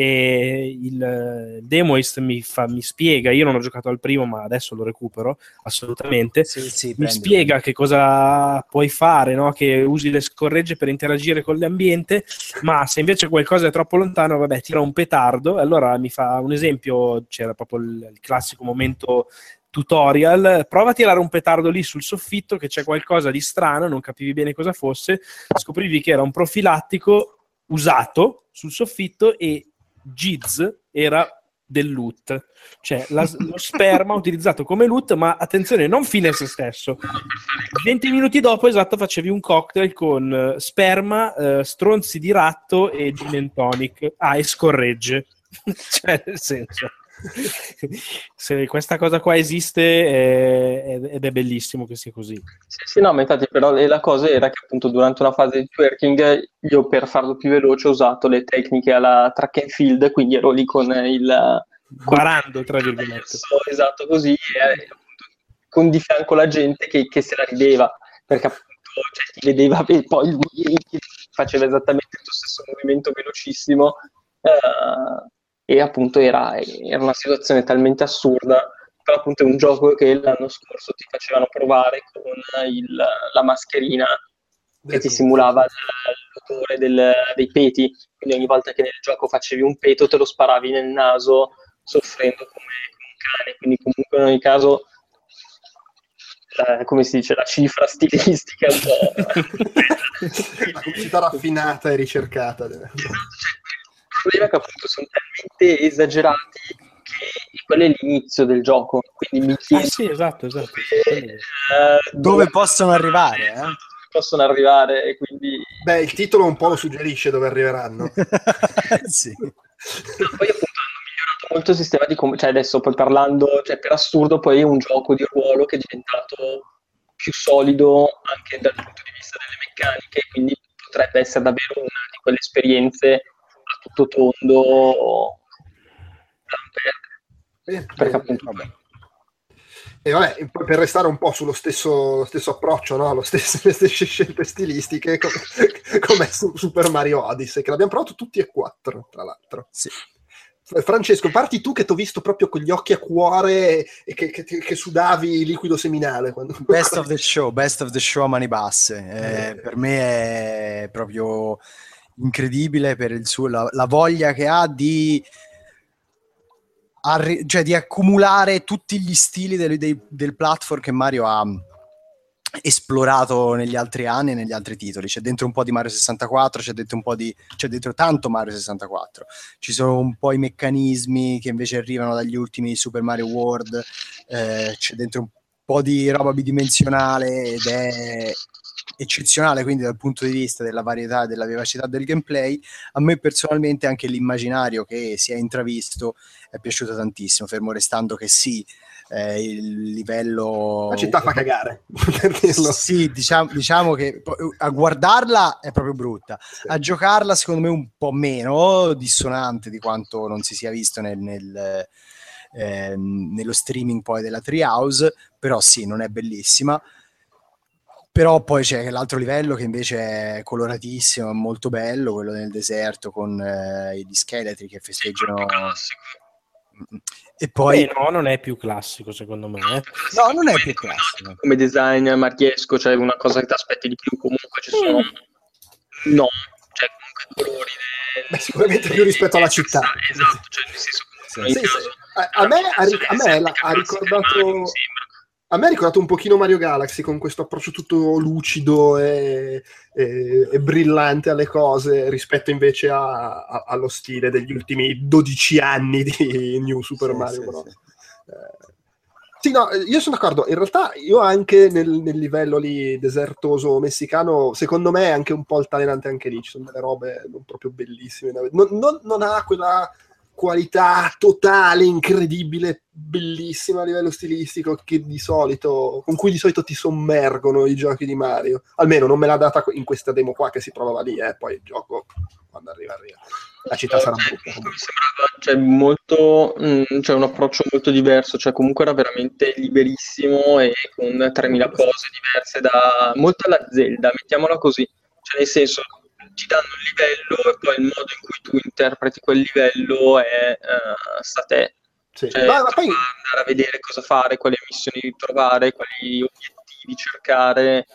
e il Demoist mi, fa, mi spiega, io non ho giocato al primo, ma adesso lo recupero, assolutamente. Sì, sì, mi prendilo. spiega che cosa puoi fare, no? Che usi le scorregge per interagire con l'ambiente, ma se invece qualcosa è troppo lontano, vabbè, tira un petardo. Allora mi fa un esempio, c'era proprio il, il classico momento tutorial, prova a tirare un petardo lì sul soffitto che c'è qualcosa di strano, non capivi bene cosa fosse, scoprivi che era un profilattico usato sul soffitto e Giz era del loot, cioè la, lo sperma utilizzato come loot, ma attenzione, non fine a se stesso. venti minuti dopo, esatto, facevi un cocktail con uh, sperma, uh, stronzi di ratto e gin and tonic. Ah, e scorregge. Cioè, nel senso, se questa cosa qua esiste è, ed è bellissimo che sia così. Sì, sì, no, ma infatti però la cosa era che appunto durante una fase di twerking io per farlo più veloce ho usato le tecniche alla track and field, quindi ero lì con il... Barando, tra virgolette. Esatto, così, e appunto, con di fianco la gente che, che se la rideva, perché appunto cioè, ti vedeva e poi lui faceva esattamente il tuo stesso movimento velocissimo, eh, e appunto era, era una situazione talmente assurda. Però appunto è un gioco che l'anno scorso ti facevano provare con il, la mascherina che ti simulava l'odore del, dei peti, quindi ogni volta che nel gioco facevi un peto te lo sparavi nel naso soffrendo come, come un cane, quindi comunque in ogni caso la, come si dice, la cifra stilistica è un po' la pubblicità raffinata e ricercata. Esatto, cioè, il problema è che appunto sono talmente esagerati che quello è l'inizio del gioco, quindi mi chiedo ah, sì, esatto, esatto. dove, eh, dove possono arrivare, eh? possono arrivare, e quindi beh, il titolo un po' lo suggerisce dove arriveranno. Sì. No, poi appunto hanno migliorato molto il sistema di com- cioè adesso poi parlando, cioè per assurdo poi è un gioco di ruolo che è diventato più solido anche dal punto di vista delle meccaniche, quindi potrebbe essere davvero una di quelle esperienze a tutto tondo da non perdere. Eh, perché eh, appunto vabbè. E vabbè, poi per restare un po' sullo stesso, lo stesso approccio, no? Lo stesso, le stesse scelte stilistiche, come, come su Super Mario Odyssey, che l'abbiamo provato tutti e quattro, tra l'altro. Sì. Francesco, parti tu che ti ho visto proprio con gli occhi a cuore e che, che, che sudavi liquido seminale. Quando... Best of the show, best of the show a mani basse. Eh, eh. Per me è proprio incredibile per il suo, la, la voglia che ha di... Arri- cioè di accumulare tutti gli stili del, del, del platform che Mario ha esplorato negli altri anni e negli altri titoli. C'è dentro un po' di Mario sessantaquattro, c'è dentro un po' di c'è dentro tanto Mario sessantaquattro, ci sono un po' i meccanismi che invece arrivano dagli ultimi Super Mario World, eh, c'è dentro un po' di roba bidimensionale ed è eccezionale, quindi dal punto di vista della varietà e della vivacità del gameplay. A me personalmente anche l'immaginario che si è intravisto è piaciuto tantissimo, fermo restando che sì, eh, il livello... La città fa cagare, per dirlo. Sì, diciamo, diciamo che a guardarla è proprio brutta, sì. A giocarla secondo me un po' meno dissonante di quanto non si sia visto nel... nel eh, nello streaming poi della Treehouse, però sì, non è bellissima. Però poi c'è l'altro livello che invece è coloratissimo, è molto bello, quello nel deserto con eh, gli scheletri che festeggiano. E poi eh no, non è più classico secondo me. Eh. No, non è più classico. Come design mariesco, cioè una cosa che ti aspetti di più, comunque ci sono mm. no, cioè comunque colori de... Beh, sicuramente più rispetto alla città. Esatto, cioè nel senso sì, sì, sì. A, a me ha, a me la, ha ricordato A me ha ricordato un pochino Mario Galaxy, con questo approccio tutto lucido e, e, e brillante alle cose, rispetto invece a, a, allo stile degli ultimi dodici anni di New Super sì, Mario Bros. Sì, sì. Eh, sì, no, io sono d'accordo. In realtà io anche nel, nel livello lì desertoso messicano, secondo me è anche un po' altalenante anche lì, ci sono delle robe non proprio bellissime. Non, non, non ha quella... qualità totale, incredibile, bellissima a livello stilistico che di solito, con cui di solito ti sommergono i giochi di Mario. Almeno non me l'ha data in questa demo qua che si provava lì, eh. Poi il gioco quando arriva arriva. La città sarà brutta. Mi sembrava cioè, molto, mh, cioè un approccio molto diverso, cioè comunque era veramente liberissimo e con tremila cose diverse, da molto alla Zelda, mettiamola così, cioè nel senso ti danno un livello e poi il modo in cui tu interpreti quel livello è uh, sta a te. Sì. Cioè, ma, ma poi... andare a vedere cosa fare, quali missioni trovare, quali obiettivi cercare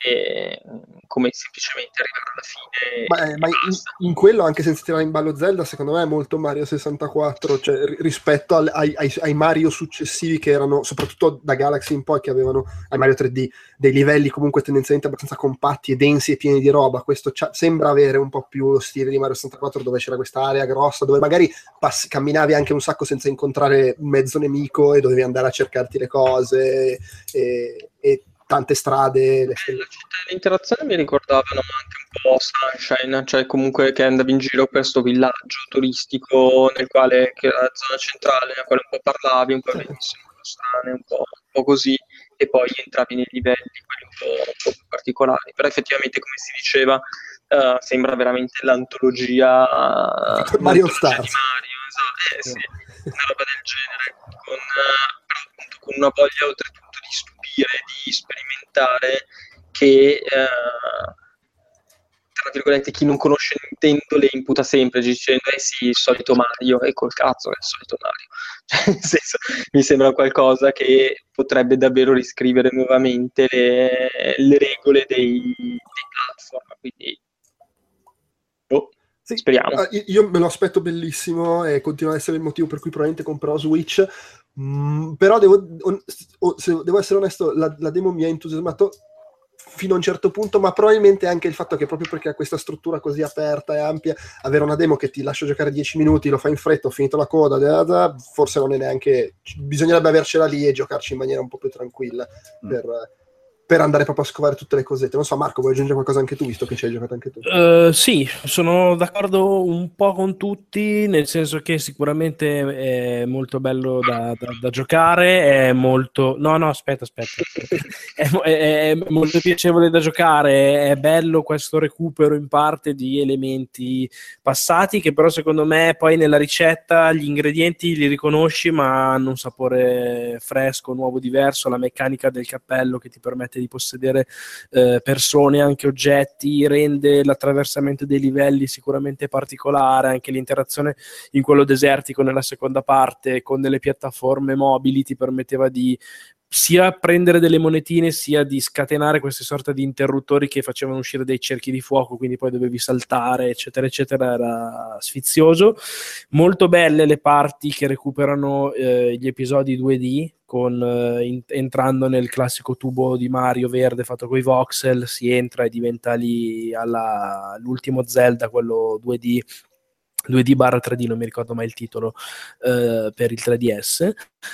e come semplicemente arrivare alla fine. Ma, eh, ma in, in quello, anche senza tirare in ballo Zelda, secondo me è molto Mario sessantaquattro, cioè r- rispetto al, ai, ai, ai Mario successivi che erano, soprattutto da Galaxy in poi, che avevano, ai Mario tre D, dei livelli comunque tendenzialmente abbastanza compatti e densi e pieni di roba. Questo sembra avere un po' più lo stile di Mario sessantaquattro, dove c'era questa area grossa, dove magari pass- camminavi anche un sacco senza incontrare un mezzo nemico e dovevi andare a cercarti le cose e, e tante strade. Le eh, la città e l'interazione mi ricordavano anche un po' Sunshine, cioè comunque che andavi in giro per questo villaggio turistico nel quale, che era la zona centrale, nella quale un po' parlavi, un po' le missioni un po' strane, un po', un po' così, e poi entravi nei livelli quelli un po', un po' più particolari. Però effettivamente, come si diceva, uh, sembra veramente l'antologia uh, Mario Stars di Mario, esatto, eh, sì, una roba del genere, con, uh, però appunto con una voglia oltretutto di stupire, di sperimentare, che eh, tra virgolette chi non conosce Nintendo le imputa sempre dicendo eh sì, il solito Mario, e col cazzo è il solito Mario, cioè, nel senso, mi sembra qualcosa che potrebbe davvero riscrivere nuovamente le, le regole dei, dei platform, quindi oh, sì, speriamo. Io me lo aspetto bellissimo e continua ad essere il motivo per cui probabilmente comprerò Switch. Mm, però devo, on, se devo essere onesto, la, la demo mi ha entusiasmato fino a un certo punto, ma probabilmente anche il fatto che proprio perché ha questa struttura così aperta e ampia, avere una demo che ti lascia giocare dieci minuti, lo fai in fretta, ho finito la coda, da, da, forse non è neanche, bisognerebbe avercela lì e giocarci in maniera un po' più tranquilla. Mm. Per, per andare proprio a scovare tutte le cosette. Non so, Marco, vuoi aggiungere qualcosa anche tu, visto che ci hai giocato anche tu? Uh, sì, sono d'accordo un po' con tutti, nel senso che sicuramente è molto bello da, da, da giocare, è molto... No, no, aspetta, aspetta. è, è, è molto piacevole da giocare, è bello questo recupero in parte di elementi passati, che però secondo me poi nella ricetta gli ingredienti li riconosci, ma hanno un sapore fresco, nuovo, diverso, la meccanica del cappello che ti permette di possedere eh, persone, anche oggetti, rende l'attraversamento dei livelli sicuramente particolare, anche l'interazione in quello desertico nella seconda parte con delle piattaforme mobili ti permetteva di sia prendere delle monetine sia di scatenare queste sorte di interruttori che facevano uscire dei cerchi di fuoco, quindi poi dovevi saltare eccetera eccetera, era sfizioso. Molto belle le parti che recuperano eh, gli episodi due D con eh, in, entrando nel classico tubo di Mario verde fatto coi voxel, si entra e diventa lì alla, l'ultimo Zelda, quello due D due D barra tre D, non mi ricordo mai il titolo, eh, per il tre D S.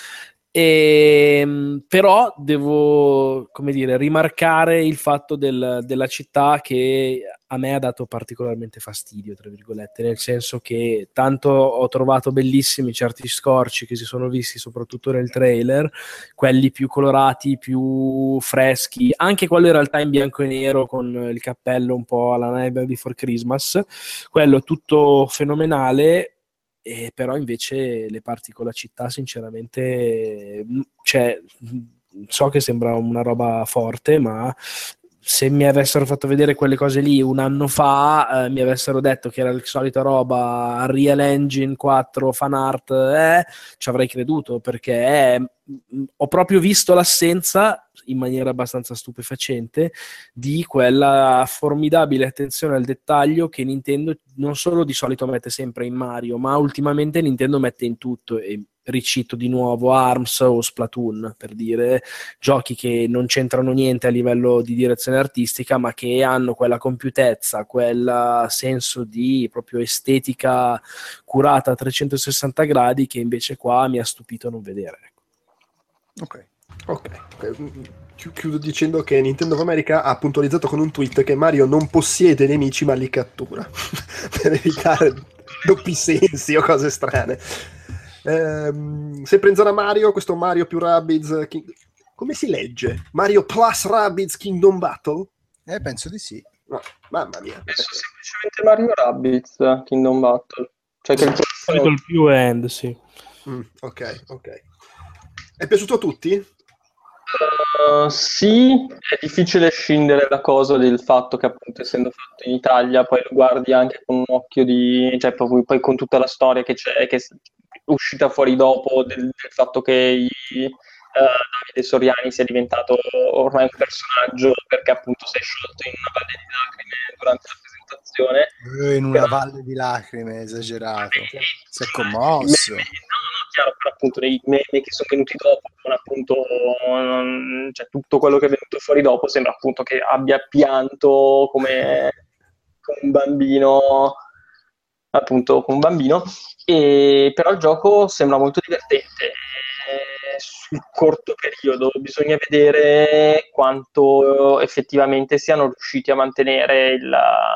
E, però devo, come dire, rimarcare il fatto del, della città che a me ha dato particolarmente fastidio, tra virgolette, nel senso che tanto ho trovato bellissimi certi scorci che si sono visti soprattutto nel trailer, quelli più colorati, più freschi, anche quello in realtà in bianco e nero con il cappello un po' alla Nightmare Before Christmas, quello tutto fenomenale. E però invece le parti con la città sinceramente, cioè, so che sembra una roba forte, ma se mi avessero fatto vedere quelle cose lì un anno fa, eh, mi avessero detto che era la solita roba Unreal Engine quattro fan art, eh, ci avrei creduto, perché eh, ho proprio visto l'assenza in maniera abbastanza stupefacente di quella formidabile attenzione al dettaglio che Nintendo non solo di solito mette sempre in Mario, ma ultimamente Nintendo mette in tutto. E ricito di nuovo ARMS o Splatoon, per dire giochi che non c'entrano niente a livello di direzione artistica, ma che hanno quella compiutezza, quel senso di proprio estetica curata a trecentosessanta gradi che invece qua mi ha stupito non vedere. Ok, ok. Chiudo dicendo che Nintendo of America ha puntualizzato con un tweet che Mario non possiede nemici ma li cattura per evitare doppi sensi o cose strane. Ehm, sempre in zona Mario, questo Mario più Rabbids King... come si legge? Mario plus Rabbids Kingdom Battle? Eh, penso di sì. No, mamma mia. Penso semplicemente Mario Rabbids Kingdom Battle, cioè che il, il più end, sì. Mm, ok, ok. È piaciuto a tutti? Uh, sì, è difficile scindere la cosa del fatto che appunto essendo fatto in Italia poi lo guardi anche con un occhio di, cioè poi, poi con tutta la storia che c'è, che è uscita fuori dopo del, del fatto che i, uh, Davide Soriani sia diventato ormai un personaggio perché appunto si è sciolto in una valle di lacrime durante la presentazione. Eh, in una però, valle di lacrime, esagerato, si è commosso. Me, me, no, no, chiaro, però appunto nei meme che sono venuti dopo, con appunto non, cioè tutto quello che è venuto fuori dopo sembra appunto che abbia pianto come, come un bambino, appunto come un bambino, e però il gioco sembra molto divertente. E sul corto periodo bisogna vedere quanto effettivamente siano riusciti a mantenere il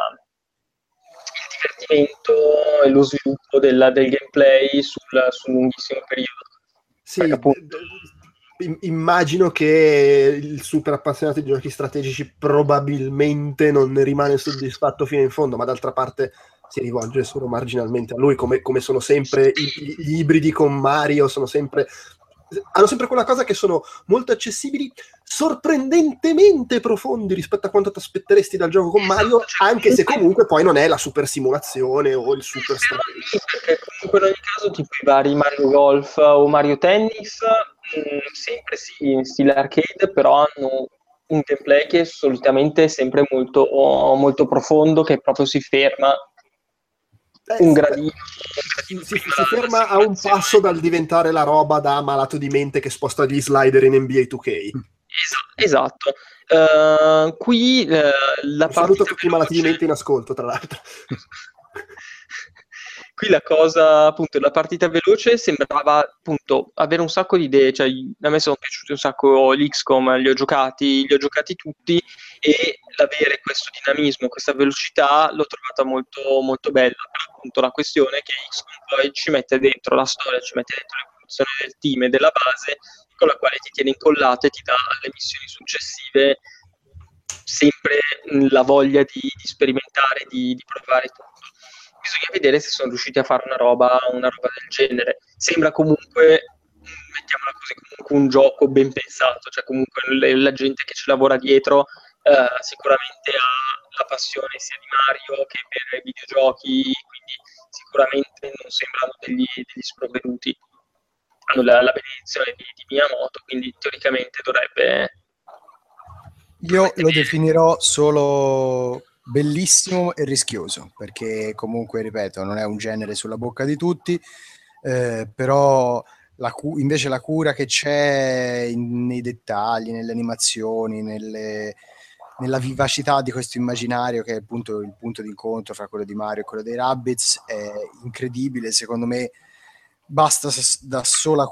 divertimento e lo sviluppo del, del gameplay sul, sul lunghissimo periodo. Sì, appunto... immagino che il super appassionato di giochi strategici probabilmente non ne rimane soddisfatto fino in fondo, ma d'altra parte si rivolge solo marginalmente a lui, come, come sono sempre i, gli ibridi con Mario, sono sempre... hanno sempre quella cosa che sono molto accessibili, sorprendentemente profondi rispetto a quanto ti aspetteresti dal gioco con Mario, anche se comunque poi non è la super simulazione o il super strategico. Perché comunque in ogni caso tipo i vari Mario Golf o Mario Tennis mh, sempre sì in stile arcade, però hanno un gameplay che solitamente è sempre molto, molto profondo, che proprio si ferma Eh, un gradino, si, si, si ferma a un passo dal diventare la roba da malato di mente che sposta gli slider in N B A due K. Esatto. Uh, qui uh, la un saluto a tutti i malati di mente in ascolto, tra l'altro. qui la cosa, appunto, la partita veloce sembrava appunto avere un sacco di idee, cioè a me sono piaciuti un sacco l'X COM, li ho giocati, li ho giocati tutti, e l'avere questo dinamismo, questa velocità l'ho trovata molto, molto bella. Però appunto la questione è che X COM poi ci mette dentro la storia, ci mette dentro l'evoluzione del team e della base, con la quale ti tiene incollato e ti dà alle missioni successive sempre la voglia di, di sperimentare, di, di provare tutto. Bisogna vedere se sono riusciti a fare una roba, una roba del genere. Sembra comunque, mettiamola così, comunque un gioco ben pensato, cioè comunque la gente che ci lavora dietro eh, sicuramente ha la passione sia di Mario che per i videogiochi, quindi sicuramente non sembrano degli, degli sprovveduti. Hanno la, la benedizione di, di Miyamoto, quindi teoricamente dovrebbe... Io lo definirò solo bellissimo e rischioso, perché comunque, ripeto, non è un genere sulla bocca di tutti, eh, però la cu- invece la cura che c'è in, nei dettagli, nelle animazioni, nelle, nella vivacità di questo immaginario, che è appunto il punto di incontro fra quello di Mario e quello dei Rabbids, è incredibile. Secondo me basta da sola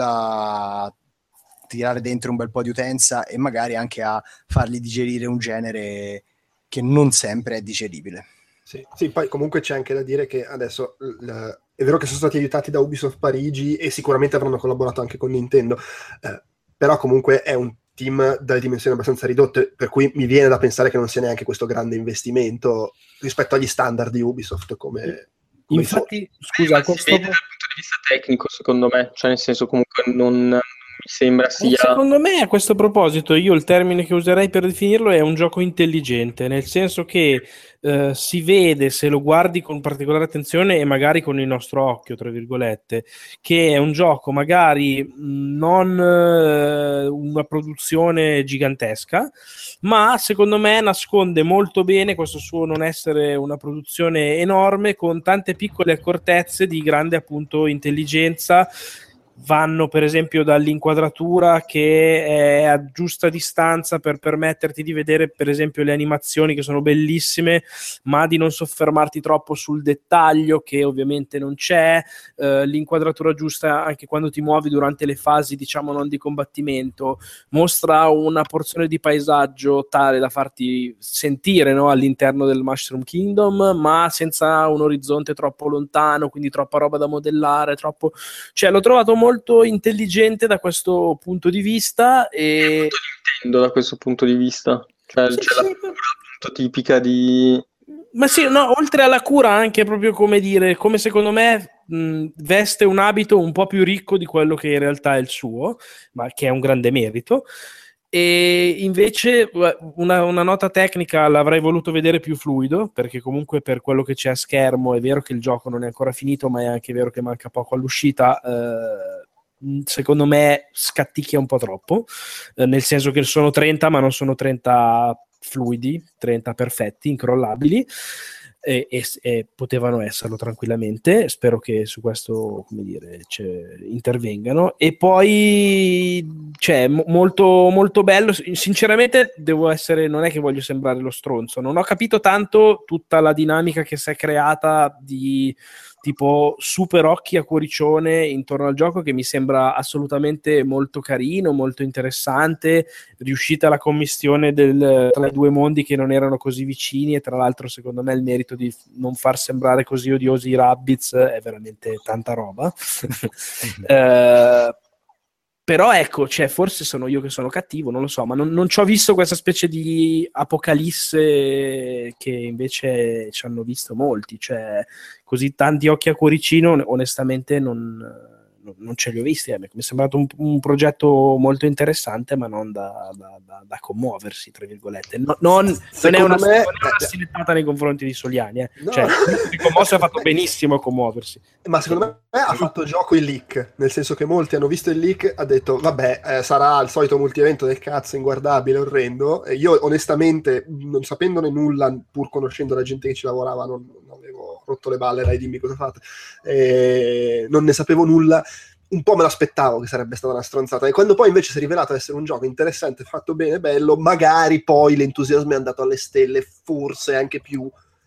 quella tirare dentro un bel po' di utenza e magari anche a fargli digerire un genere che non sempre è digeribile. Sì, sì, poi comunque c'è anche da dire che adesso l- è vero che sono stati aiutati da Ubisoft Parigi e sicuramente avranno collaborato anche con Nintendo, eh, però comunque è un team dalle dimensioni abbastanza ridotte, per cui mi viene da pensare che non sia neanche questo grande investimento rispetto agli standard di Ubisoft come... come Infatti, scusa, eh, questo... si vede dal punto di vista tecnico, secondo me, cioè nel senso comunque non... mi sembra sia... Secondo me, a questo proposito, io il termine che userei per definirlo è un gioco intelligente, nel senso che eh, si vede, se lo guardi con particolare attenzione e magari con il nostro occhio, tra virgolette, che è un gioco magari non eh, una produzione gigantesca, ma secondo me nasconde molto bene questo suo non essere una produzione enorme, con tante piccole accortezze di grande appunto intelligenza. Vanno per esempio dall'inquadratura che è a giusta distanza per permetterti di vedere per esempio le animazioni che sono bellissime, ma di non soffermarti troppo sul dettaglio che ovviamente non c'è, eh, l'inquadratura giusta anche quando ti muovi durante le fasi diciamo non di combattimento, mostra una porzione di paesaggio tale da farti sentire, no, all'interno del Mushroom Kingdom, ma senza un orizzonte troppo lontano, quindi troppa roba da modellare, troppo... cioè l'ho trovato molto molto intelligente da questo punto di vista e molto Nintendo da questo punto di vista, cioè sì, c'è sì, la figura appunto tipica di... ma sì, no, oltre alla cura anche proprio come dire, come secondo me mh, veste un abito un po' più ricco di quello che in realtà è il suo, ma che è un grande merito. E invece una, una nota tecnica l'avrei voluto vedere più fluido, perché comunque per quello che c'è a schermo è vero che il gioco non è ancora finito, ma è anche vero che manca poco all'uscita. Eh, secondo me scatticchia un po' troppo, eh, nel senso che sono trenta ma non sono trenta fluidi, trenta perfetti, incrollabili, e, e, e potevano esserlo tranquillamente. Spero che su questo, come dire, intervengano. E poi cioè, m- molto, molto bello. Sinceramente devo essere, non è che voglio sembrare lo stronzo, non ho capito tanto tutta la dinamica che si è creata di tipo super occhi a cuoricione intorno al gioco, che mi sembra assolutamente molto carino, molto interessante, riuscita la commistione del, tra i due mondi che non erano così vicini, e tra l'altro secondo me il merito di non far sembrare così odiosi i Rabbids è veramente tanta roba. eh, però ecco, cioè, forse sono io che sono cattivo, non lo so, ma non, non ci ho visto questa specie di apocalisse che invece ci hanno visto molti, cioè così tanti occhi a cuoricino onestamente non, non ce li ho visti. Eh. Mi è sembrato un, un progetto molto interessante, ma non da, da, da, da commuoversi, tra virgolette. No, non, non è una, me, non è una stilettata nei confronti di Soliani, eh. No. Cioè, si commosso, ha fatto benissimo a commuoversi. Ma secondo me ha fatto gioco il leak, nel senso che molti hanno visto il leak, ha detto vabbè, eh, sarà il solito multievento del cazzo inguardabile, orrendo. E io onestamente, non sapendone nulla, pur conoscendo la gente che ci lavorava, non, non avevo rotto le balle, dai, dimmi cosa fate, e non ne sapevo nulla. Un po' me l'aspettavo che sarebbe stata una stronzata, e quando poi invece si è rivelato essere un gioco interessante, fatto bene, bello, magari poi l'entusiasmo è andato alle stelle, forse anche più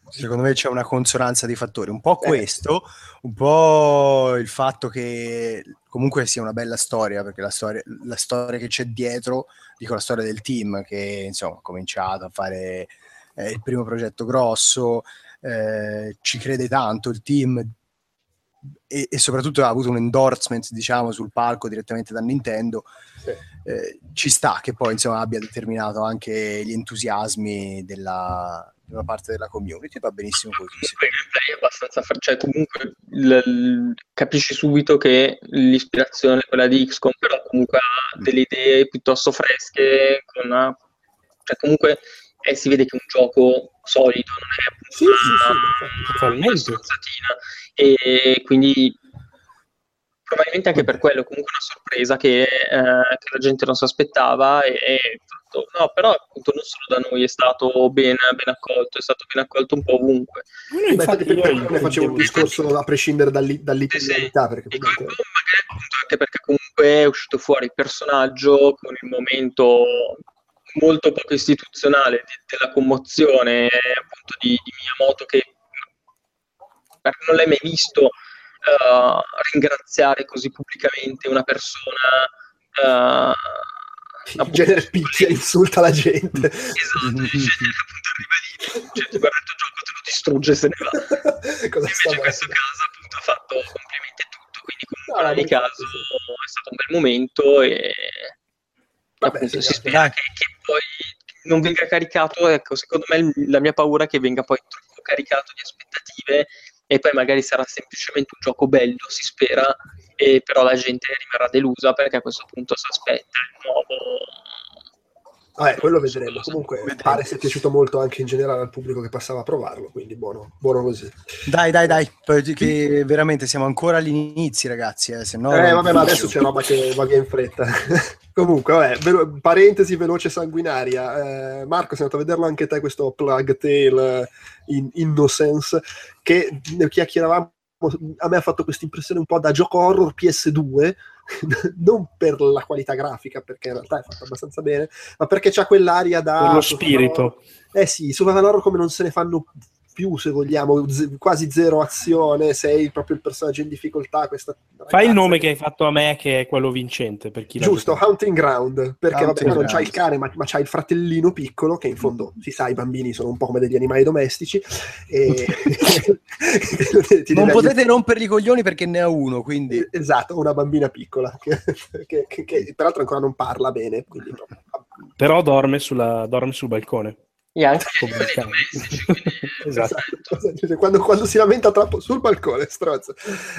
Secondo me c'è una consonanza di fattori, un po' questo, un po' il fatto che comunque sia una bella storia, perché la storia, la storia che c'è dietro, dico la storia del team che insomma ha cominciato a fare eh, il primo progetto grosso, eh, ci crede tanto il team e, e soprattutto ha avuto un endorsement, diciamo, sul palco direttamente da Nintendo. Sì. Eh, ci sta che poi insomma abbia determinato anche gli entusiasmi della, della parte della community, va benissimo così. Comunque il gameplay è abbastanza far- cioè comunque l- l- capisci subito che l'ispirazione è quella di X COM, però comunque ha delle idee piuttosto fresche, con una- cioè comunque eh, si vede che è un gioco solido, non è appunto Sì, una, sì, sì, totalmente. una stronzatina, e quindi probabilmente anche per quello comunque una sorpresa che, eh, che la gente non si aspettava, e, e fatto, no, però appunto non solo da noi è stato ben, ben accolto, è stato ben accolto un po' ovunque. No, Beh, infatti per, io per quello ne facevo un intendevo- discorso a prescindere dall'i- dall'italianità, perché E comunque... poi, magari appunto anche perché comunque è uscito fuori il personaggio con il momento molto poco istituzionale di- della commozione appunto di, di Miyamoto, che perché non l'hai mai visto uh, ringraziare così pubblicamente una persona, uh, in genere picchia, insulta la gente. Esatto, in genere appunto ribadito, cioè ti guarda il tuo gioco, te lo distrugge e se ne va. Cosa Invece sta in questo male? caso appunto ha fatto complimenti e tutto, quindi comunque No, in ogni ma caso infatti sì. è stato un bel momento, e Vabbè, appunto sì, si dai, spera dai. che, che poi non venga caricato, ecco, secondo me il- la mia paura è che venga poi troppo caricato di aspettative e poi magari sarà semplicemente un gioco bello, si spera, e però la gente rimarrà delusa perché a questo punto si aspetta il nuovo. Vabbè, quello vedremo. Comunque Vedremo. pare sia piaciuto molto anche in generale al pubblico che passava a provarlo, quindi buono, buono così. Dai, dai, dai, poi che veramente siamo ancora agli inizi, ragazzi, eh, se no Eh, non vabbè, ma finisce. adesso c'è roba che va via in fretta. Comunque, vabbè, velo- parentesi veloce sanguinaria. Eh, Marco, sei andato a vederlo anche te, questo Plague Tale in Innocence, che ne chiacchieravamo, a me ha fatto questa impressione un po' da gioco horror P S due, non per la qualità grafica, perché in realtà è fatto abbastanza bene, ma perché c'ha quell'aria da... Per lo spirito. Eh sì, survival horror come non se ne fanno più, se vogliamo, z- quasi zero azione, sei proprio il personaggio in difficoltà, questa Fai il ragazza nome che- che hai fatto a me, che è quello vincente, per chi l'ha Giusto, giocato. Hunting Ground, perché vabbè, Hunting non c'hai Ground. il cane, ma, ma c'hai il fratellino piccolo, che in fondo, si sa, i bambini sono un po' come degli animali domestici, e ti Non devi potete rompergli i coglioni perché ne ha uno, quindi... aiutare. Esatto, una bambina piccola, che, che- che- che peraltro ancora non parla bene, quindi proprio... Però dorme, sulla, dorme sul balcone. E anche Come quelli il cane. domestici, quindi Esatto. Esatto. Cioè, quando, quando si lamenta troppo sul balcone, strozzo.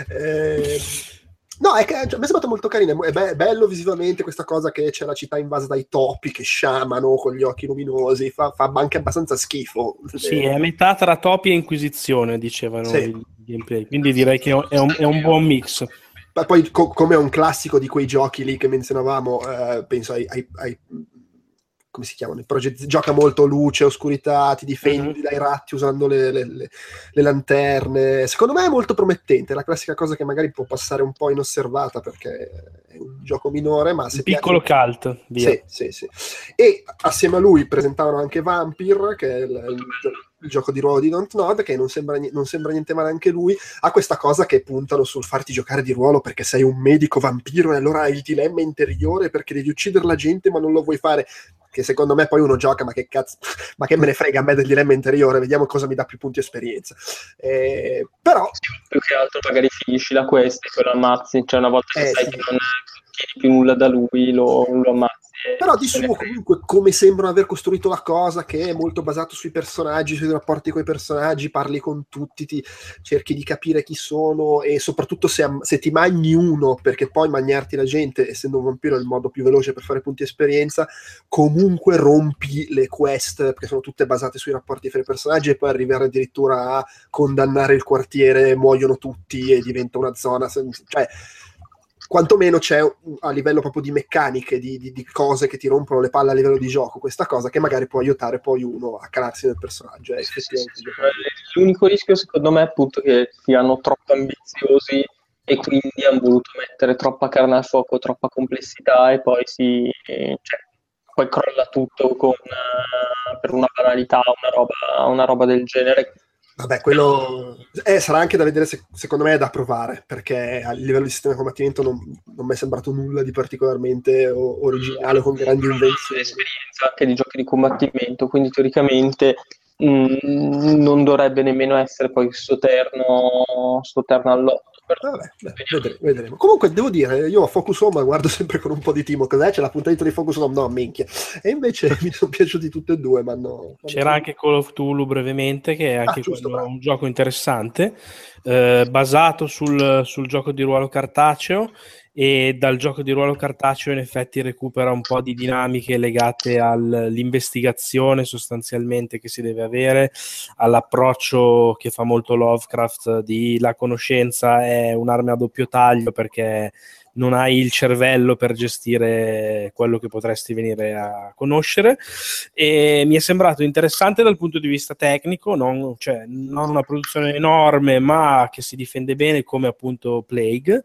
Eh, no, è che a me è sembrato molto carino, è be- bello visivamente questa cosa che c'è la città invasa dai topi che sciamano con gli occhi luminosi, fa, fa anche abbastanza schifo. Sì, è a metà tra topi e inquisizione, dicevano Sì. il gameplay. Quindi direi che è un, è un buon mix. Ma poi co- come è un classico di quei giochi lì che menzionavamo, eh, penso ai, ai, ai come si chiamano? I progetti, gioca molto luce, oscurità, ti difendi Mhm. dai ratti usando le, le- le- le lanterne. Secondo me è molto promettente, è la classica cosa che magari può passare un po' inosservata perché è un gioco minore, ma se Un piccolo piace... cult, via. Sì, sì, sì. E assieme a lui presentavano anche Vampire, che è il, il gio- il gioco di ruolo di Dontnod, che non sembra, ni- non sembra niente male anche lui. Ha questa cosa che puntano sul farti giocare di ruolo perché sei un medico vampiro e allora hai il dilemma interiore perché devi uccidere la gente ma non lo vuoi fare. Che secondo me poi uno gioca, ma che cazzo, ma che me ne frega a me del dilemma interiore, vediamo cosa mi dà più punti esperienza. Eh, però... più che altro magari finisci la quest e poi lo ammazzi, cioè una volta che Eh, sai sì. che non chiedi più nulla da lui, lo, lo ammazzi. e Però di se ne suo frega. comunque come sembrano aver costruito la cosa, che è molto basato sui personaggi, sui rapporti con i personaggi, parli con tutti, ti cerchi di capire chi sono e soprattutto se, am- se ti mangi uno, perché poi mangiarti la gente, essendo un vampiro, è il modo più veloce per fare punti esperienza, comunque rompi le quest, perché sono tutte basate sui rapporti fra i personaggi e poi arrivare addirittura a condannare il quartiere, muoiono tutti e diventa una zona, sen- cioè quantomeno c'è a livello proprio di meccaniche, di, di, di cose che ti rompono le palle a livello di gioco, questa cosa che magari può aiutare poi uno a calarsi nel personaggio. È Sì, sì, sì, effettivamente sì. giocabile. L'unico rischio secondo me è appunto che siano troppo ambiziosi e quindi hanno voluto mettere troppa carne al fuoco, troppa complessità e poi si cioè, poi crolla tutto con, uh, per una banalità, una roba, una roba del genere. Vabbè, quello eh, sarà anche da vedere, se, secondo me è da provare, perché a livello di sistema di combattimento non, non mi è sembrato nulla di particolarmente o- originale, con grandi invenzioni. Esperienza anche di giochi di combattimento, quindi teoricamente mh, non dovrebbe nemmeno essere poi sto terno, sto terno all'otto. Vabbè, beh, vedremo, vedremo. Comunque devo dire, io a Focus Home guardo sempre con un po' di timo, cos'è? C'è la puntata di Focus Home? No, minchia. E invece mi sono piaciuti tutte e due, ma no. C'era anche Call of Cthulhu brevemente, che è anche Ah, giusto, quello bravo. un gioco interessante, eh, basato sul, sul gioco di ruolo cartaceo, e dal gioco di ruolo cartaceo in effetti recupera un po' di dinamiche legate all'investigazione sostanzialmente che si deve avere, all'approccio che fa molto Lovecraft di la conoscenza è un'arma a doppio taglio, perché non hai il cervello per gestire quello che potresti venire a conoscere, e mi è sembrato interessante dal punto di vista tecnico, non, cioè, non una produzione enorme ma che si difende bene come appunto Plague,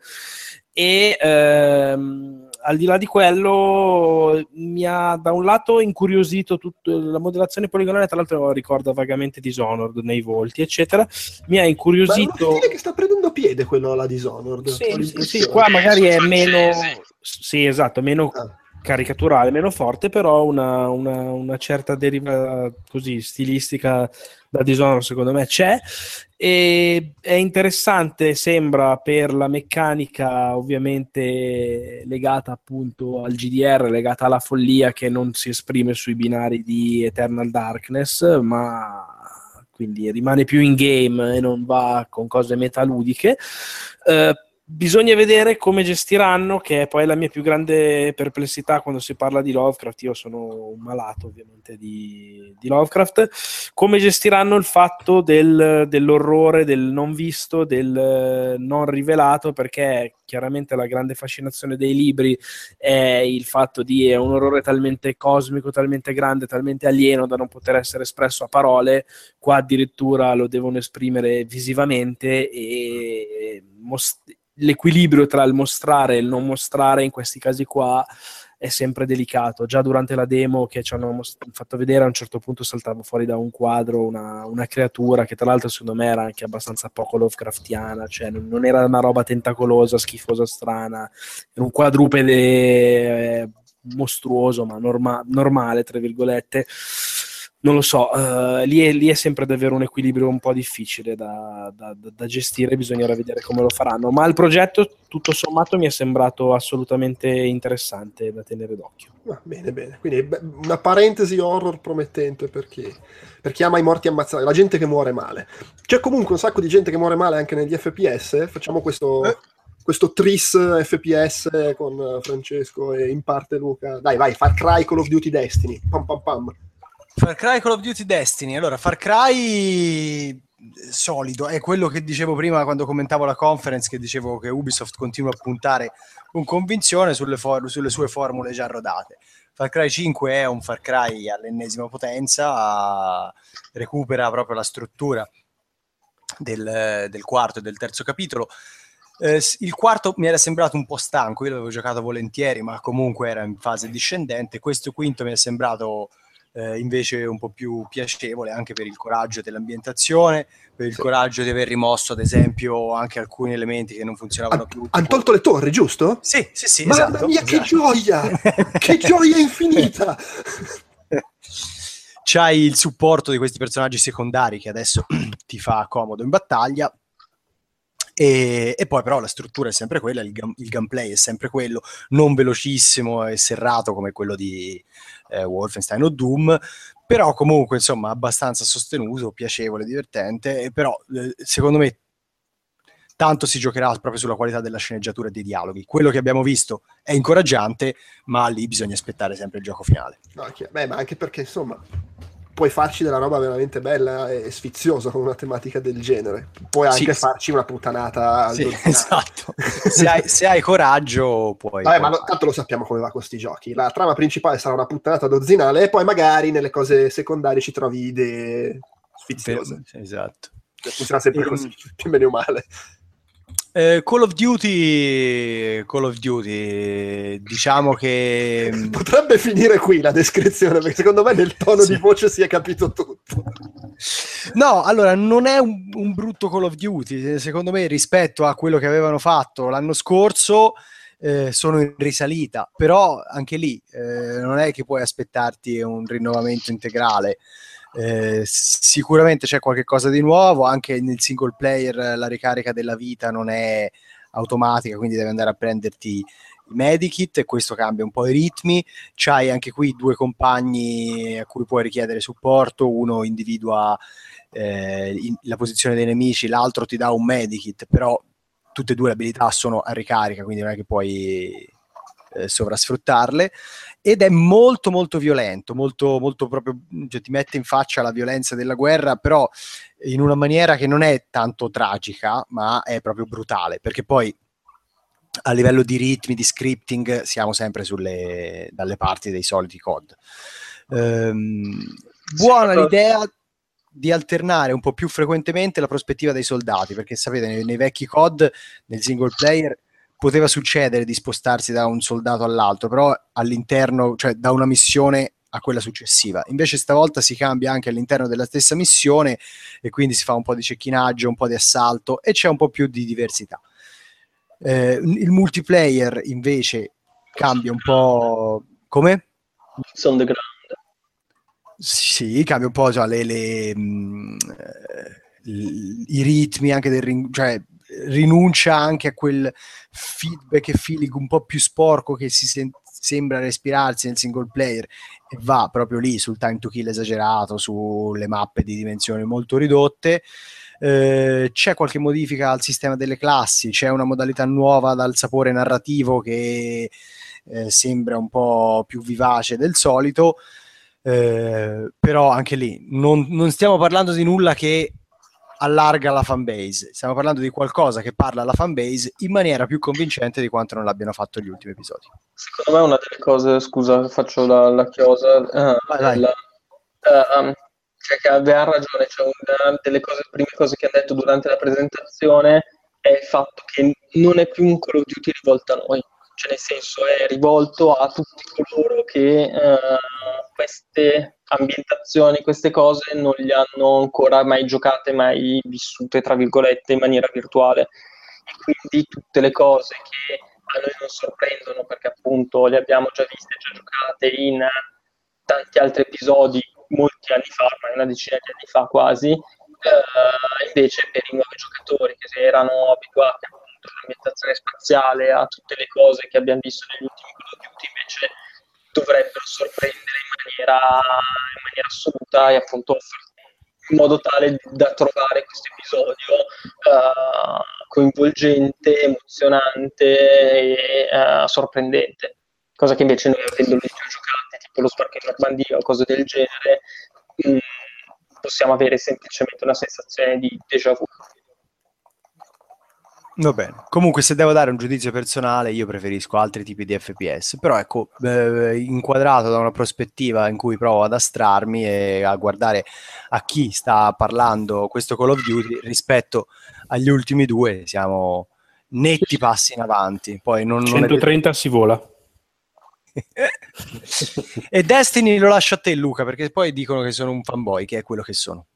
e ehm, al di là di quello mi ha da un lato incuriosito tutto, la modellazione poligonale tra l'altro ricorda vagamente Dishonored nei volti eccetera, mi ha Ma è incuriosito. uno stile che sta prendendo piede quello alla Dishonored. Sì, sì, sì, qua magari è meno, sì, esatto, meno Ah. caricaturale, meno forte, però una, una, una certa deriva così stilistica da Dishonored secondo me c'è, e è interessante, sembra, per la meccanica ovviamente legata appunto al G D R, legata alla follia che non si esprime sui binari di Eternal Darkness, ma quindi rimane più in game e non va con cose metaludiche. Eh, bisogna vedere come gestiranno, che è poi la mia più grande perplessità quando si parla di Lovecraft. Io sono un malato ovviamente di, di Lovecraft, come gestiranno il fatto del, dell'orrore, del non visto, del non rivelato, perché chiaramente la grande fascinazione dei libri è il fatto di è un orrore talmente cosmico, talmente grande, talmente alieno da non poter essere espresso a parole. Qua addirittura lo devono esprimere visivamente, e most- l'equilibrio tra il mostrare e il non mostrare in questi casi qua è sempre delicato. Già durante la demo che ci hanno most- fatto vedere, a un certo punto saltava fuori da un quadro una, una creatura che tra l'altro secondo me era anche abbastanza poco Lovecraftiana, cioè non, non era una roba tentacolosa, schifosa, strana, era un quadrupede eh, mostruoso ma norma- normale tra virgolette. Non lo so, uh, lì, è, lì è sempre davvero un equilibrio un po' difficile da, da, da gestire, bisognerà vedere come lo faranno, ma il progetto tutto sommato mi è sembrato assolutamente interessante da tenere d'occhio. Ah, bene, bene, quindi beh, una parentesi horror promettente per chi, per chi ama i morti ammazzati, la gente che muore male. C'è comunque un sacco di gente che muore male anche negli F P S, facciamo questo... Eh. questo tris F P S con Francesco e in parte Luca. Dai, vai, Far Cry, Call of Duty, Destiny. Pam pam pam. Far Cry, Call of Duty, Destiny. Allora, Far Cry solido, è quello che dicevo prima quando commentavo la conference, che dicevo che Ubisoft continua a puntare con convinzione sulle, for- sulle sue formule già rodate. Far Cry cinque è un Far Cry all'ennesima potenza, recupera proprio la struttura del, del quarto e del terzo capitolo. Eh, il quarto mi era sembrato un po' stanco, io l'avevo giocato volentieri, ma comunque era in fase discendente. Questo quinto mi è sembrato eh, invece un po' più piacevole, anche per il coraggio dell'ambientazione, per il sì. coraggio di aver rimosso ad esempio anche alcuni elementi che non funzionavano Han, più. Hanno tolto le torri, giusto? Sì, sì, sì. Mamma esatto, mia, esatto. che gioia! Che gioia infinita! C'hai il supporto di questi personaggi secondari che adesso ti fa comodo in battaglia. E, e poi però la struttura è sempre quella, il, gam, il gameplay è sempre quello, non velocissimo e serrato come quello di eh, Wolfenstein o Doom, però comunque insomma abbastanza sostenuto, piacevole, divertente, e però eh, secondo me tanto si giocherà proprio sulla qualità della sceneggiatura e dei dialoghi. Quello che abbiamo visto è incoraggiante, ma lì bisogna aspettare sempre il gioco finale. No, beh, ma anche perché insomma puoi farci della roba veramente bella e sfiziosa con una tematica del genere, puoi anche sì, farci una puttanata sì, esatto. se, hai, se hai coraggio puoi. Vabbè, ma lo, tanto lo sappiamo come va con questi giochi, la trama principale sarà una puttanata dozzinale e poi magari nelle cose secondarie ci trovi idee sfiziose. Per, esatto, funziona sempre e, così, più bene o male. Eh, Call of Duty Call of Duty diciamo che potrebbe finire qui la descrizione, perché secondo me nel tono sì. di voce si è capito tutto. No, allora non è un, un brutto Call of Duty, secondo me, rispetto a quello che avevano fatto l'anno scorso. Eh, sono in risalita, però anche lì eh, non è che puoi aspettarti un rinnovamento integrale. Eh, sicuramente c'è qualche cosa di nuovo, anche nel single player la ricarica della vita non è automatica, quindi devi andare a prenderti i medikit e questo cambia un po' i ritmi. C'hai anche qui due compagni a cui puoi richiedere supporto, uno individua eh, in, la posizione dei nemici, l'altro ti dà un medikit, però tutte e due le abilità sono a ricarica, quindi non è che puoi eh, sovrasfruttarle, ed è molto molto violento, molto, molto proprio, cioè, ti mette in faccia la violenza della guerra, però in una maniera che non è tanto tragica, ma è proprio brutale, perché poi a livello di ritmi, di scripting, siamo sempre sulle, dalle parti dei soliti C O D. Ehm, buona sì, l'idea di alternare un po' più frequentemente la prospettiva dei soldati, perché sapete nei, nei vecchi C O D nel single player poteva succedere di spostarsi da un soldato all'altro, però all'interno, cioè da una missione a quella successiva. Invece stavolta si cambia anche all'interno della stessa missione e quindi si fa un po' di cecchinaggio, un po' di assalto e c'è un po' più di diversità. Eh, il multiplayer invece cambia un po'. Come? On the ground. Sì, cambia un po', cioè, le, le, mh, eh, i ritmi anche del ring, cioè rinuncia anche a quel feedback e feeling un po' più sporco che si sen- sembra respirarsi nel single player e va proprio lì sul time to kill esagerato, sulle mappe di dimensioni molto ridotte. Eh, c'è qualche modifica al sistema delle classi, c'è una modalità nuova dal sapore narrativo che eh, sembra un po' più vivace del solito. Eh, però anche lì non, non stiamo parlando di nulla che allarga la fanbase, stiamo parlando di qualcosa che parla alla fanbase in maniera più convincente di quanto non l'abbiano fatto gli ultimi episodi. Secondo me una delle cose, scusa, faccio la, la chiosa, uh, vai, vai. La, uh, um, cioè che aveva ragione, cioè una delle cose, prime cose che ha detto durante la presentazione è il fatto che non è più un Call of Duty rivolto a noi, cioè nel senso è rivolto a tutti coloro che uh, queste ambientazioni, queste cose non li hanno ancora mai giocate, mai vissute, tra virgolette, in maniera virtuale. E quindi tutte le cose che a noi non sorprendono, perché appunto le abbiamo già viste, già giocate in tanti altri episodi molti anni fa, ormai una decina di anni fa quasi, eh, invece per i nuovi giocatori che erano abituati appunto all'ambientazione spaziale, a tutte le cose che abbiamo visto negli ultimi Call of Duty, invece dovrebbero sorprendere in maniera, in maniera assoluta e appunto in modo tale da trovare questo episodio uh, coinvolgente, emozionante e uh, sorprendente, cosa che invece noi avendo già giocate, tipo lo sbarco in Normandia o cose del genere, mh, possiamo avere semplicemente una sensazione di déjà vu. Va bene, comunque se devo dare un giudizio personale io preferisco altri tipi di F P S, però ecco, eh, inquadrato da una prospettiva in cui provo ad astrarmi e a guardare a chi sta parlando questo Call of Duty rispetto agli ultimi due, siamo netti passi in avanti. Poi non, non centotrenta è... si vola. E Destiny lo lascio a te, Luca, perché poi dicono che sono un fanboy, che è quello che sono.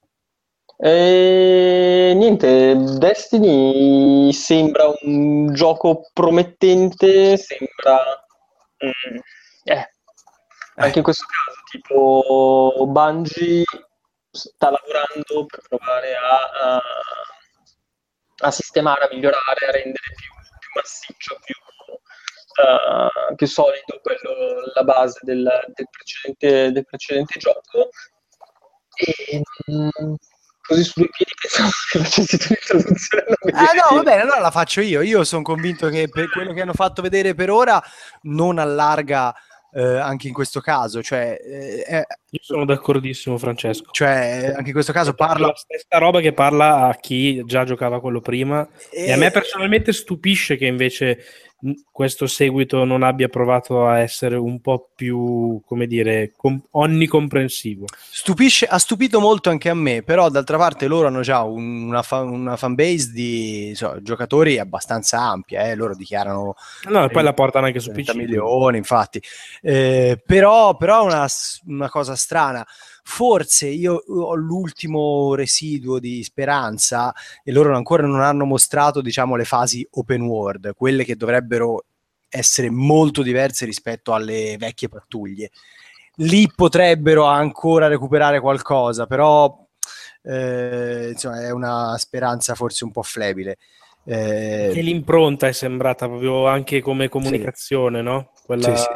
E niente, Destiny sembra un gioco promettente, sembra mm, eh, anche in questo caso tipo Bungie sta lavorando per provare a, a, a sistemare, a migliorare, a rendere più, più massiccio, più, uh, più solido quello, la base del, del, precedente, del precedente gioco. E mm, così su due piedi pensavo che facessi tu l'introduzione. Ah no, va bene, allora la faccio io. Io sono convinto che per quello che hanno fatto vedere per ora non allarga eh, anche in questo caso. Cioè, eh, è, io sono d'accordissimo, Francesco. Cioè, anche in questo caso parla la stessa roba che parla a chi già giocava quello prima. E, e a me personalmente stupisce che invece questo seguito non abbia provato a essere un po' più, come dire, com- onnicomprensivo. Stupisce, ha stupito molto anche a me, però d'altra parte loro hanno già una, fa- una fanbase di so, giocatori abbastanza ampia, eh? Loro dichiarano no, e poi la portano anche su P C milioni, infatti. Eh, però però una, una cosa strana, Forse io ho l'ultimo residuo di speranza, e loro ancora non hanno mostrato, diciamo, le fasi open world, quelle che dovrebbero essere molto diverse rispetto alle vecchie pattuglie. Lì potrebbero ancora recuperare qualcosa, però eh, insomma è una speranza forse un po' flebile. Eh, che l'impronta è sembrata proprio anche come comunicazione, sì. No? Quella, sì, sì.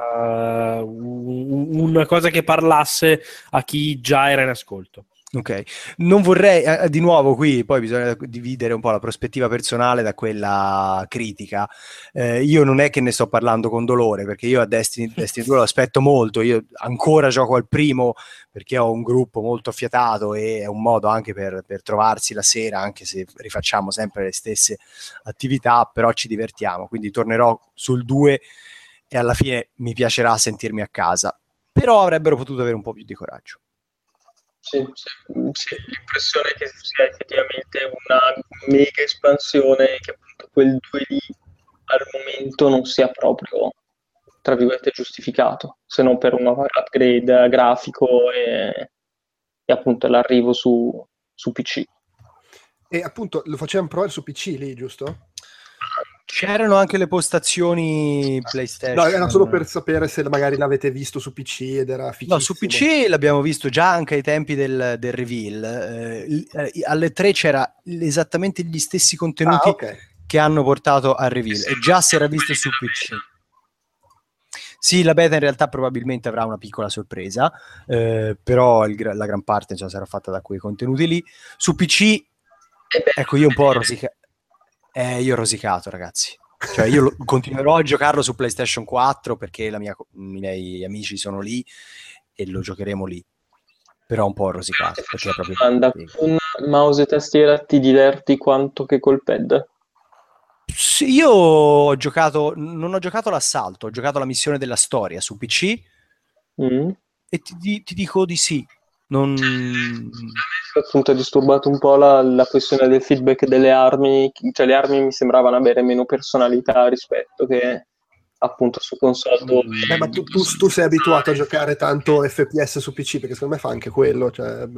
Uh, una cosa che parlasse a chi già era in ascolto. Ok, non vorrei, eh, di nuovo qui poi bisogna dividere un po' la prospettiva personale da quella critica. Eh, io non è che ne sto parlando con dolore, perché io a Destiny, Destiny due lo aspetto molto, io ancora gioco al primo perché ho un gruppo molto affiatato e è un modo anche per, per trovarsi la sera, anche se rifacciamo sempre le stesse attività, però ci divertiamo, quindi tornerò sul due e alla fine mi piacerà sentirmi a casa, però avrebbero potuto avere un po' più di coraggio. Sì, sì, sì, l'impressione è che sia effettivamente una mega espansione, che appunto quel due lì al momento non sia proprio, tra virgolette, giustificato, se non per un upgrade grafico e, e appunto l'arrivo su, su P C. E appunto lo facevano provare su P C lì, giusto? C'erano anche le postazioni PlayStation. No, era solo per sapere se magari l'avete visto su P C ed era fighissimo. No, su P C l'abbiamo visto già anche ai tempi del, del reveal. Eh, alle tre c'era esattamente gli stessi contenuti ah, okay. che hanno portato al reveal e già si era visto su P C. Sì, la beta in realtà probabilmente avrà una piccola sorpresa, eh, però il, la gran parte già sarà fatta da quei contenuti lì. Su P C, ecco, io un po' ho rosicato. Eh, io ho rosicato, ragazzi. Cioè, io lo, continuerò a giocarlo su PlayStation quattro perché la mia, i miei amici sono lì e lo giocheremo lì. Però un po' ho rosicato. Perché è proprio domanda, con mouse e tastiera ti diverti quanto che col pad? Sì, io ho giocato, non ho giocato l'assalto, ho giocato la missione della storia su P C mm. e ti, ti dico di sì. Non... appunto ha disturbato un po' la, la questione del feedback delle armi, cioè le armi mi sembravano avere meno personalità rispetto che appunto su console dove... Beh, ma tu, tu, tu sei abituato a giocare tanto F P S su P C, perché secondo me fa anche quello, cioè,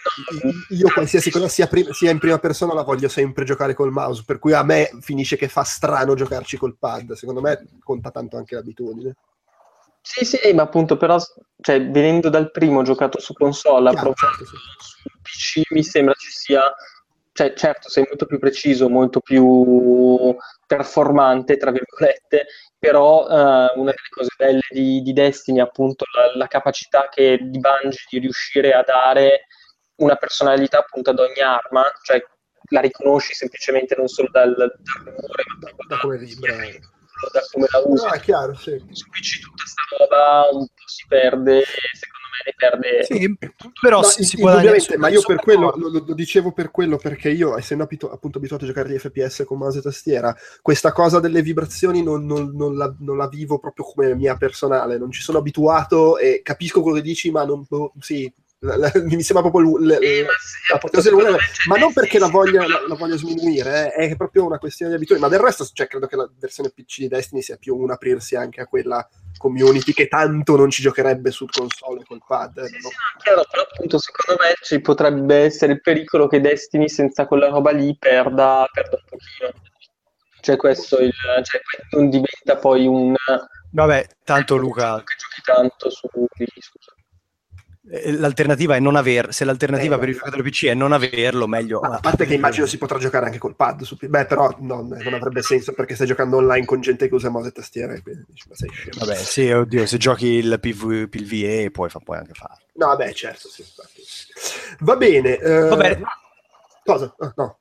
io qualsiasi cosa sia, prim- sia in prima persona la voglio sempre giocare col mouse, per cui a me finisce che fa strano giocarci col pad, secondo me conta tanto anche l'abitudine. Sì, sì, ma appunto però, cioè, venendo dal primo giocato su console, Chiaro, certo, sì. su P C mi sembra ci sia, cioè certo sei molto più preciso, molto più performante, tra virgolette, però uh, una delle cose belle di, di Destiny è appunto la, la capacità che di Bungie di riuscire a dare una personalità appunto ad ogni arma, cioè la riconosci semplicemente non solo dal, dal rumore, ma proprio da, da come vibra. Da come la usi. No, è chiaro, sì. Su P C tutta sta roba un po' si perde, secondo me ne perde. Sì, però no, si, si indubbiamente, ma io per quello lo, lo dicevo per quello perché io, essendo abitu- appunto abituato a giocare gli F P S con mouse e tastiera, questa cosa delle vibrazioni non, non, non, la, non la vivo proprio come mia personale, non ci sono abituato e capisco quello che dici, ma non sì. La, la, mi sembra proprio l, l, eh, la, la, la, ma non perché la voglia, la, la voglia sminuire, eh, è proprio una questione di abitudine. Ma del resto, cioè, credo che la versione P C di Destiny sia più un aprirsi anche a quella community che tanto non ci giocherebbe sul console col pad. Eh, sì, no? Sì, no, chiaro, però appunto secondo me ci potrebbe essere il pericolo che Destiny senza quella roba lì perda, perda un pochino. Cioè questo il, cioè, non diventa poi un... Vabbè, tanto Luca... Che giochi tanto su... Scusa. L'alternativa è non aver, se l'alternativa eh, per il giocatore P C è non averlo, meglio. A parte che immagino si potrà giocare anche col pad su P C. Beh, però no, non avrebbe senso perché stai giocando online con gente che usa mouse e tastiera e quindi dici, ma sei scemo. Vabbè, sì, oddio, se giochi il P V E poi fa puoi anche farlo. No, vabbè, certo, sì, infatti. Va bene. Eh... Va bene. Cosa? Ah, no.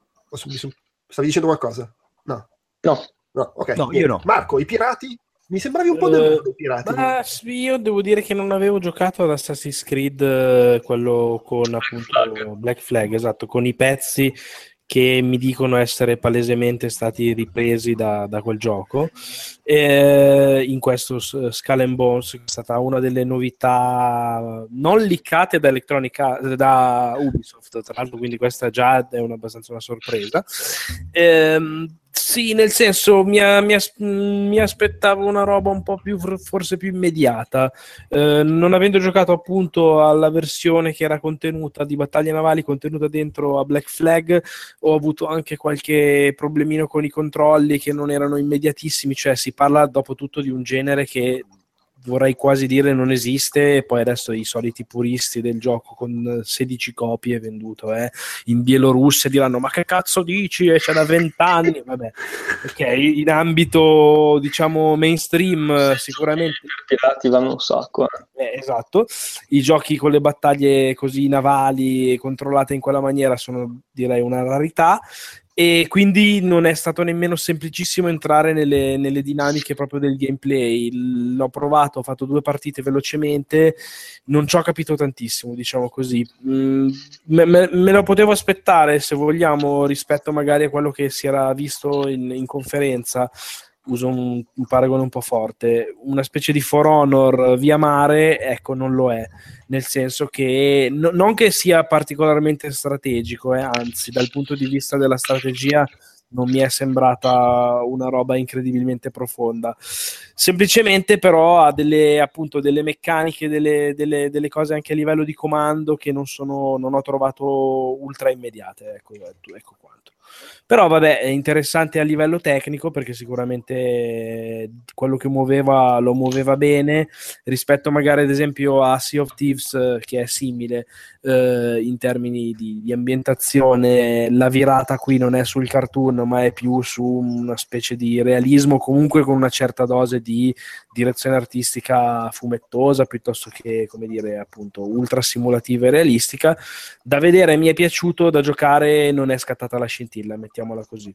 Stavi dicendo qualcosa? No. No. No, ok. No, io no. Marco, i pirati? Mi sembravi un po' deluso dei pirati. Ma io devo dire che non avevo giocato ad Assassin's Creed, quello con appunto Black Flag, esatto, con i pezzi che mi dicono essere palesemente stati ripresi da, da quel gioco. E in questo Skull and Bones, che è stata una delle novità non leakate da Electronic da Ubisoft, tra l'altro, quindi questa già è una, abbastanza una sorpresa. E, Sì, nel senso mi, mi, mi aspettavo una roba un po' più, forse più immediata, eh, non avendo giocato appunto alla versione che era contenuta di battaglie navali, contenuta dentro a Black Flag, ho avuto anche qualche problemino con i controlli che non erano immediatissimi, cioè si parla dopo tutto di un genere che vorrei quasi dire non esiste, e poi adesso i soliti puristi del gioco con sedici copie venduto eh, in Bielorussia diranno ma che cazzo dici, e c'è da vent'anni, vabbè, ok, in ambito diciamo mainstream sicuramente i pirati vanno un sacco eh, esatto, i giochi con le battaglie così navali controllate in quella maniera sono direi una rarità, e quindi non è stato nemmeno semplicissimo entrare nelle, nelle dinamiche proprio del gameplay. L'ho provato, ho fatto due partite velocemente, non ci ho capito tantissimo, diciamo così. Mm, me, me, me lo potevo aspettare, se vogliamo, rispetto magari a quello che si era visto in, in conferenza. Uso un, un paragone un po' forte, una specie di For Honor via mare, ecco, non lo è, nel senso che no, non che sia particolarmente strategico, eh, anzi dal punto di vista della strategia non mi è sembrata una roba incredibilmente profonda, semplicemente però ha delle, appunto, delle meccaniche, delle, delle, delle cose anche a livello di comando che non sono, non ho trovato ultra immediate, ecco, ecco quanto. Però vabbè, è interessante a livello tecnico perché sicuramente quello che muoveva lo muoveva bene rispetto magari ad esempio a Sea of Thieves, che è simile eh, in termini di, di ambientazione. La virata qui non è sul cartoon ma è più su una specie di realismo, comunque con una certa dose di direzione artistica fumettosa piuttosto che, come dire, appunto ultra simulativa e realistica. Da vedere mi è piaciuto, da giocare non è scattata la scintilla, mettiamola così.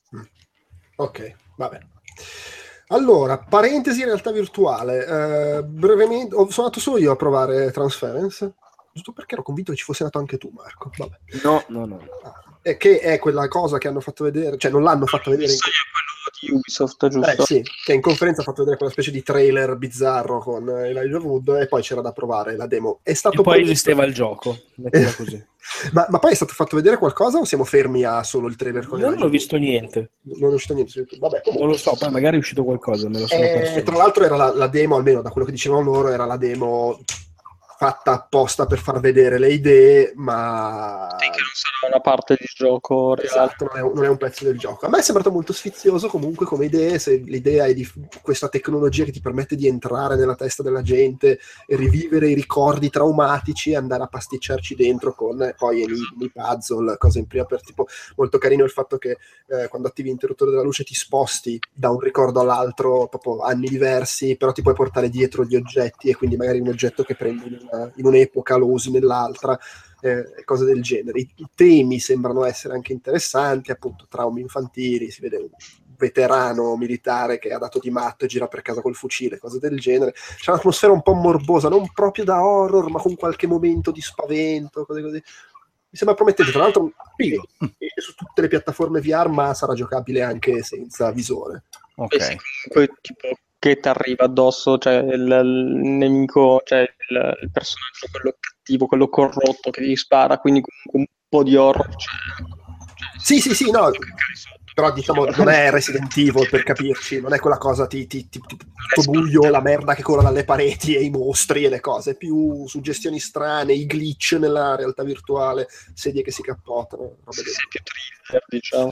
Ok, vabbè. Allora, parentesi realtà virtuale. Eh, brevemente, ho, sono andato solo io a provare Transference, giusto perché ero convinto che ci fossi andato anche tu, Marco. Vabbè. No, no, no. Ah, e che è quella cosa che hanno fatto vedere, cioè non l'hanno fatto vedere in... di Ubisoft, giusto? Eh, sì, che in conferenza ha fatto vedere quella specie di trailer bizzarro con Elijah Wood e poi c'era da provare la demo. È stato e poi promesso... esisteva il gioco, mettiamo così. ma, ma poi è stato fatto vedere qualcosa o siamo fermi a solo il trailer con Io Elijah non ho Wood? visto niente. Non è uscito niente su YouTube. Vabbè, comunque. Non lo so, poi magari è uscito qualcosa, me lo sono Eh, perso. tra l'altro era la, la demo, almeno da quello che dicevano loro, era la demo fatta apposta per far vedere le idee, ma... Sì, che non sarà una parte di gioco reale. Esatto, non è, un, non è un pezzo del gioco. A me è sembrato molto sfizioso comunque come idee, se l'idea è di questa tecnologia che ti permette di entrare nella testa della gente e rivivere i ricordi traumatici e andare a pasticciarci dentro con poi enigmi, puzzle, cose in prima per tipo. Molto carino il fatto che eh, quando attivi l'interruttore della luce ti sposti da un ricordo all'altro, proprio anni diversi, però ti puoi portare dietro gli oggetti e quindi magari un oggetto che prendi in, una, in un'epoca lo usi nell'altra. Eh, cose del genere. I, i temi sembrano essere anche interessanti, appunto traumi infantili, si vede un veterano militare che ha dato di matto e gira per casa col fucile, cose del genere. C'è un'atmosfera un po' morbosa, non proprio da horror ma con qualche momento di spavento, cose così. Mi sembra promettente, tra l'altro è, è su tutte le piattaforme V R ma sarà giocabile anche senza visore. Ok. E sì, comunque tipo che ti arriva addosso, cioè il, il nemico, cioè il, il personaggio, quello cattivo, quello corrotto che ti spara, quindi comunque un po' di horror c'è. Cioè, sì, sì, sì, no, però diciamo non è Resident Evil, per capirci, non è quella cosa ti, ti, ti, ti, tutto buio, la merda che corre dalle pareti e i mostri e le cose, è più suggestioni strane, i glitch nella realtà virtuale, sedie che si cappotano, robe del... sì, più thriller, diciamo.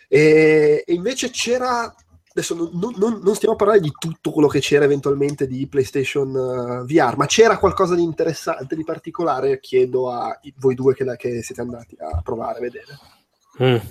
E, e invece c'era... Adesso non, non, non stiamo a parlare di tutto quello che c'era eventualmente di PlayStation uh, V R, ma c'era qualcosa di interessante, di particolare? Chiedo a voi due che, che siete andati a provare a vedere. Mm.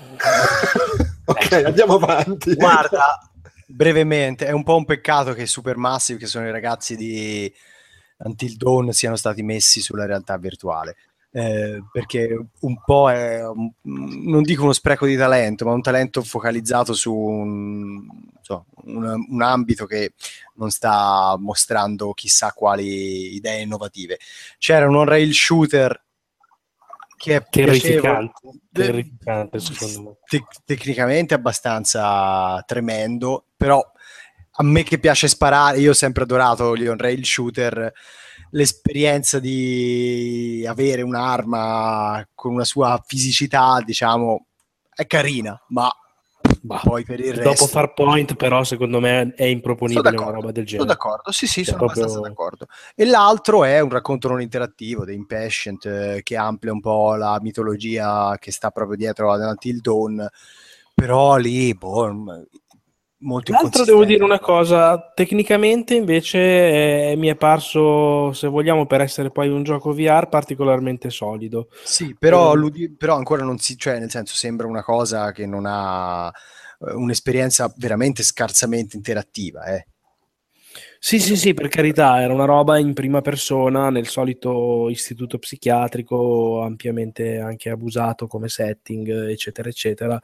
Ok, andiamo avanti. Guarda, brevemente, è un po' un peccato che Supermassive, che sono i ragazzi di Until Dawn, siano stati messi sulla realtà virtuale. Eh, perché un po' è, un, non dico uno spreco di talento, ma un talento focalizzato su un, so, un, un ambito che non sta mostrando chissà quali idee innovative. C'era un on-rail shooter che è terrificante, terrificante secondo me. Te- tecnicamente abbastanza tremendo, però a me che piace sparare, io ho sempre adorato gli on-rail shooter, l'esperienza di avere un'arma con una sua fisicità, diciamo, è carina, ma Bah, poi per il dopo resto... Farpoint però secondo me è improponibile una roba del genere. Sono d'accordo, sì sì, Cioè, sono proprio... abbastanza d'accordo. E l'altro è un racconto non interattivo, The Impatient, eh, che amplia un po' la mitologia che sta proprio dietro ad Until Dawn, però lì, boh, molto L'altro devo dire inconsistente. una cosa, tecnicamente invece eh, mi è parso, se vogliamo, per essere poi un gioco V R particolarmente solido. Sì, però, Eh, l'udi- però ancora non si, cioè nel senso sembra una cosa che non ha eh, un'esperienza veramente scarsamente interattiva, eh. Sì, sì, sì, per carità, era una roba in prima persona nel solito istituto psichiatrico, ampiamente anche abusato come setting, eccetera, eccetera.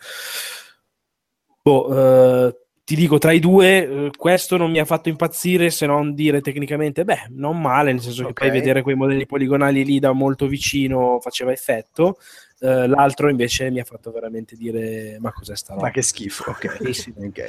Boh, eh, ti dico, tra i due, eh, questo non mi ha fatto impazzire, se non dire tecnicamente, beh, non male, nel senso che poi Ok. vedere quei modelli poligonali lì da molto vicino faceva effetto. Eh, l'altro invece mi ha fatto veramente dire, ma cos'è sta roba? Ma che schifo, ok. Sì, sì. Ok.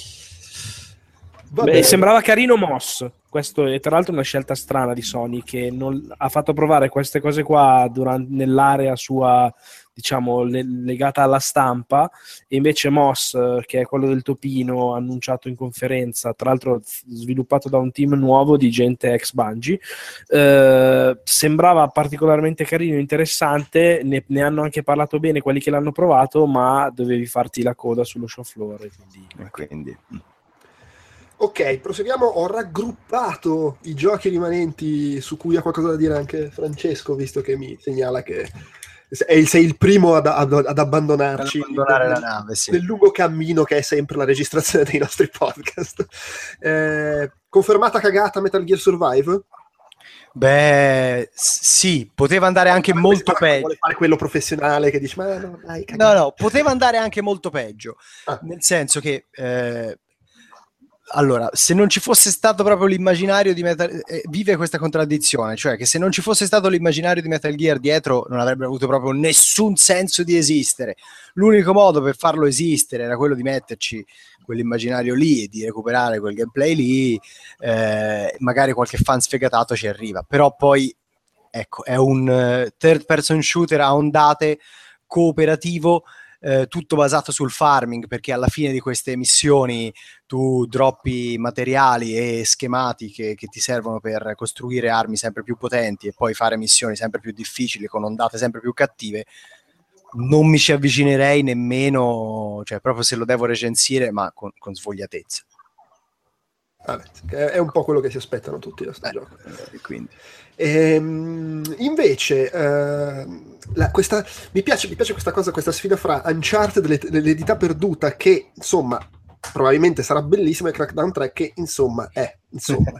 Va Beh, bene. sembrava carino Moss, questo è tra l'altro una scelta strana di Sony che non, ha fatto provare queste cose qua durante, nell'area sua, diciamo, le, legata alla stampa, e invece Moss, che è quello del topino annunciato in conferenza, tra l'altro sviluppato da un team nuovo di gente ex Bungie, eh, sembrava particolarmente carino e interessante, ne, ne hanno anche parlato bene quelli che l'hanno provato, ma dovevi farti la coda sullo show floor, quindi... Quindi... Ok, proseguiamo. Ho raggruppato i giochi rimanenti su cui ha qualcosa da dire anche Francesco, visto che mi segnala che sei il primo ad, ad, ad abbandonarci Ad abbandonare nel, la nave, sì. nel lungo cammino che è sempre la registrazione dei nostri podcast. Eh, confermata cagata Metal Gear Survive? Beh, sì, poteva andare anche Come molto si fa quando peggio. vuole fare quello professionale che dice ma no, dai, No, cagata. no, poteva andare anche molto peggio, Ah. nel senso che eh, allora, se non ci fosse stato proprio l'immaginario di Metal eh, vive questa contraddizione, cioè che se non ci fosse stato l'immaginario di Metal Gear dietro non avrebbe avuto proprio nessun senso di esistere. L'unico modo per farlo esistere era quello di metterci quell'immaginario lì e di recuperare quel gameplay lì, eh, magari qualche fan sfegatato ci arriva, però poi ecco, è un uh, third person shooter a ondate cooperativo, eh, tutto basato sul farming, perché alla fine di queste missioni tu droppi materiali e schemati che, che ti servono per costruire armi sempre più potenti e poi fare missioni sempre più difficili con ondate sempre più cattive. Non mi ci avvicinerei nemmeno, cioè proprio se lo devo recensire, ma con, con svogliatezza. Vabbè, è un po' quello che si aspettano tutti da sto Beh, gioco. eh, quindi. Ehm, invece eh, la, questa, mi, piace, mi piace questa cosa, questa sfida fra Uncharted, le, l'eredità perduta, che insomma probabilmente sarà bellissima, e Crackdown tre che insomma è insomma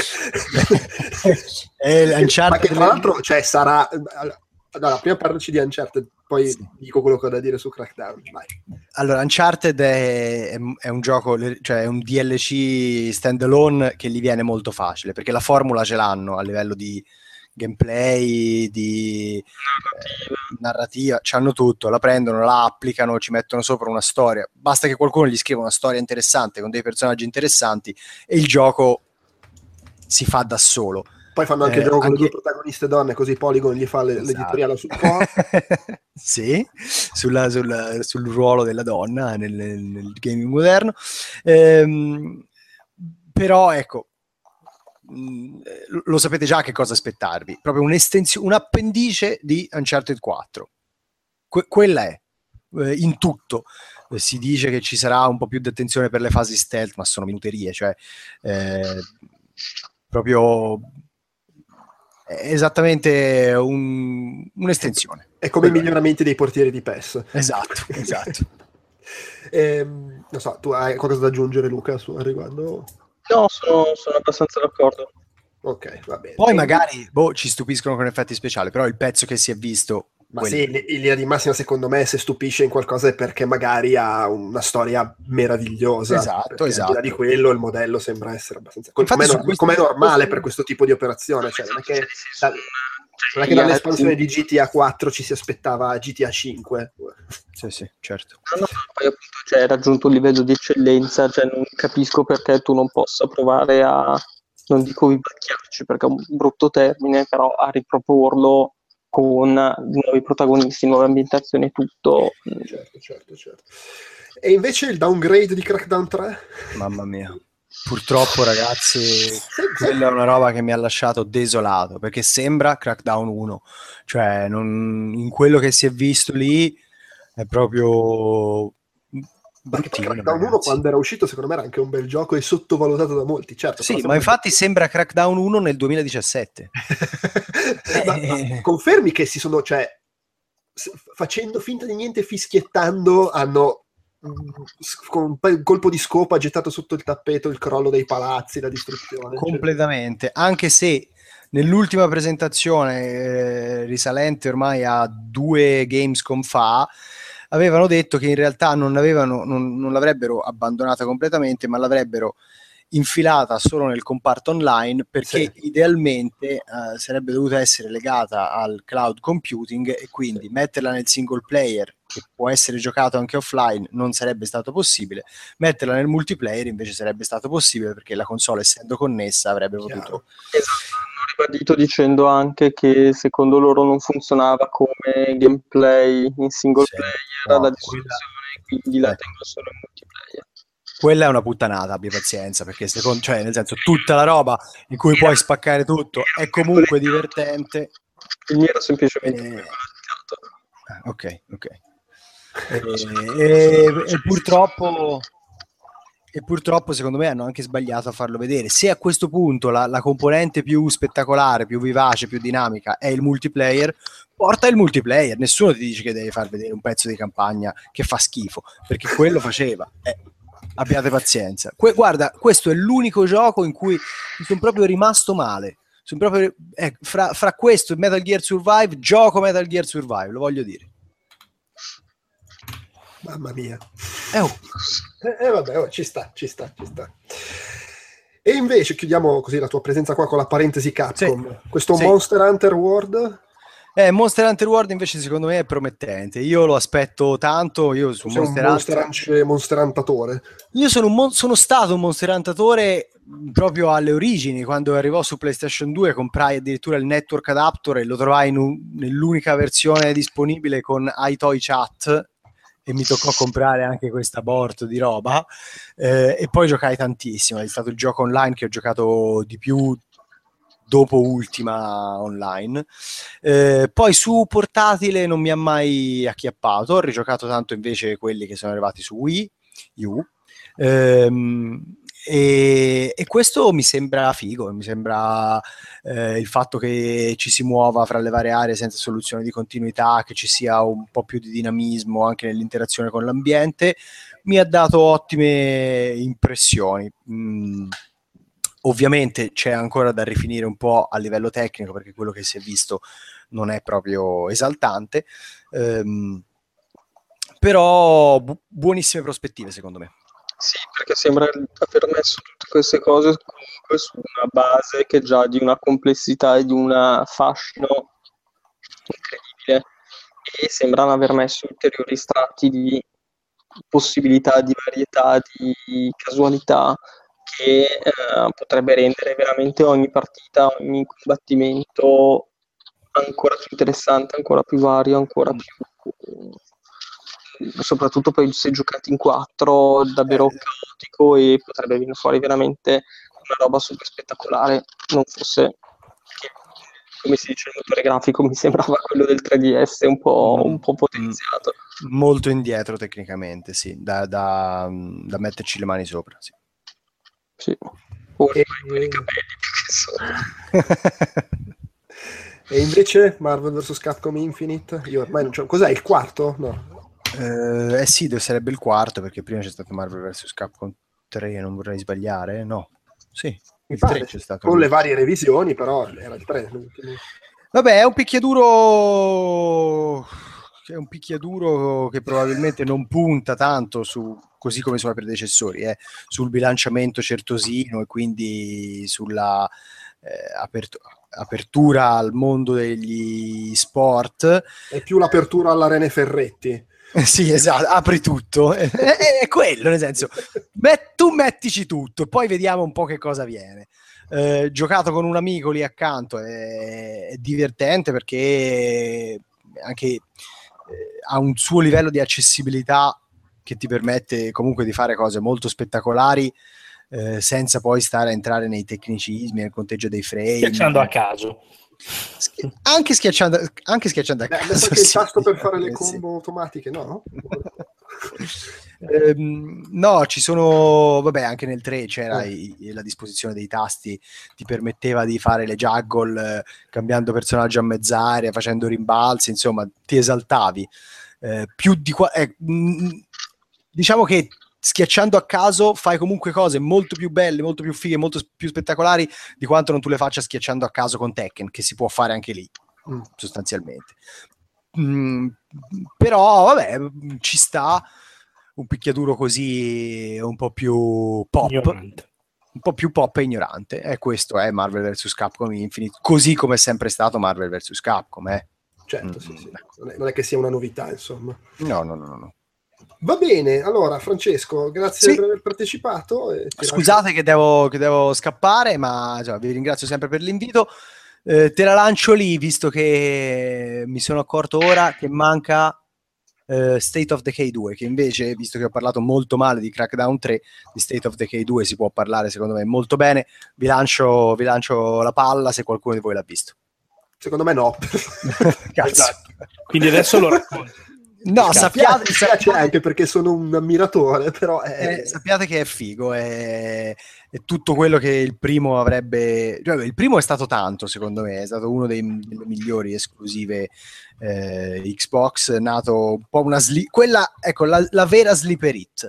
è ma che tra l'altro cioè, sarà allora, prima parlaci di Uncharted, poi sì. dico quello che ho da dire su Crackdown. Vai. Allora, Uncharted è, è, è un gioco, cioè è un D L C standalone che gli viene molto facile, perché la formula ce l'hanno a livello di gameplay, di narrativa, eh, narrativa, c'hanno tutto, la prendono, la applicano, ci mettono sopra una storia, basta che qualcuno gli scriva una storia interessante con dei personaggi interessanti e il gioco si fa da solo. Poi fanno anche eh, il gioco anche... con le due protagoniste donne, così Polygon gli fa le, esatto. l'editoriale sul core. Sì, sulla, sulla, sul ruolo della donna nel, nel gaming moderno. Ehm, però ecco, mh, lo sapete già che cosa aspettarvi. Proprio un'estensione, un appendice di Uncharted quattro. Que- quella è, eh, in tutto. Eh, si dice che ci sarà un po' più di attenzione per le fasi stealth, ma sono minuterie, cioè eh, proprio... esattamente un, un'estensione. È come i miglioramenti dei portieri di P E S. Esatto, esatto. ehm, non so, tu hai qualcosa da aggiungere, Luca, su, al riguardo? No, sono, sono abbastanza d'accordo. Ok, va bene. Poi magari boh, ci stupiscono con effetti speciali, però il pezzo che si è visto... Ma quelli... sì, in linea di massima secondo me se stupisce in qualcosa è perché magari ha una storia meravigliosa. Esatto, esatto. Al di là di quello il modello sembra essere abbastanza... Come è questo... normale per questo tipo di operazione, cioè non è che, da... non è che dall'espansione di G T A quattro ci si aspettava G T A cinque. Sì, sì, certo. No, no, poi appunto cioè, hai raggiunto un livello di eccellenza, cioè non capisco perché tu non possa provare a, non dico vivacchiarci perché è un brutto termine, però a riproporlo con nuovi protagonisti, nuove ambientazioni e tutto. Certo, certo, certo. E invece il downgrade di Crackdown tre? Mamma mia. Purtroppo, ragazzi, quella è una roba che mi ha lasciato desolato, perché sembra Crackdown uno. Cioè, non, in quello che si è visto lì è proprio bruttino, Crackdown ragazzi. uno quando era uscito secondo me era anche un bel gioco e sottovalutato da molti, certo. Sì, ma infatti sembra Crackdown uno nel duemiladiciassette. ma, ma confermi che si sono, cioè, facendo finta di niente, fischiettando, hanno con un colpo di scopa gettato sotto il tappeto il crollo dei palazzi, la distruzione. Completamente, cioè. Anche se nell'ultima presentazione eh, risalente ormai a due Gamescom fa, avevano detto che in realtà non, avevano, non, non l'avrebbero abbandonata completamente, ma l'avrebbero infilata solo nel comparto online, perché sì. idealmente eh, sarebbe dovuta essere legata al cloud computing, e quindi sì. metterla nel single player, che può essere giocato anche offline, non sarebbe stato possibile. Metterla nel multiplayer invece sarebbe stato possibile, perché la console, essendo connessa, avrebbe Chiaro. potuto... Esatto, hanno ribadito dicendo anche che secondo loro non funzionava come gameplay in single sì. player no, la distribuzione, quella... quindi ecco. la tengo solo in multiplayer. Quella è una puttanata, abbia pazienza, perché secondo, cioè, nel senso, tutta la roba in cui puoi spaccare tutto è comunque divertente. Il mio era semplicemente e... ah, ok, ok. E, e, e purtroppo e purtroppo secondo me hanno anche sbagliato a farlo vedere. Se a questo punto la, la componente più spettacolare, più vivace, più dinamica è il multiplayer, porta il multiplayer. Nessuno ti dice che devi far vedere un pezzo di campagna che fa schifo, perché quello faceva. Eh. Abbiate pazienza. Que- guarda, questo è l'unico gioco in cui mi sono proprio rimasto male. Sono proprio, eh, fra, fra questo e Metal Gear Survive, gioco Metal Gear Survive, lo voglio dire. Mamma mia. Eh, oh. eh, eh vabbè, oh, ci sta, ci sta, ci sta. E invece chiudiamo così la tua presenza qua con la parentesi Capcom. Sì. Questo sì. Monster Hunter World... Eh, Monster Hunter World invece secondo me è promettente. Io lo aspetto tanto. Io su Monster, un monster, Hunter... monster Huntatore. Io sono, un mon- sono stato un Monster Huntatore proprio alle origini. Quando arrivò su PlayStation due comprai addirittura il Network Adapter e lo trovai in un- nell'unica versione disponibile con iToy Chat, e mi toccò comprare anche questa borto di roba, eh, e poi giocai tantissimo. È stato il gioco online che ho giocato di più dopo Ultima online. Eh, poi su portatile non mi ha mai acchiappato. Ho rigiocato tanto invece quelli che sono arrivati su Wii U, ehm, e, e questo mi sembra figo. Mi sembra eh, il fatto che ci si muova fra le varie aree senza soluzione di continuità, che ci sia un po' più di dinamismo anche nell'interazione con l'ambiente, mi ha dato ottime impressioni. mm. Ovviamente c'è ancora da rifinire un po' a livello tecnico, perché quello che si è visto non è proprio esaltante, ehm, però bu- buonissime prospettive secondo me. Sì, perché sembra aver messo tutte queste cose comunque su una base che già di una complessità e di un fascino incredibile, e sembrano aver messo ulteriori strati di possibilità, di varietà, di casualità, che eh, potrebbe rendere veramente ogni partita, ogni combattimento ancora più interessante, ancora più vario, ancora più, soprattutto poi se giocati in quattro, davvero eh. caotico, e potrebbe venire fuori veramente una roba super spettacolare, non fosse che, come si dice, il motore grafico mi sembrava quello del tre D S un po', mm. un po' potenziato. Molto indietro tecnicamente, sì, da, da, da metterci le mani sopra, sì. Sì, o e... i capelli più che E invece Marvel versus. Capcom Infinite, io ormai non c'ho... Cos'è, il quarto? No. Eh, eh sì, deve sarebbe il quarto, perché prima c'è stato Marvel versus. Capcom tre, non vorrei sbagliare, no? Sì, il tre c'è stato. Con le varie revisioni, però era il tre. Vabbè, è un picchiaduro... è un picchiaduro che probabilmente non punta tanto su, così come suoi predecessori, eh, sul bilanciamento certosino e quindi sulla eh, apert- apertura al mondo degli sport. È più l'apertura all'Arene Ferretti. Sì, esatto, apri tutto, è, è- è quello, nel senso, met- tu mettici tutto e poi vediamo un po' che cosa viene. Eh, giocato con un amico lì accanto, è, è divertente perché anche eh, ha un suo livello di accessibilità che ti permette comunque di fare cose molto spettacolari, eh, senza poi stare a entrare nei tecnicismi, nel conteggio dei frame. Schiacciando a caso. Schi- anche schiacciando, anche schiacciando a Beh, ha caso, messo anche il sì, tasto per fare le eh, sì. combo automatiche, no? Ehm, no, ci sono, vabbè, anche nel tre c'era Eh. i- la disposizione dei tasti, ti permetteva di fare le juggle, eh, cambiando personaggio a mezz'aria, facendo rimbalzi, insomma, ti esaltavi. Eh, più di qua, eh, mh, diciamo che schiacciando a caso fai comunque cose molto più belle, molto più fighe, molto s- più spettacolari di quanto non tu le faccia schiacciando a caso con Tekken, che si può fare anche lì, Mm. sostanzialmente. Mm, però vabbè, mm, ci sta un picchiaduro così un po' più pop, Ignorante. un po' più pop e ignorante, e questo è Marvel versus. Capcom Infinite, così come è sempre stato Marvel versus. Capcom, eh. Certo, Mm, sì, sì. mm. Non è, non è che sia una novità, insomma. No, no, no, no, no. Va bene, allora Francesco, grazie Sì. per aver partecipato. E ti Scusate lascio- che devo, che devo scappare, ma insomma, vi ringrazio sempre per l'invito. Eh, te la lancio lì, visto che mi sono accorto ora che manca eh, State of Decay due, che invece, visto che ho parlato molto male di Crackdown tre, di State of Decay due si può parlare secondo me molto bene. Vi lancio, vi lancio la palla se qualcuno di voi l'ha visto. Secondo me no. Cazzo. Esatto. Quindi adesso lo racconto. No, Mi sappiate, spiace, mi spiace sappiate- anche perché sono un ammiratore, però è... Eh, sappiate che è figo, è, è tutto quello che il primo avrebbe. Cioè, il primo è stato tanto, secondo me, è stato uno dei, delle migliori esclusive eh, Xbox, nato un po' una sli- quella, ecco, la, la vera sleeper hit.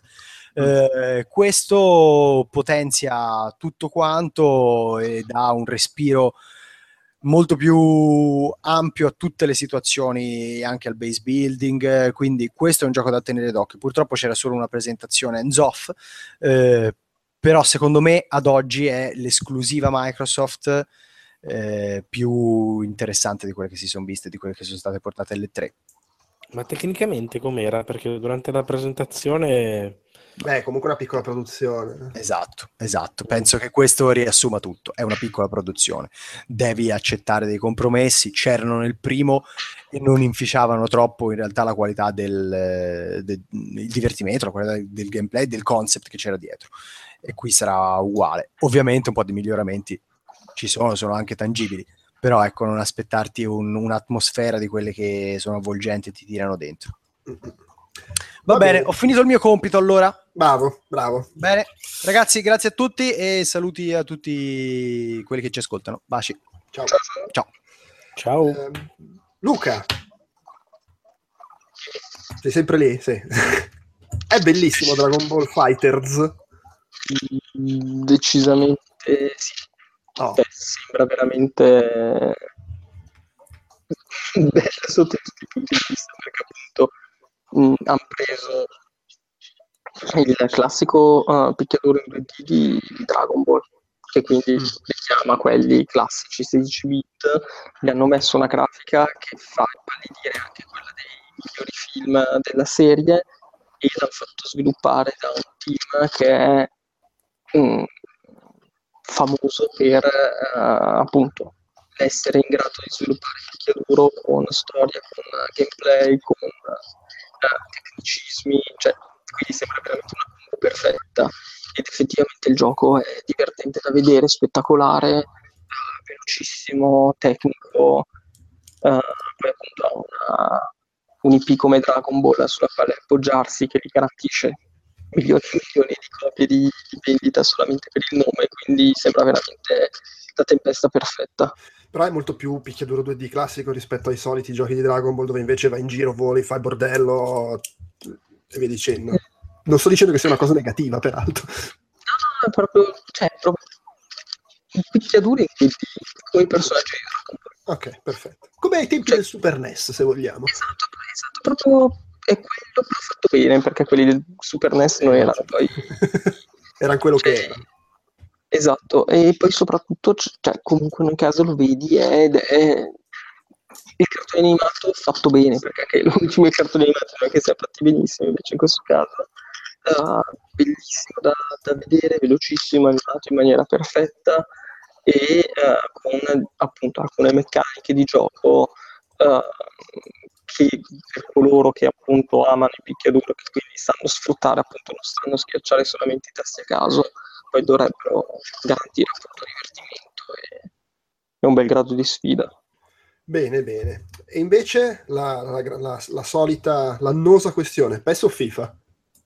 Eh, questo potenzia tutto quanto e dà un respiro molto più ampio a tutte le situazioni, anche al base building, quindi questo è un gioco da tenere d'occhio. Purtroppo c'era solo una presentazione hands-off, eh, però secondo me ad oggi è l'esclusiva Microsoft eh, più interessante di quelle che si sono viste, di quelle che sono state portate alle tre. Ma tecnicamente com'era? Perché durante la presentazione... Beh, comunque una piccola produzione. Esatto, esatto. Penso che questo riassuma tutto. È una piccola produzione. Devi accettare dei compromessi. C'erano nel primo e non inficiavano troppo in realtà la qualità del, del il divertimento, la qualità del gameplay, del concept che c'era dietro. E qui sarà uguale. Ovviamente un po' di miglioramenti ci sono, sono anche tangibili. Però ecco, non aspettarti un, un'atmosfera di quelle che sono avvolgenti e ti tirano dentro. Va, Va bene, bene. ho finito il mio compito allora. Bravo, bravo. Bene, ragazzi, grazie a tutti e saluti a tutti quelli che ci ascoltano. Baci. Ciao. Ciao. Ciao. Eh, Luca. Sei sempre lì? Sì. È bellissimo Dragon Ball Fighters. Decisamente sì. Oh. Cioè, sembra veramente bello sotto tutti i punti di vista, perché appunto mh, hanno preso il classico uh, picchiaduro in due D di, di Dragon Ball, che quindi Mm. richiama quelli classici sedici bit, gli hanno messo una grafica che fa impallidire anche quella dei migliori film della serie e l'hanno fatto sviluppare da un team che è mm, famoso per uh, appunto essere in grado di sviluppare il picchiaduro con storia, con uh, gameplay, con uh, tecnicismi, cioè quindi sembra veramente una combo perfetta ed effettivamente il gioco è divertente da vedere, spettacolare, uh, velocissimo, tecnico, uh, poi appunto ha una, un I P come Dragon Ball sulla quale appoggiarsi che gli garantisce milioni e milioni di copie di, di vendita solamente per il nome, quindi sembra veramente la tempesta perfetta. Però è molto più picchiaduro due D classico rispetto ai soliti giochi di Dragon Ball, dove invece vai in giro, voli, fai bordello e via dicendo. Non sto dicendo che sia una cosa negativa, peraltro. No, no, è proprio, cioè, proprio i picchiaduri in due D come i personaggi di Dragon Ball. Ok, perfetto. Come ai tempi Cioè, del Super N E S, se vogliamo. Esatto, esatto, proprio è quello però fatto bene, perché quelli del Super N E S non erano poi... Erano quello cioè, che erano. Esatto, e poi soprattutto, cioè, comunque in un caso lo vedi ed è il cartone animato fatto bene, perché anche l'ultimo cartone animato non è che sia fatti benissimo, invece in questo caso uh, bellissimo da, da vedere, velocissimo, animato in maniera perfetta e uh, con appunto alcune meccaniche di gioco uh, che per coloro che appunto amano i picchiaduro, che quindi sanno sfruttare, appunto non sanno schiacciare solamente i tasti a caso, poi dovrebbero garantire appunto divertimento e, e un bel grado di sfida. Bene, bene. E invece la, la, la, la solita, l'annosa questione, P E S o FIFA?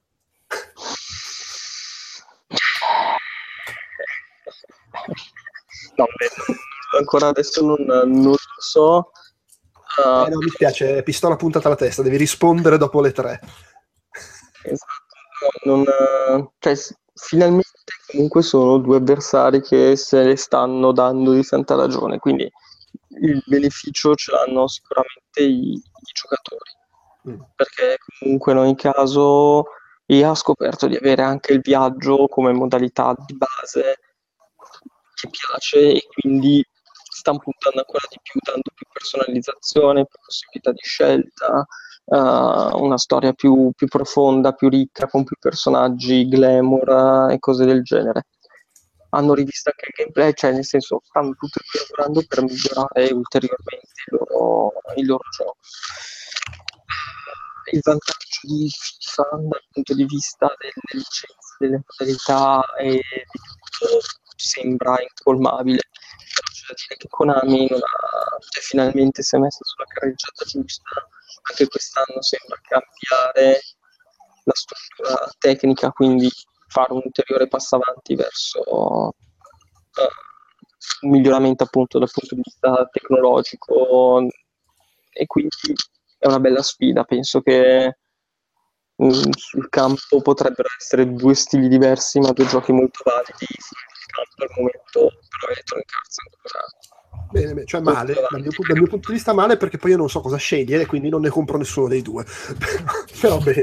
No, beh, ancora adesso non, non lo so. Uh, eh, no, mi spiace, pistola puntata alla testa, devi rispondere dopo le tre. Esatto, no, non, cioè, finalmente comunque sono due avversari che se le stanno dando di santa ragione, quindi il beneficio ce l'hanno sicuramente i, i giocatori, mm. perché comunque in ogni caso io ho scoperto di avere anche il viaggio come modalità di base che piace e quindi stanno puntando ancora di più, dando più personalizzazione, più possibilità di scelta, uh, una storia più, più profonda, più ricca, con più personaggi, glamour uh, e cose del genere. Hanno rivisto anche il gameplay, cioè nel senso stanno tutti lavorando per migliorare ulteriormente il loro, il loro gioco. Il vantaggio di FIFA dal punto di vista delle licenze, delle modalità e di tutto sembra incolmabile. Però c'è da dire che Konami non ha, cioè, finalmente si è messa sulla carreggiata giusta. Anche quest'anno sembra cambiare la struttura tecnica, quindi fare un ulteriore passo avanti verso uh, un miglioramento appunto dal punto di vista tecnologico, e quindi è una bella sfida. Penso che mh, sul campo potrebbero essere due stili diversi ma due giochi molto validi. Sul campo al momento però Electronic Arts ancora bene, bene, cioè male dal mio, dal mio punto di vista male, perché poi io non so cosa scegliere, quindi non ne compro nessuno dei due. Però bene,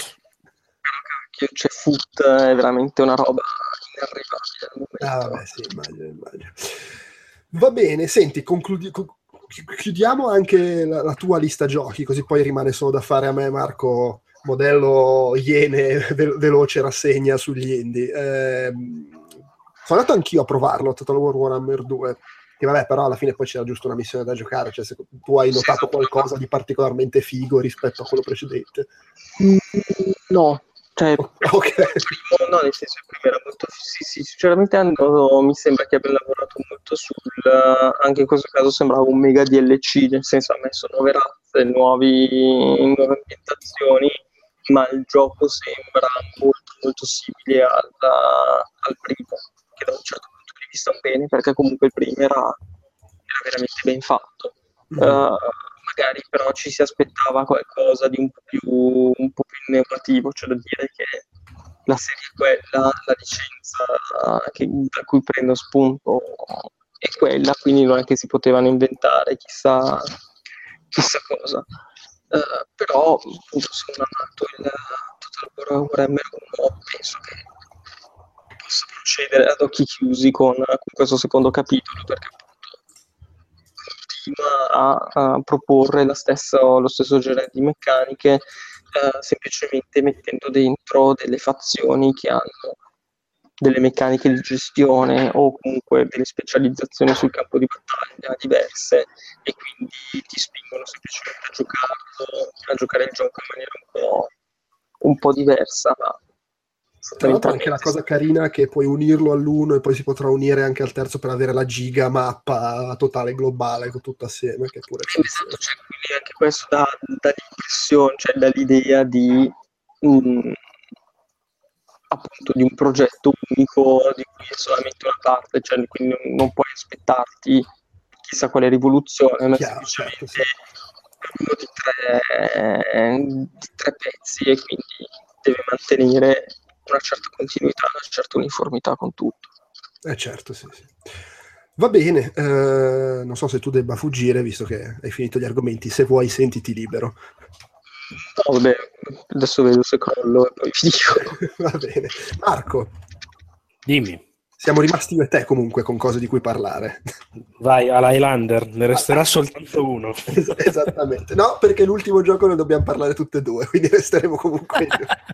c'è Foot, è veramente una roba inarrivabile al momento. Ah, vabbè, sì, immagino, immagino. Va bene, senti, concludi- co- chiudiamo anche la, la tua lista giochi, così poi rimane solo da fare a me, Marco, modello Iene, ve- veloce rassegna sugli indie. Eh, sono andato anch'io a provarlo, Total War Warhammer due, che vabbè, però alla fine poi c'era giusto una missione da giocare, cioè se tu hai notato qualcosa di particolarmente figo rispetto a quello precedente. No. Cioè, okay. primo, no, nel senso che era molto sì, sì, sinceramente hanno, mi sembra che abbia lavorato molto sul, anche in questo caso sembrava un mega D L C, nel senso ha messo nuove razze, nuovi, nuove ambientazioni, ma il gioco sembra molto molto simile al, al primo, che da un certo punto di vista un bene, perché comunque il primo era, era veramente ben fatto. Mm-hmm. Uh, magari però ci si aspettava qualcosa di un po' più, un po' più innovativo, cioè da dire che la serie è quella, la licenza che, da cui prendo spunto è quella, quindi non è che si potevano inventare chissà, chissà cosa. Uh, però appunto se uno ha amato il Total War Warhammer uno, penso che possa procedere ad occhi chiusi con, con questo secondo capitolo, perché A, a proporre la stessa, lo stesso genere di meccaniche, eh, semplicemente mettendo dentro delle fazioni che hanno delle meccaniche di gestione o comunque delle specializzazioni sul campo di battaglia diverse, e quindi ti spingono semplicemente a giocarlo, a giocare il gioco in maniera un po', un po' diversa. Ma tra l'altro anche la cosa carina è che puoi unirlo all'uno e poi si potrà unire anche al terzo per avere la giga mappa totale globale con tutto assieme, che pure esatto, cioè, quindi anche questo dà, dà l'impressione, cioè dà l'idea di um, appunto di un progetto unico di cui è solamente una parte, cioè quindi non, non puoi aspettarti chissà quale rivoluzione, ma Chiaro, semplicemente certo, sì. uno di tre, di tre pezzi, e quindi deve mantenere una certa continuità, una certa uniformità con tutto. Eh certo, sì, sì. Va bene, eh, non so se tu debba fuggire, visto che hai finito gli argomenti, se vuoi sentiti libero. No, vabbè, adesso vedo se crollo e poi vi dico. Va bene. Marco. Dimmi. Siamo rimasti io e te comunque con cose di cui parlare. Vai all'Highlander, ne resterà soltanto uno. Es- esattamente, no, perché l'ultimo gioco ne dobbiamo parlare tutte e due, quindi resteremo comunque in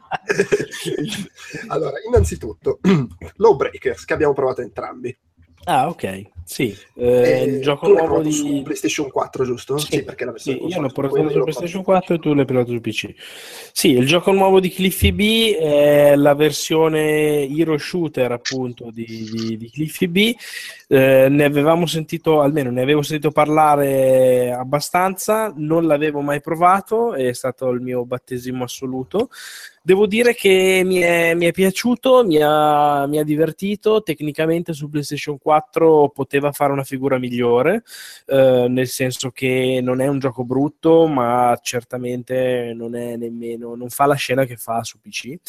due. Allora, innanzitutto Lawbreakers, che abbiamo provato entrambi. Ah, ok, sì, eh, il gioco nuovo di su PlayStation quattro, giusto? Sì, Sì, perché la versione sì, io l'ho console, portato poi su l'ho PlayStation fatto. quattro e tu l'hai pilotato su P C. Sì, il gioco nuovo di Cliffy B è la versione Hero Shooter, appunto, di, di, di Cliffy B. Eh, ne avevamo sentito, almeno ne avevo sentito parlare abbastanza, non l'avevo mai provato, è stato il mio battesimo assoluto. Devo dire che mi è, mi è piaciuto, mi ha, mi ha divertito. Tecnicamente su PlayStation quattro poteva fare una figura migliore, eh, nel senso che non è un gioco brutto, ma certamente non è nemmeno, non fa la scena che fa su P C.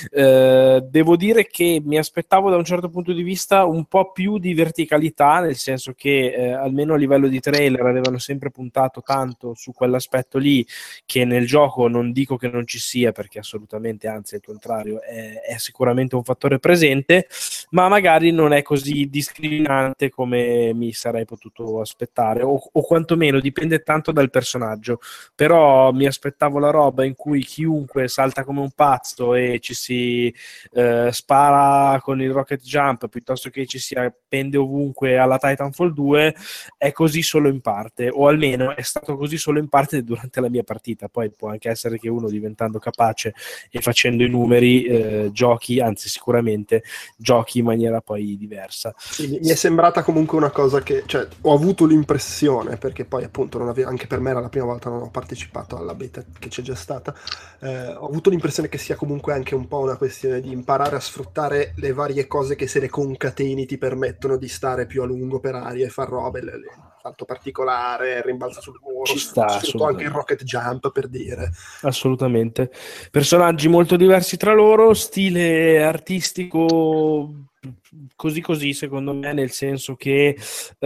Eh, devo dire che mi aspettavo da un certo punto di vista un po' più di verticalità, nel senso che eh, almeno a livello di trailer avevano sempre puntato tanto su quell'aspetto lì, che nel gioco non dico che non ci sia, perché assolutamente, anzi al contrario, è, è sicuramente un fattore presente, ma magari non è così discriminante come mi sarei potuto aspettare, o, o quantomeno dipende tanto dal personaggio. Però mi aspettavo la roba in cui chiunque salta come un pazzo e ci si eh, spara con il rocket jump, piuttosto che ci si appende ovunque alla Titanfall due. È così solo in parte, o almeno è stato così solo in parte durante la mia partita. Poi può anche essere che uno, diventando capace e facendo i numeri, eh, giochi, anzi sicuramente giochi in maniera poi diversa. Sì, mi è sembrata comunque una cosa che, cioè, ho avuto l'impressione, perché poi appunto non avevo, anche per me era la prima volta, non ho partecipato alla beta che c'è già stata, eh, ho avuto l'impressione che sia comunque anche un po' una questione di imparare a sfruttare le varie cose che, se le concateni, ti permettono di stare più a lungo per aria e far robe, le, le, salto particolare, rimbalzo sul muro, Ci sta, sfrutto anche il rocket jump, per dire. Assolutamente. Personaggi molto diversi tra loro, stile artistico così così secondo me, nel senso che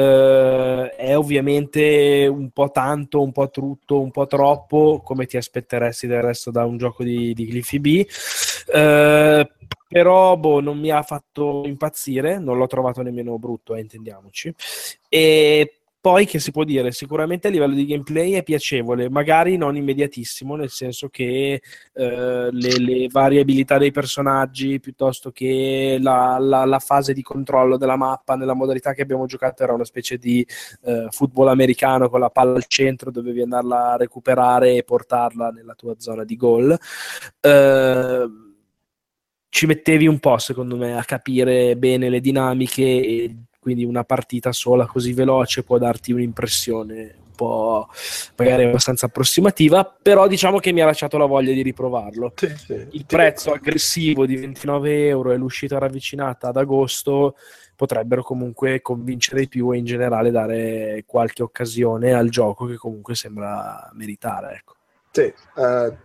eh, è ovviamente un po' tanto, un po' trutto, un po' troppo, come ti aspetteresti del resto da un gioco di, di Cliffy B, eh, però boh, non mi ha fatto impazzire, non l'ho trovato nemmeno brutto, eh, intendiamoci. E poi, che si può dire, sicuramente a livello di gameplay è piacevole, magari non immediatissimo, nel senso che eh, le, le variabilità dei personaggi, piuttosto che la, la, la fase di controllo della mappa, nella modalità che abbiamo giocato era una specie di eh, football americano con la palla al centro, dovevi andarla a recuperare e portarla nella tua zona di gol. Eh, ci mettevi un po', secondo me, a capire bene le dinamiche, e quindi una partita sola così veloce può darti un'impressione un po' magari abbastanza approssimativa, però diciamo che mi ha lasciato la voglia di riprovarlo. Sì, sì. Il prezzo aggressivo di ventinove euro e l'uscita ravvicinata ad agosto potrebbero comunque convincere di più, e in generale dare qualche occasione al gioco, che comunque sembra meritare, ecco. Sì, uh...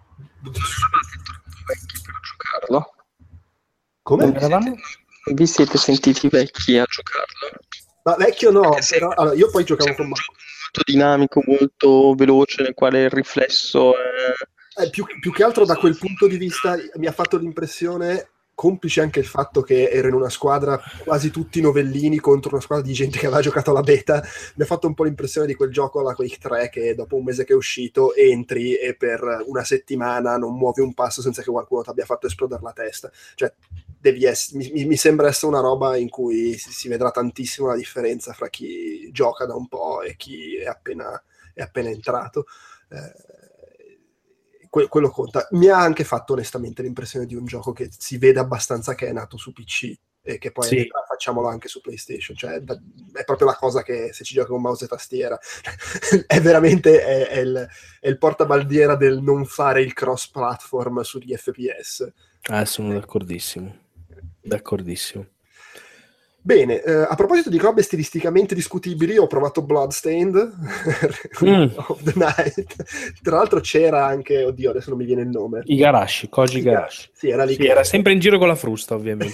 giocarlo. Come? Non eravamo? Vi siete sentiti vecchi a giocarlo? Ma vecchio no, Perché però allora, io poi giocavo con molto dinamico, molto veloce, nel quale il riflesso è... eh, più, più che altro da quel punto di vista mi ha fatto l'impressione, complice anche il fatto che ero in una squadra quasi tutti novellini contro una squadra di gente che aveva giocato alla beta, mi ha fatto un po' l'impressione di quel gioco alla Quake tre, che dopo un mese che è uscito entri e per una settimana non muovi un passo senza che qualcuno ti abbia fatto esplodere la testa. Cioè, devi essere, mi, mi sembra essere una roba in cui si, si vedrà tantissimo la differenza fra chi gioca da un po' e chi è appena, è appena entrato. Eh, Que- quello conta. Mi ha anche fatto onestamente l'impressione di un gioco che si vede abbastanza che è nato su P C, e che poi sì. facciamolo anche su PlayStation, cioè da, è proprio la cosa che, se ci giochi con mouse e tastiera, è veramente è, è, il, è il portabandiera del non fare il cross platform sugli F P S. Ah, sono d'accordissimo d'accordissimo Bene, eh, a proposito di robe stilisticamente discutibili, ho provato Bloodstained mm. of the Night. Tra l'altro c'era anche, oddio, adesso non mi viene il nome, Igarashi, Koji Igarashi. Sì, era lì, sì, che era sempre in giro con la frusta, ovviamente.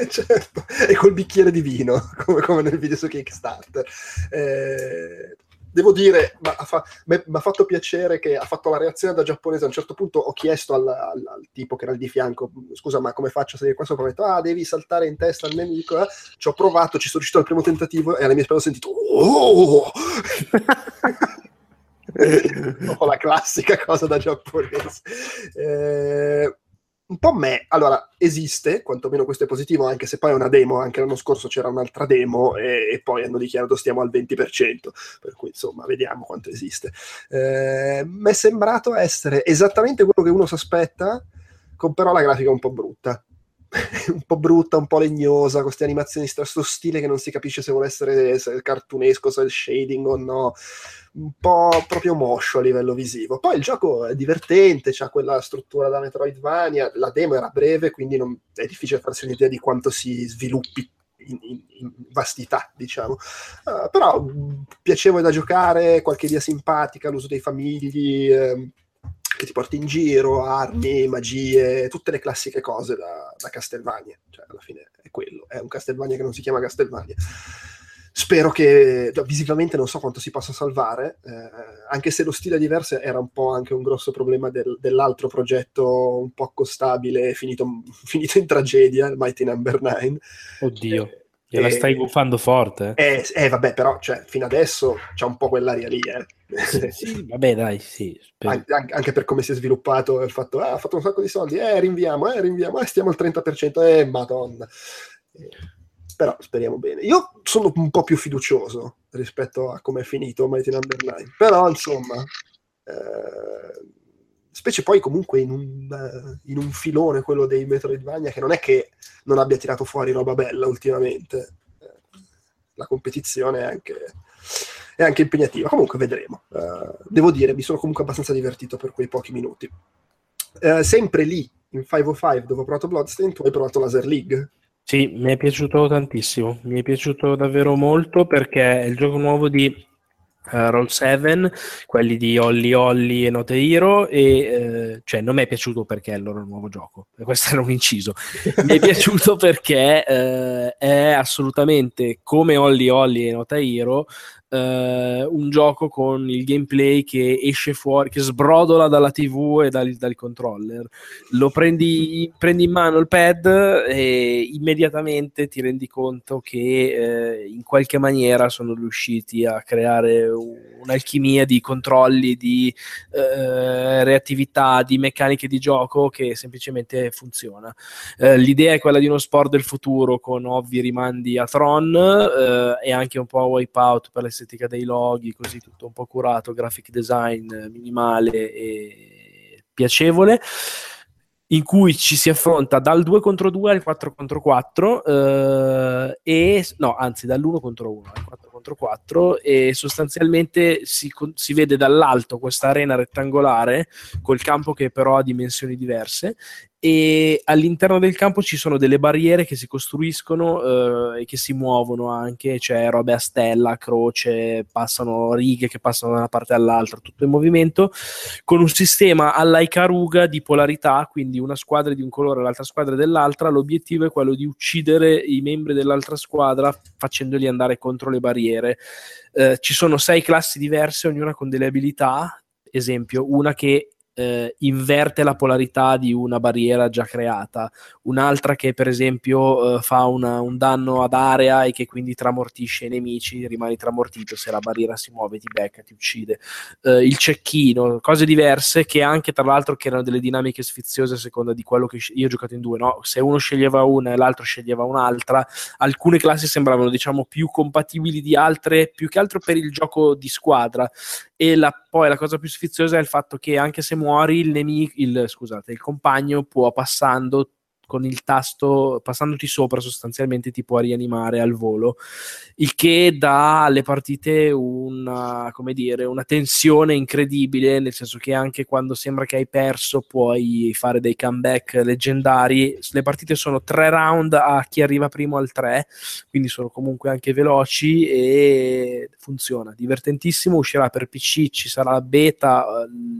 Certo, e col bicchiere di vino, come, come nel video su Kickstarter. Eh, devo dire, mi ha fatto piacere che ha fatto la reazione da giapponese. A un certo punto ho chiesto al, al, al tipo che era lì di fianco, scusa, ma come faccio a salire qua sopra? Ho detto, ah, devi saltare in testa al nemico. Eh? Ci ho provato, ci sono riuscito al primo tentativo e alla mia spesa ho sentito, oh! La classica cosa da giapponese. Eh, un po' me, allora, esiste, quantomeno questo è positivo, anche se poi è una demo, anche l'anno scorso c'era un'altra demo e, e poi hanno dichiarato stiamo al venti per cento, per cui insomma vediamo quanto esiste. Eh, mi è sembrato essere esattamente quello che uno si aspetta, con però la grafica un po' brutta. un po' brutta, un po' legnosa, con queste animazioni, questo stile che non si capisce se vuole essere se è cartunesco, se è shading o no, un po' proprio moscio a livello visivo. Poi il gioco è divertente, c'ha quella struttura da Metroidvania, la demo era breve, quindi non, è difficile farsi un'idea di quanto si sviluppi in, in, in vastità, diciamo. Uh, però mh, piacevole da giocare, qualche idea simpatica, l'uso dei famigli, ehm, che ti porti in giro, armi, magie, tutte le classiche cose da, da Castlevania. Cioè, alla fine è quello, è un Castlevania che non si chiama Castlevania. Spero che, visivamente non so quanto si possa salvare, eh, anche se lo stile diverso era un po' anche un grosso problema del, dell'altro progetto un po' accostabile, finito, finito in tragedia, il Mighty Number nine. Oddio. Eh, Gliela stai buffando forte. Eh, eh, vabbè, però, cioè, fino adesso c'è un po' quell'aria lì, eh. Sì, sì, vabbè, dai, sì. An- anche per come si è sviluppato, il fatto, ah, ha fatto un sacco di soldi, eh, rinviamo, eh, rinviamo, eh, stiamo al trenta per cento, eh, madonna. Eh, però speriamo bene. Io sono un po' più fiducioso rispetto a come è finito Mighty Number nine, però, insomma, eh, specie poi comunque in un, in un filone, quello dei Metroidvania, che non è che non abbia tirato fuori roba bella ultimamente. La competizione è anche, è anche impegnativa. Comunque vedremo. Uh, devo dire, mi sono comunque abbastanza divertito per quei pochi minuti. Uh, sempre lì, in cinquecentocinque, dove ho provato Bloodstained, tu hai provato Laser League? Sì, mi è piaciuto tantissimo. Mi è piaciuto davvero molto perché è il gioco nuovo di Uh, Roll sette, quelli di Holly Holly e Note Hero, e eh, cioè non mi è piaciuto perché è il loro nuovo gioco, questo era un inciso. Mi è piaciuto perché eh, è assolutamente come Holly Holly e Note Hero, eh, un gioco con il gameplay che esce fuori, che sbrodola dalla tivù e dal, dal controller. Lo prendi, prendi in mano il pad e immediatamente ti rendi conto che eh, in qualche maniera sono riusciti a creare un'alchimia di controlli, di eh, reattività, di meccaniche di gioco che semplicemente funziona. Eh, l'idea è quella di uno sport del futuro con ovvi rimandi a Tron eh, e anche un po' a Wipeout per l'estetica dei loghi, così tutto un po' curato, graphic design minimale e piacevole, in cui ci si affronta dal due contro due al quattro contro quattro eh, e no, anzi dall'uno contro uno al quattro contro quattro, e sostanzialmente si, si vede dall'alto questa arena rettangolare col campo che però ha dimensioni diverse, e all'interno del campo ci sono delle barriere che si costruiscono eh, e che si muovono anche, cioè robe a stella, a croce, passano righe che passano da una parte all'altra, tutto in movimento, con un sistema alla Ikaruga di polarità, quindi una squadra è di un colore e l'altra squadra è dell'altra. L'obiettivo è quello di uccidere i membri dell'altra squadra facendoli andare contro le barriere. Eh, ci sono sei classi diverse, ognuna con delle abilità, esempio, una che Eh, inverte la polarità di una barriera già creata, un'altra che per esempio eh, fa una, un danno ad area e che quindi tramortisce i nemici, rimani tramortito, se la barriera si muove ti becca, ti uccide, eh, il cecchino, cose diverse che anche tra l'altro che erano delle dinamiche sfiziose a seconda di quello che io ho giocato in due, no? Se uno sceglieva una e l'altro sceglieva un'altra, alcune classi sembravano diciamo più compatibili di altre, più che altro per il gioco di squadra. E la, poi la cosa più sfiziosa è il fatto che anche se muori il nemico, il, scusate, il compagno può passando con il tasto, passandoti sopra sostanzialmente ti può rianimare al volo, il che dà alle partite una, come dire, una tensione incredibile, nel senso che anche quando sembra che hai perso puoi fare dei comeback leggendari. Le partite sono tre round a chi arriva primo al tre, quindi sono comunque anche veloci e funziona, divertentissimo. Uscirà per P C, ci sarà beta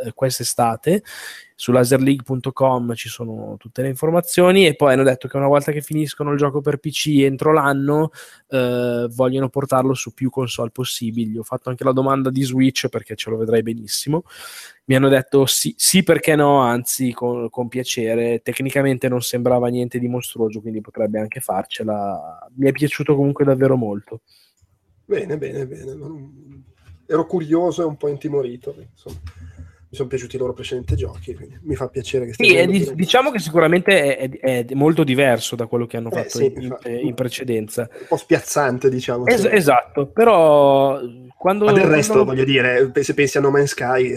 eh, quest'estate. Su laserleague punto com ci sono tutte le informazioni, e poi hanno detto che una volta che finiscono il gioco per P C entro l'anno eh, vogliono portarlo su più console possibili. Ho fatto anche la domanda di Switch perché ce lo vedrei benissimo. Mi hanno detto sì, sì perché no, anzi con, con piacere. Tecnicamente non sembrava niente di mostruoso, quindi potrebbe anche farcela. Mi è piaciuto comunque davvero molto. Bene, bene, bene. Ero curioso e un po' intimorito, insomma. Mi sono piaciuti i loro precedenti giochi, quindi mi fa piacere che stia sì, è, di, diciamo che sicuramente è, è, è molto diverso da quello che hanno eh, fatto sì, in, fa, in precedenza. Un po' spiazzante, diciamo. Es- sì. Esatto, però quando... Ma del resto, quando... voglio dire, se pensi a No Man's Sky,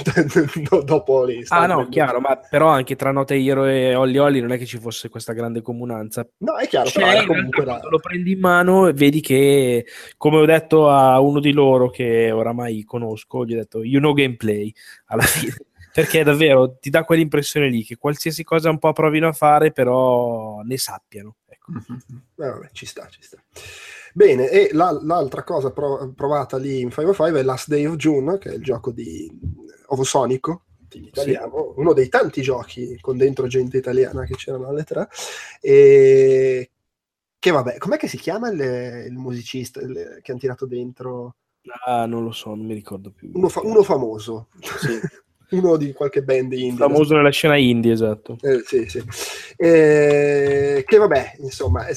dopo lì Ah no, chiaro, ma però anche tra Note Hero e Holly Holly non è che ci fosse questa grande comunanza. No, è chiaro, C'è, però era in comunque realtà, da... quando lo prendi in mano vedi che, come ho detto a uno di loro che oramai conosco, gli ho detto you know gameplay alla fine, perché davvero ti dà quell'impressione lì che qualsiasi cosa un po' provino a fare però ne sappiano, ecco. Mm-hmm. Eh, vabbè, ci sta, ci sta. Bene, e la, l'altra cosa prov- provata lì in cinquecentocinque è Last Day of June, che è il gioco di Ovosonico in italiano, sì. Uno dei tanti giochi con dentro gente italiana che c'erano alle tre, e che vabbè, com'è che si chiama il, il musicista il, che hanno tirato dentro? Ah, non lo so, non mi ricordo più. Uno, fa- uno famoso. Sì. Uno di qualche band indie. Famoso nella scena indie, esatto. Eh, sì, sì. Eh, che vabbè, insomma, è,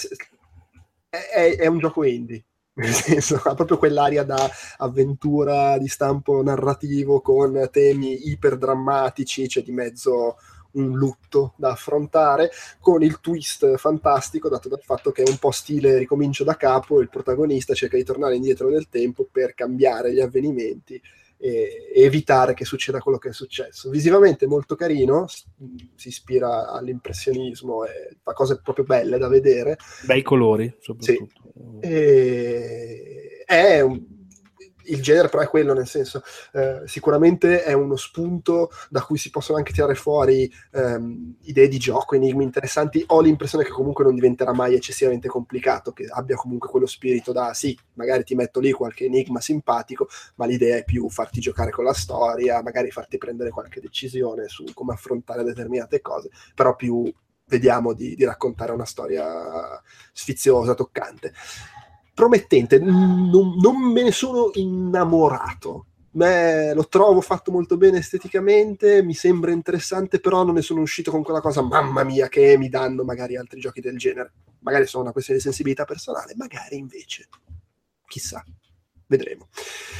è, è un gioco indie. Nel senso, ha proprio quell'aria da avventura di stampo narrativo con temi iperdrammatici, c'è di mezzo un lutto da affrontare, con il twist fantastico dato dal fatto che è un po' stile ricomincio da capo, il protagonista cerca di tornare indietro nel tempo per cambiare gli avvenimenti e, e evitare che succeda quello che è successo. Visivamente molto carino, si ispira all'impressionismo e fa cose proprio belle da vedere. Bei colori, soprattutto. Sì. E... è un... il genere però è quello, nel senso eh, sicuramente è uno spunto da cui si possono anche tirare fuori ehm, idee di gioco, enigmi interessanti. Ho l'impressione che comunque non diventerà mai eccessivamente complicato, che abbia comunque quello spirito da sì, magari ti metto lì qualche enigma simpatico, ma l'idea è più farti giocare con la storia, magari farti prendere qualche decisione su come affrontare determinate cose, però più vediamo di, di raccontare una storia sfiziosa, toccante. Promettente, non, non me ne sono innamorato. Beh, lo trovo fatto molto bene esteticamente, mi sembra interessante, però non ne sono uscito con quella cosa, mamma mia, che mi danno magari altri giochi del genere. Magari sono una questione di sensibilità personale, magari invece. Chissà, vedremo.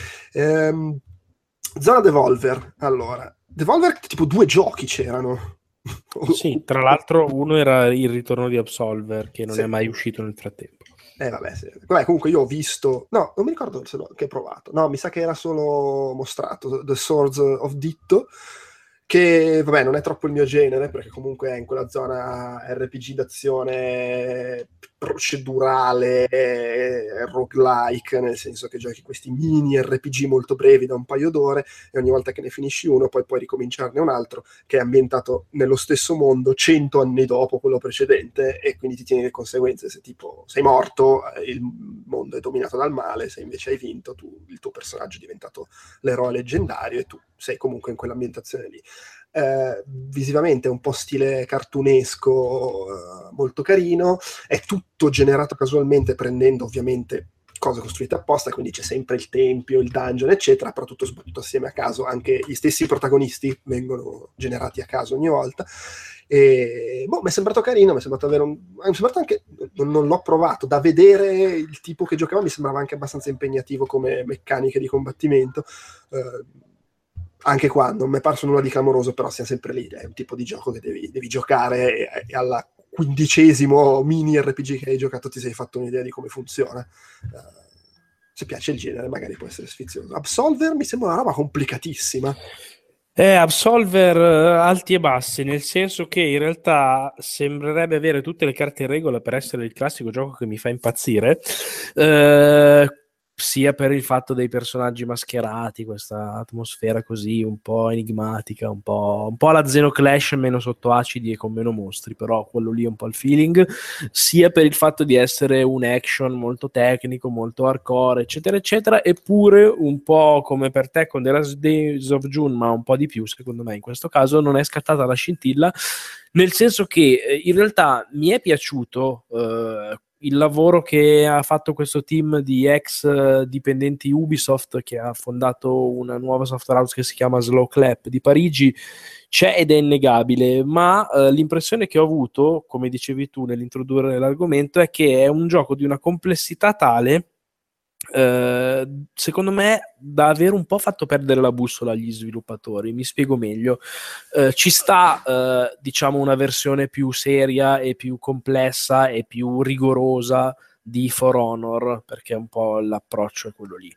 Ehm, Zona Devolver, allora. Devolver, tipo due giochi c'erano. Sì, tra l'altro uno era il ritorno di Absolver, che non sì. è mai uscito nel frattempo. Eh vabbè, sì. Vabbè, comunque io ho visto, no, non mi ricordo se l'ho, che ho provato, no, mi sa che era solo mostrato The Swords of Ditto, che vabbè non è troppo il mio genere, perché comunque è in quella zona R P G d'azione procedurale, roguelike, nel senso che giochi questi mini R P G molto brevi da un paio d'ore e ogni volta che ne finisci uno poi puoi ricominciarne un altro che è ambientato nello stesso mondo cento anni dopo quello precedente, e quindi ti tieni le conseguenze. Se tipo sei morto, il mondo è dominato dal male, se invece hai vinto, tu, il tuo personaggio è diventato l'eroe leggendario e tu sei comunque in quell'ambientazione lì. Eh, visivamente è un po' stile cartunesco, eh, molto carino, è tutto generato casualmente prendendo ovviamente cose costruite apposta, quindi c'è sempre il tempio, il dungeon eccetera, però tutto sbattuto assieme a caso, anche gli stessi protagonisti vengono generati a caso ogni volta. E boh, mi è sembrato carino, mi è sembrato avere un... mi è sembrato anche, non, non l'ho provato, da vedere il tipo che giocava mi sembrava anche abbastanza impegnativo come meccaniche di combattimento. Eh, anche qua non mi è parso nulla di clamoroso, però sia sempre lì, è un tipo di gioco che devi, devi giocare e, e alla quindicesimo mini R P G che hai giocato ti sei fatto un'idea di come funziona. Uh, se piace il genere magari può essere sfizioso. Absolver mi sembra una roba complicatissima. È Absolver alti e bassi, nel senso che in realtà sembrerebbe avere tutte le carte in regola per essere il classico gioco che mi fa impazzire. Eh, sia per il fatto dei personaggi mascherati, questa atmosfera così un po' enigmatica, un po', un po' la Xenoclash meno sottoacidi e con meno mostri, però quello lì è un po' il feeling, sia per il fatto di essere un action molto tecnico, molto hardcore, eccetera, eccetera, eppure un po' come per te con The Last Days of June, ma un po' di più, secondo me, in questo caso non è scattata la scintilla, nel senso che in realtà mi è piaciuto eh, il lavoro che ha fatto questo team di ex dipendenti Ubisoft, che ha fondato una nuova software house che si chiama Slow Clap di Parigi, c'è ed è innegabile, ma eh, l'impressione che ho avuto, come dicevi tu nell'introdurre l'argomento, è che è un gioco di una complessità tale, eh, secondo me, da aver un po' fatto perdere la bussola agli sviluppatori. Mi spiego meglio. Eh, ci sta eh, diciamo una versione più seria e più complessa e più rigorosa di For Honor, perché un po' l'approccio è quello lì,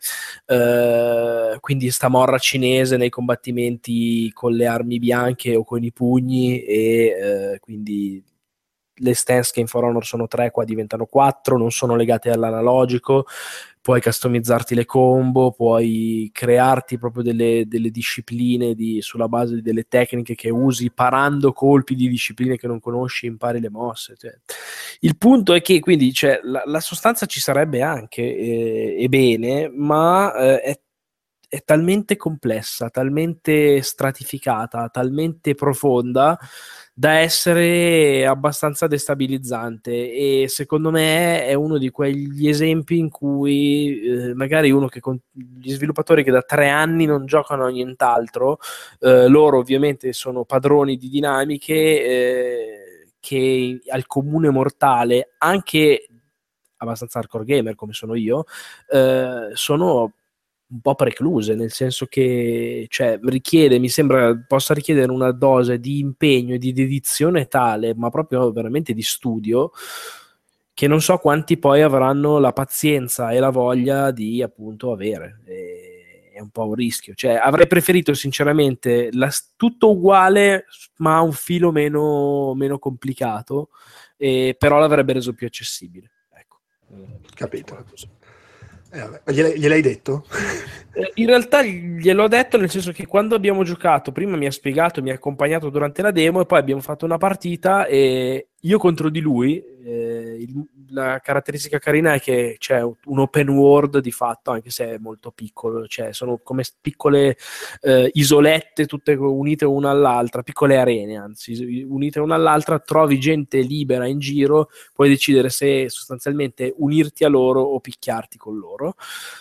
eh, quindi sta morra cinese nei combattimenti con le armi bianche o con i pugni, e eh, quindi le stance che in For Honor sono tre qua diventano quattro, non sono legate all'analogico, puoi customizzarti le combo, puoi crearti proprio delle, delle discipline di, sulla base delle tecniche che usi, parando colpi di discipline che non conosci, impari le mosse, cioè. Il punto è che quindi cioè, la, la sostanza ci sarebbe anche eh, e bene, ma eh, è è talmente complessa, talmente stratificata, talmente profonda da essere abbastanza destabilizzante, e secondo me è uno di quegli esempi in cui eh, magari uno che con gli sviluppatori che da tre anni non giocano a nient'altro, eh, loro ovviamente sono padroni di dinamiche eh, che al comune mortale, anche abbastanza hardcore gamer come sono io, eh, sono un po' precluse, nel senso che cioè, richiede, mi sembra possa richiedere una dose di impegno e di dedizione tale, ma proprio veramente di studio, che non so quanti poi avranno la pazienza e la voglia di appunto avere. E è un po' un rischio, cioè avrei preferito sinceramente la, tutto uguale ma un filo meno, meno complicato, eh, però l'avrebbe reso più accessibile, ecco. Capito. Eh, vabbè. Gliel'hai, gliel'hai detto? Eh, in realtà gliel'ho detto, nel senso che quando abbiamo giocato, prima mi ha spiegato, mi ha accompagnato durante la demo, e poi abbiamo fatto una partita e io contro di lui. Eh, il, la caratteristica carina è che c'è un open world di fatto, anche se è molto piccolo, cioè sono come piccole eh, isolette tutte unite una all'altra, piccole arene anzi unite una all'altra, trovi gente libera in giro, puoi decidere se sostanzialmente unirti a loro o picchiarti con loro.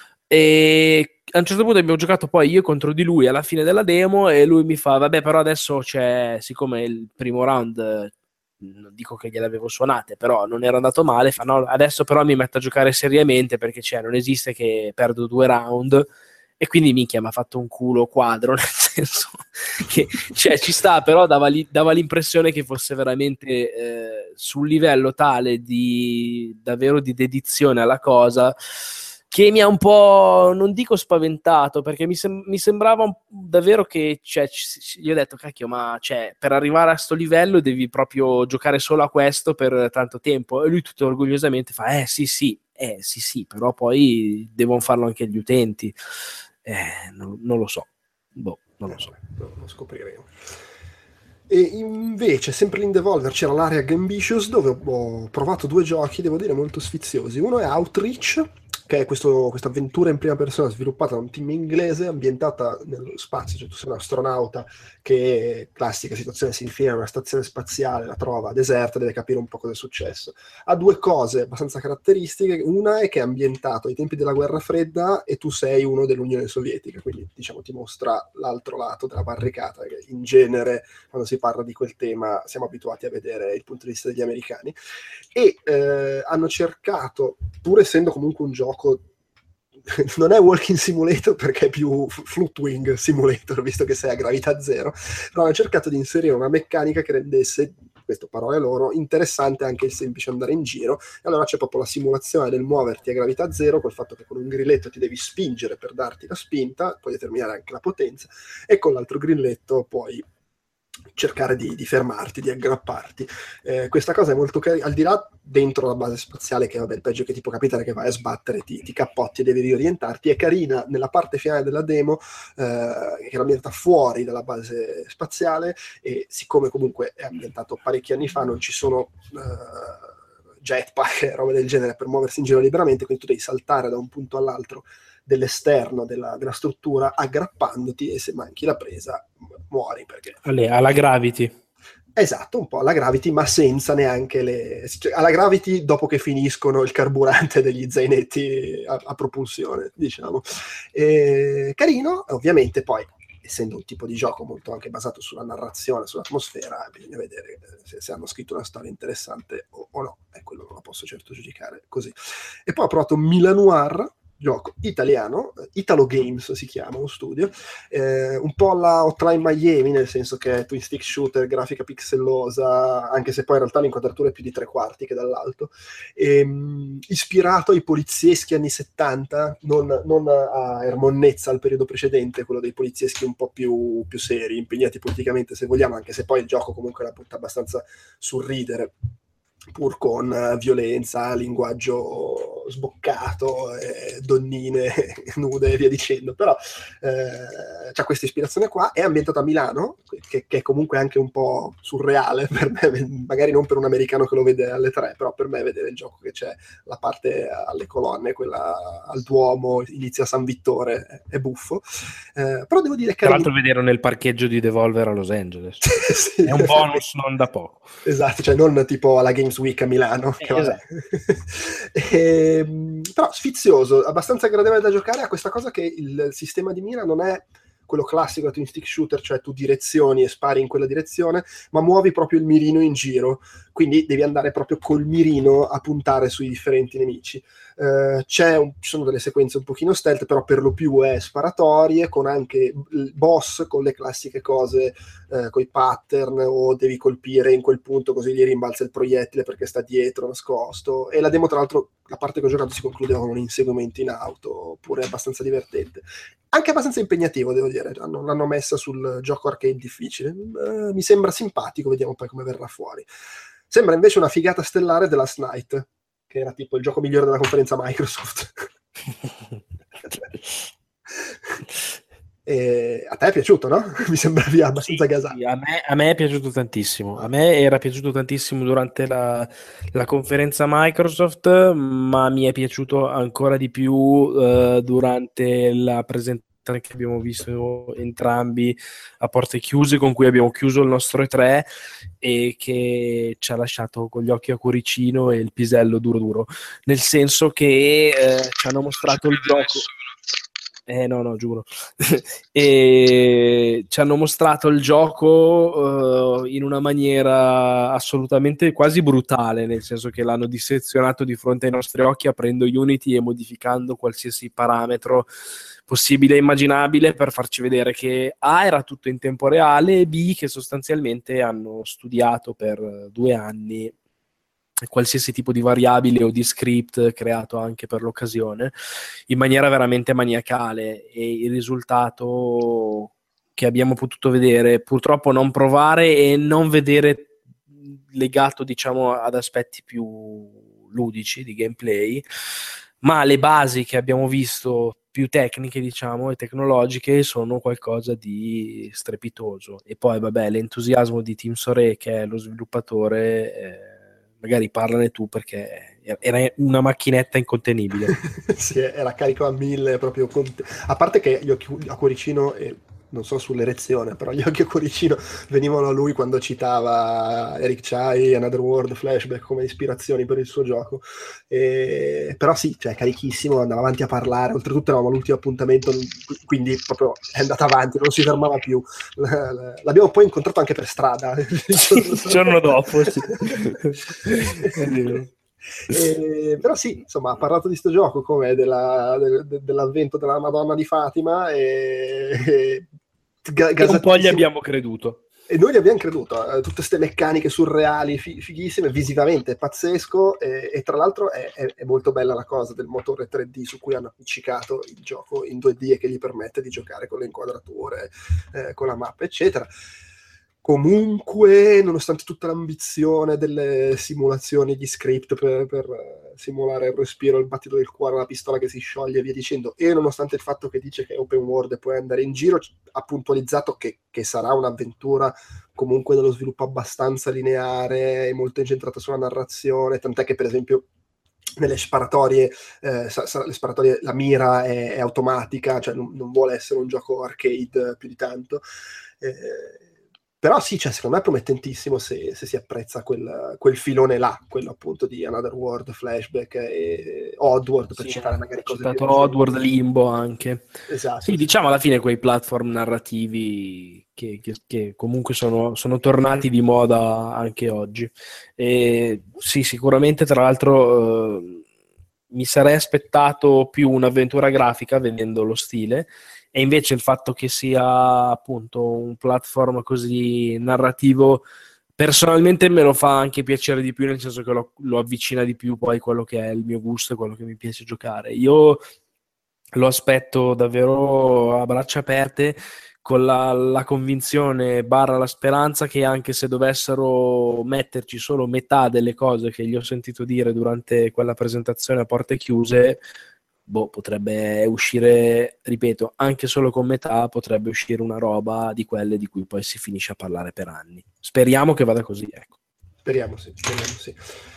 E a un certo punto abbiamo giocato poi io contro di lui alla fine della demo, e lui mi fa vabbè, però adesso c'è, siccome il primo round non dico che gliel'avevo suonate, però non era andato male, fa no, adesso però mi metto a giocare seriamente, perché cioè, non esiste che perdo due round. E quindi minchia mi ha fatto un culo quadro, nel senso che cioè, ci sta, però dava, li, dava l'impressione che fosse veramente eh, sul livello tale di davvero di dedizione alla cosa, che mi ha un po', non dico spaventato, perché mi, sem- mi sembrava un- davvero che, cioè, c- gli ho detto, cacchio, ma cioè, per arrivare a sto livello devi proprio giocare solo a questo per tanto tempo. E lui tutto orgogliosamente fa, eh sì sì, eh sì sì, però poi devono farlo anche gli utenti. Eh, non, non lo so, boh, non lo so. No, lo scopriremo. E invece, sempre in Devolver c'era l'area Gambitious, dove ho provato due giochi, devo dire, molto sfiziosi. Uno è Outreach, che è questo, questa avventura in prima persona sviluppata da un team inglese, ambientata nello spazio, cioè tu sei un astronauta che, classica situazione, si infila in una stazione spaziale, la trova deserta, deve capire un po' cosa è successo. Ha due cose abbastanza caratteristiche: una è che è ambientato ai tempi della guerra fredda e tu sei uno dell'Unione Sovietica, quindi diciamo ti mostra l'altro lato della barricata, che in genere quando si parla di quel tema siamo abituati a vedere il punto di vista degli americani. E eh, hanno cercato, pur essendo comunque un gioco, non è walking simulator perché è più floatwing simulator, visto che sei a gravità zero, però hanno cercato di inserire una meccanica che rendesse, questo parole loro, interessante anche il semplice andare in giro. E allora c'è proprio la simulazione del muoverti a gravità zero, col fatto che con un grilletto ti devi spingere per darti la spinta, puoi determinare anche la potenza, e con l'altro grilletto puoi cercare di, di fermarti, di aggrapparti. Eh, questa cosa è molto carina, al di là dentro la base spaziale, che vabbè, il peggio che ti può capitare è che vai a sbattere, ti, ti cappotti e devi riorientarti. È carina nella parte finale della demo, eh, che era ambientata fuori dalla base spaziale, e siccome comunque è ambientato parecchi anni fa, non ci sono eh, jetpack e robe del genere per muoversi in giro liberamente, quindi tu devi saltare da un punto all'altro dell'esterno della, della struttura aggrappandoti, e se manchi la presa muori, perché Allè, alla Gravity. esatto, un po' alla Gravity, ma senza neanche le... cioè, alla Gravity dopo che finiscono il carburante degli zainetti a, a propulsione, diciamo. E, carino, ovviamente poi, essendo un tipo di gioco molto anche basato sulla narrazione, sull'atmosfera, bisogna vedere se, se hanno scritto una storia interessante o, o no, e quello non lo posso certo giudicare così. E poi ho provato Milanoir, gioco italiano, Italo Games si chiama, uno studio, eh, un po' alla Hotline Miami, nel senso che è twin stick shooter, grafica pixellosa, anche se poi in realtà l'inquadratura è più di tre quarti che dall'alto, e, mh, ispirato ai polizieschi anni settanta, non, non a Ermonnezza, al periodo precedente, quello dei polizieschi un po' più, più seri, impegnati politicamente se vogliamo, anche se poi il gioco comunque la butta abbastanza sul ridere, pur con uh, violenza, linguaggio sboccato, eh, donnine nude e via dicendo, però eh, c'ha questa ispirazione qua. È ambientato a Milano, che, che è comunque anche un po' surreale per me, magari non per un americano che lo vede alle tre, però per me vedere il gioco che c'è la parte alle colonne, quella al Duomo, inizia a San Vittore, è, è buffo, eh, però devo dire che... Tra l'altro vederlo nel parcheggio di Devolver a Los Angeles sì, è un bonus non da poco. Esatto, cioè non tipo alla Games Week a Milano, che eh, esatto. e, però sfizioso, abbastanza gradevole da giocare. Ha questa cosa che il sistema di mira non è quello classico da twin stick shooter, cioè tu direzioni e spari in quella direzione, ma muovi proprio il mirino in giro, quindi devi andare proprio col mirino a puntare sui differenti nemici. Uh, c'è un, ci sono delle sequenze un pochino stealth, però per lo più è sparatorie, con anche il boss con le classiche cose, uh, con i pattern, o devi colpire in quel punto così gli rimbalza il proiettile perché sta dietro nascosto. E la demo, tra l'altro, la parte che ho giocato si concludeva con un inseguimento in auto, pure abbastanza divertente, anche abbastanza impegnativo, devo dire. Hanno, l'hanno messa sul gioco arcade difficile, uh, mi sembra simpatico, vediamo poi come verrà fuori. Sembra invece una figata stellare The Last Night, che era tipo il gioco migliore della conferenza Microsoft. E a te è piaciuto, no? Mi sembravi abbastanza sì, gasato. Sì, a, me, a me è piaciuto tantissimo. A me era piaciuto tantissimo durante la, la conferenza Microsoft, ma mi è piaciuto ancora di più uh, durante la presentazione che abbiamo visto entrambi a porte chiuse, con cui abbiamo chiuso il nostro E tre, e che ci ha lasciato con gli occhi a cuoricino e il pisello duro duro, nel senso che eh, ci hanno mostrato il gioco. Eh no, no, giuro. E ci hanno mostrato il gioco uh, in una maniera assolutamente quasi brutale, nel senso che l'hanno dissezionato di fronte ai nostri occhi, aprendo Unity e modificando qualsiasi parametro possibile e immaginabile per farci vedere che A, era tutto in tempo reale, e B, che sostanzialmente hanno studiato per due anni qualsiasi tipo di variabile o di script creato anche per l'occasione in maniera veramente maniacale, e il risultato che abbiamo potuto vedere, purtroppo non provare e non vedere legato, diciamo, ad aspetti più ludici di gameplay, ma le basi che abbiamo visto più tecniche, diciamo, e tecnologiche, sono qualcosa di strepitoso. E poi vabbè, l'entusiasmo di Tim Sore, che è lo sviluppatore, eh, magari parlane tu, perché era una macchinetta incontenibile. Sì, era carico a mille proprio. Cont- a parte che gli occhi a cuoricino, e non so sull'erezione, però gli occhi a cuoricino venivano a lui quando citava Eric Chai, Another World, Flashback come ispirazioni per il suo gioco. E, però sì, cioè carichissimo, andava avanti a parlare, oltretutto eravamo all'ultimo appuntamento, quindi proprio è andata avanti, non si fermava più. L'abbiamo poi incontrato anche per strada il giorno dopo, sì. Eh, però sì, insomma, ha parlato di sto gioco come della, de, dell'avvento della Madonna di Fatima, e, e, e un po' gli abbiamo creduto. E noi gli abbiamo creduto, eh, tutte queste meccaniche surreali, fi- fighissime, visivamente pazzesco, e, e tra l'altro è, è, è molto bella la cosa del motore tre D su cui hanno appiccicato il gioco in due D e che gli permette di giocare con le inquadrature, eh, con la mappa, eccetera. comunque, nonostante tutta l'ambizione delle simulazioni di script per, per simulare il respiro, il battito del cuore, la pistola che si scioglie e via dicendo, e nonostante il fatto che dice che è open world e puoi andare in giro, ha puntualizzato che, che sarà un'avventura comunque dello sviluppo abbastanza lineare e molto incentrata sulla narrazione, tant'è che per esempio nelle sparatorie, eh, sa, sa, le sparatorie la mira è, è automatica, cioè non, non vuole essere un gioco arcade più di tanto, eh, però sì, cioè, secondo me è promettentissimo se, se si apprezza quel, quel filone là, quello appunto di Another World, Flashback e Oddworld, per sì, citare magari cose citato più Oddworld, Limbo anche. esatto, sì, sì. diciamo alla fine quei platform narrativi che, che, che comunque sono, sono tornati di moda anche oggi. E sì, sicuramente tra l'altro eh, mi sarei aspettato più un'avventura grafica vedendo lo stile, e invece il fatto che sia appunto un platform così narrativo personalmente me lo fa anche piacere di più, nel senso che lo, lo avvicina di più poi a quello che è il mio gusto e quello che mi piace giocare. Io lo aspetto davvero a braccia aperte, con la, la convinzione barra la speranza che anche se dovessero metterci solo metà delle cose che gli ho sentito dire durante quella presentazione a porte chiuse, boh, potrebbe uscire, ripeto, anche solo con metà potrebbe uscire una roba di quelle di cui poi si finisce a parlare per anni. Speriamo che vada così, ecco. Speriamo sì, speriamo sì.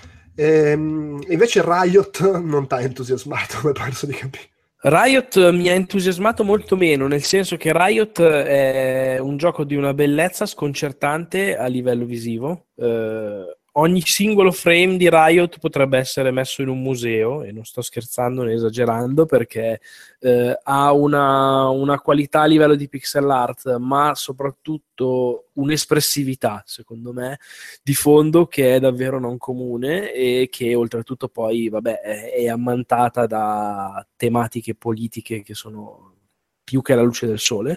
Ehm, invece Riot non t'ha entusiasmato, come penso di capire. Riot mi ha entusiasmato molto meno, nel senso che Riot è un gioco di una bellezza sconcertante a livello visivo. Eh, ogni singolo frame di Riot potrebbe essere messo in un museo, e non sto scherzando né esagerando, perché eh, ha una, una qualità a livello di pixel art, ma soprattutto un'espressività, secondo me, di fondo che è davvero non comune, e che oltretutto poi vabbè è, è ammantata da tematiche politiche che sono più che la luce del sole,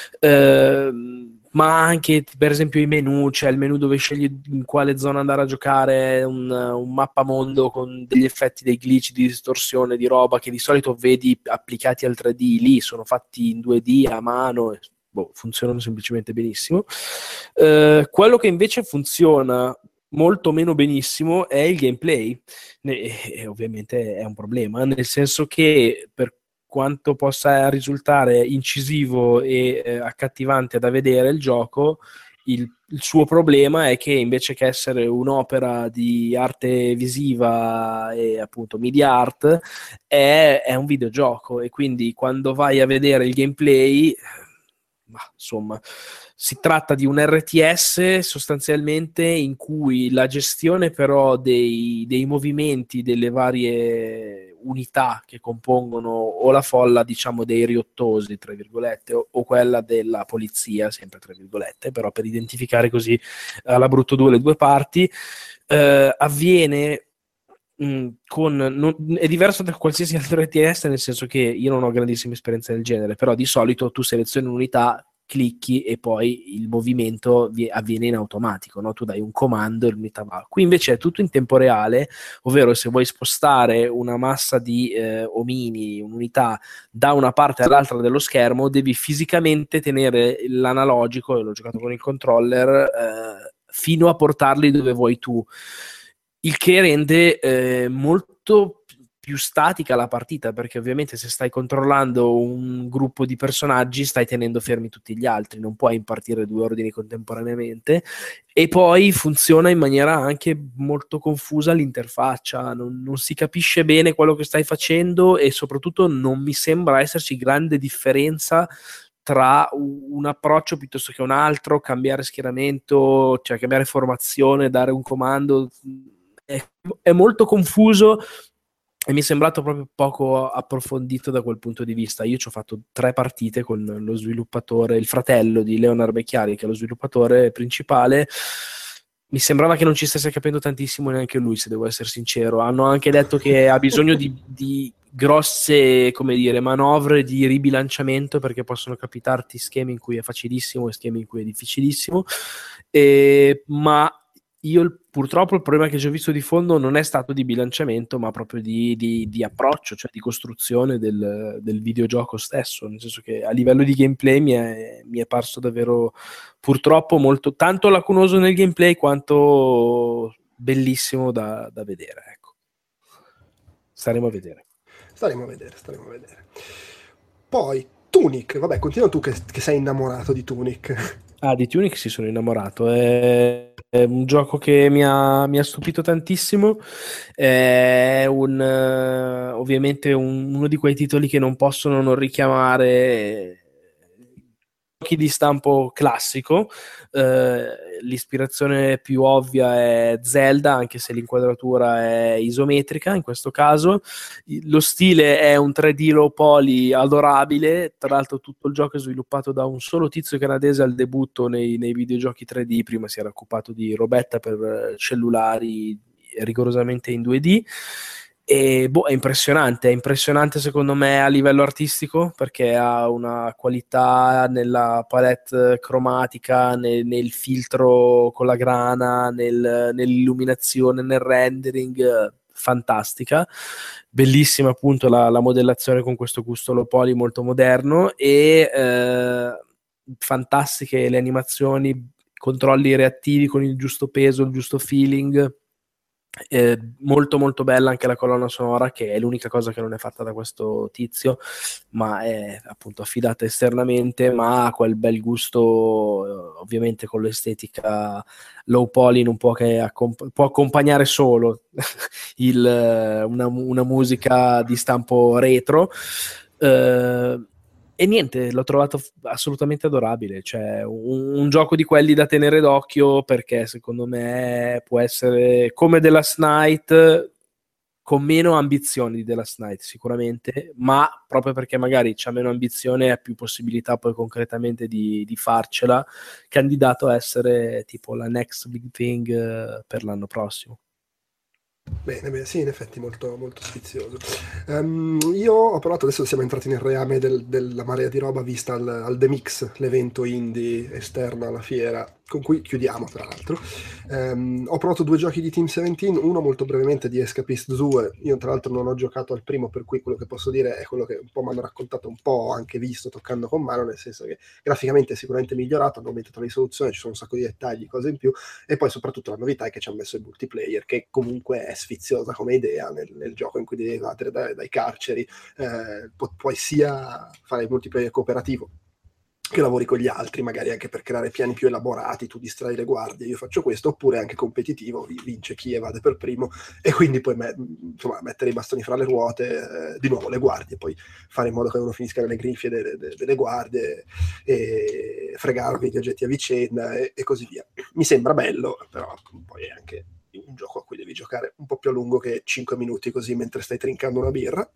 eh, ma anche per esempio i menu, cioè il menu dove scegli in quale zona andare a giocare, un, un mappamondo con degli effetti, dei glitch di distorsione, di roba che di solito vedi applicati al tre D, lì sono fatti in due D a mano, boh, funzionano semplicemente benissimo. Eh, quello che invece funziona molto meno benissimo è il gameplay, e, e ovviamente è un problema, nel senso che per quanto possa risultare incisivo e eh, accattivante da vedere il gioco, il, il suo problema è che invece che essere un'opera di arte visiva e appunto media art, è, è un videogioco, e quindi quando vai a vedere il gameplay, ma insomma, si tratta di un R T S sostanzialmente in cui la gestione però dei, dei movimenti delle varie unità che compongono o la folla, diciamo, dei riottosi, tra virgolette, o, o quella della polizia, sempre tra virgolette, però per identificare così alla brutto due le due parti, eh, avviene mh, con non, è diverso da qualsiasi altro R T S, nel senso che io non ho grandissima esperienza del genere, però di solito tu selezioni un'unità, clicchi e poi il movimento vi- avviene in automatico, no? Tu dai un comando e l'unità va. Qui invece è tutto in tempo reale, ovvero se vuoi spostare una massa di eh, omini, un'unità da una parte all'altra dello schermo, devi fisicamente tenere l'analogico, e l'ho giocato con il controller, eh, fino a portarli dove vuoi tu, il che rende eh, molto più statica la partita, perché ovviamente se stai controllando un gruppo di personaggi stai tenendo fermi tutti gli altri, non puoi impartire due ordini contemporaneamente, e poi funziona in maniera anche molto confusa l'interfaccia, non, non si capisce bene quello che stai facendo, e soprattutto non mi sembra esserci grande differenza tra un approccio piuttosto che un altro, cambiare schieramento, cioè cambiare formazione, dare un comando, è, è molto confuso, e mi è sembrato proprio poco approfondito da quel punto di vista. Io ci ho fatto tre partite con lo sviluppatore, il fratello di Leonard Becchiari, che è lo sviluppatore principale. Mi sembrava che non ci stesse capendo tantissimo neanche lui, se devo essere sincero. Hanno anche detto che ha bisogno di, di grosse, come dire, manovre di ribilanciamento, perché possono capitarti schemi in cui è facilissimo e schemi in cui è difficilissimo, e, ma io il, purtroppo il problema che ci ho visto di fondo non è stato di bilanciamento, ma proprio di, di, di approccio, cioè di costruzione del, del videogioco stesso, nel senso che a livello di gameplay mi è, mi è parso davvero purtroppo molto tanto lacunoso nel gameplay quanto bellissimo da, da vedere, ecco. Staremo a vedere. Staremo a vedere, staremo a vedere. Poi Tunic, vabbè, continua tu che, che sei innamorato di Tunic. Ah, di Tunic sì, sono innamorato. È, è un gioco che mi ha, mi ha stupito tantissimo. È un, uh, ovviamente un, uno di quei titoli che non possono non richiamare giochi di stampo classico. Uh, l'ispirazione più ovvia è Zelda, anche se l'inquadratura è isometrica in questo caso. Lo stile è un tre D low poly adorabile, tra l'altro tutto il gioco è sviluppato da un solo tizio canadese al debutto nei, nei videogiochi tre D, prima si era occupato di robetta per cellulari rigorosamente in due D. E boh, è impressionante, è impressionante secondo me a livello artistico, perché ha una qualità nella palette cromatica, nel, nel filtro con la grana, nel, nell'illuminazione, nel rendering, eh, fantastica. Bellissima appunto la, la modellazione con questo gusto low poly molto moderno, e eh, fantastiche le animazioni, controlli reattivi con il giusto peso, il giusto feeling. Eh, molto molto bella anche la colonna sonora, che è l'unica cosa che non è fatta da questo tizio, ma è appunto affidata esternamente, ma ha quel bel gusto, eh, ovviamente con l'estetica low poly non può che accomp- può accompagnare solo il, una, una musica di stampo retro. Eh, E niente, l'ho trovato assolutamente adorabile, cioè un, un gioco di quelli da tenere d'occhio, perché secondo me può essere come The Last Night, con meno ambizioni di The Last Night sicuramente, ma proprio perché magari c'ha meno ambizione ha più possibilità poi concretamente di, di farcela, candidato a essere tipo la next big thing uh, per l'anno prossimo. Bene, bene, sì, in effetti molto, molto sfizioso. Um, io ho provato, adesso siamo entrati nel reame del, della marea di roba vista al, al The Mix, l'evento indie esterno alla fiera, con cui chiudiamo tra l'altro. Um, ho provato due giochi di Team diciassette, uno molto brevemente di Escapist due, io tra l'altro non ho giocato al primo, per cui quello che posso dire è quello che un po' mi hanno raccontato, un po' anche visto, toccando con mano, nel senso che graficamente è sicuramente migliorato, hanno aumentato le risoluzioni, ci sono un sacco di dettagli, cose in più, e poi soprattutto la novità è che ci hanno messo il multiplayer, che comunque è sfiziosa come idea nel, nel gioco in cui devi evadere dai, dai carceri, eh, pu- puoi sia fare il multiplayer cooperativo che lavori con gli altri, magari anche per creare piani più elaborati, tu distrai le guardie, io faccio questo, oppure anche competitivo, vince chi evade per primo, e quindi puoi me- insomma, mettere i bastoni fra le ruote, eh, di nuovo le guardie, poi fare in modo che uno finisca nelle grinfie delle, delle, delle guardie, e fregarvi gli oggetti a vicenda, e, e così via. Mi sembra bello, però poi è anche un gioco a cui devi giocare un po' più a lungo che cinque minuti così mentre stai trincando una birra.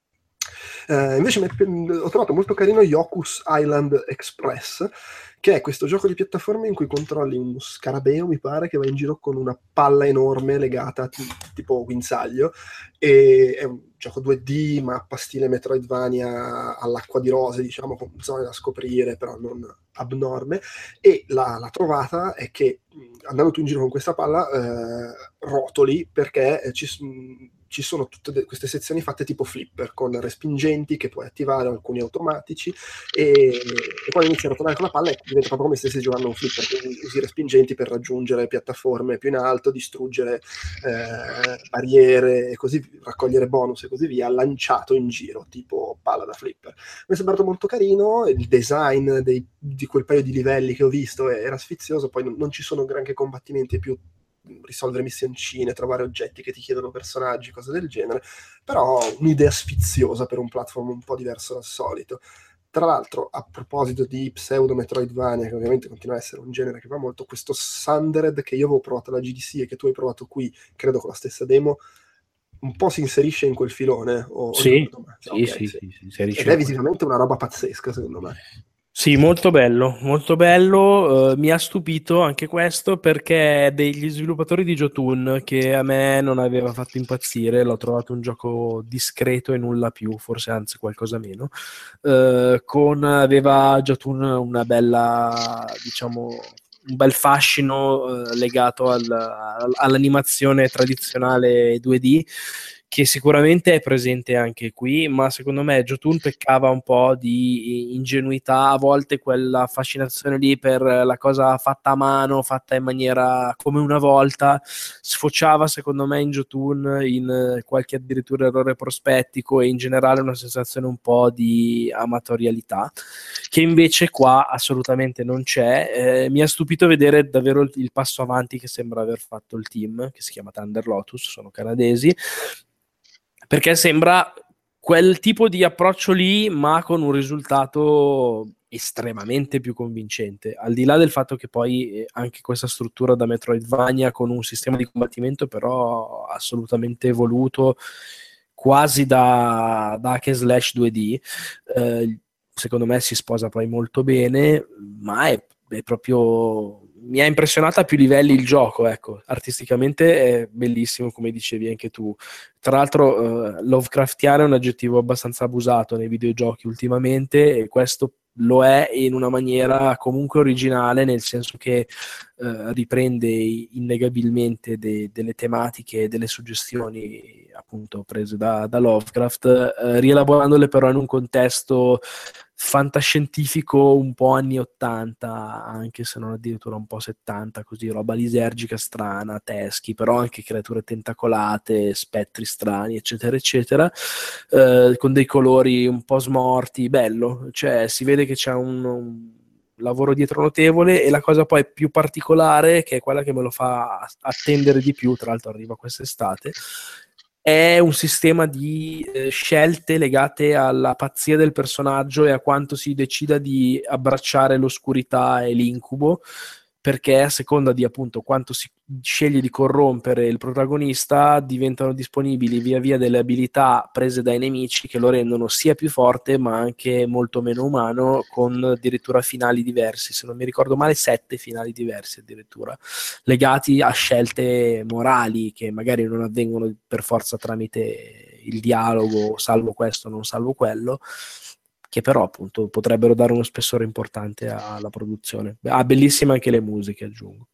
Uh, invece mi, ho trovato molto carino Yoku's Island Express, che è questo gioco di piattaforme in cui controlli uno scarabeo, mi pare, che va in giro con una palla enorme legata t- tipo guinzaglio, e è un gioco due D, mappa stile Metroidvania all'acqua di rose, diciamo, con zone da scoprire, però non abnorme, e la, la trovata è che andando tu in giro con questa palla eh, rotoli, perché eh, ci, ci sono tutte de- queste sezioni fatte tipo flipper, con respingenti che puoi attivare, alcuni automatici, e, e quando inizi a rotolare con la palla diventa proprio come se stessi giocando un flipper, quindi usi i respingenti per raggiungere piattaforme più in alto, distruggere eh, barriere e così, raccogliere bonus e così via, lanciato in giro tipo palla da flipper. Mi è sembrato molto carino, il design dei, di quel paio di livelli che ho visto era sfizioso, poi non, non ci sono granché combattimenti, più risolvere missioncine, trovare oggetti che ti chiedono personaggi, cose del genere, però un'idea sfiziosa per un platform un po' diverso dal solito. Tra l'altro, a proposito di pseudo Metroidvania, che ovviamente continua a essere un genere che va molto, questo Sundered che io avevo provato alla G D C e che tu hai provato qui, credo con la stessa demo, un po' si inserisce in quel filone, o, sì, o sì, okay, sì, sì. sì, sì, ed è visivamente una roba pazzesca, secondo me. Sì, molto bello, molto bello, uh, mi ha stupito anche questo, perché degli sviluppatori di Jotun, che a me non aveva fatto impazzire, l'ho trovato un gioco discreto e nulla più, forse anzi qualcosa meno, uh, con aveva Jotun una bella, diciamo, un bel fascino eh, legato al, all'animazione tradizionale due D, che sicuramente è presente anche qui, ma secondo me Jotun peccava un po' di ingenuità, a volte quella fascinazione lì per la cosa fatta a mano, fatta in maniera come una volta, sfociava secondo me in Jotun in qualche addirittura errore prospettico e in generale una sensazione un po' di amatorialità, che invece qua assolutamente non c'è. Eh, mi ha stupito vedere davvero il, il passo avanti che sembra aver fatto il team, che si chiama Thunder Lotus, sono canadesi, perché sembra quel tipo di approccio lì, ma con un risultato estremamente più convincente, al di là del fatto che poi anche questa struttura da Metroidvania con un sistema di combattimento però assolutamente evoluto, quasi da, da hack and slash due D, eh, secondo me si sposa poi molto bene, ma è, è proprio... mi ha impressionato a più livelli il gioco, ecco, artisticamente è bellissimo, come dicevi anche tu. Tra l'altro uh, Lovecraftiano è un aggettivo abbastanza abusato nei videogiochi ultimamente, e questo lo è in una maniera comunque originale, nel senso che uh, riprende innegabilmente de- delle tematiche e delle suggestioni appunto prese da, da Lovecraft, uh, rielaborandole però in un contesto fantascientifico un po' anni ottanta, anche se non addirittura un po' settanta, così roba lisergica strana, teschi, però anche creature tentacolate, spettri strani, eccetera eccetera, eh, con dei colori un po' smorti, bello, cioè si vede che c'è un, un lavoro dietro notevole, e la cosa poi più particolare, che è quella che me lo fa attendere di più, tra l'altro arriva quest'estate, è un sistema di eh, scelte legate alla pazzia del personaggio e a quanto si decida di abbracciare l'oscurità e l'incubo, perché a seconda di appunto quanto si sceglie di corrompere il protagonista diventano disponibili via via delle abilità prese dai nemici che lo rendono sia più forte ma anche molto meno umano, con addirittura finali diversi, se non mi ricordo male sette finali diversi addirittura, legati a scelte morali che magari non avvengono per forza tramite il dialogo, salvo questo, non salvo quello, che però appunto potrebbero dare uno spessore importante alla produzione. Ah, bellissime anche le musiche, aggiungo.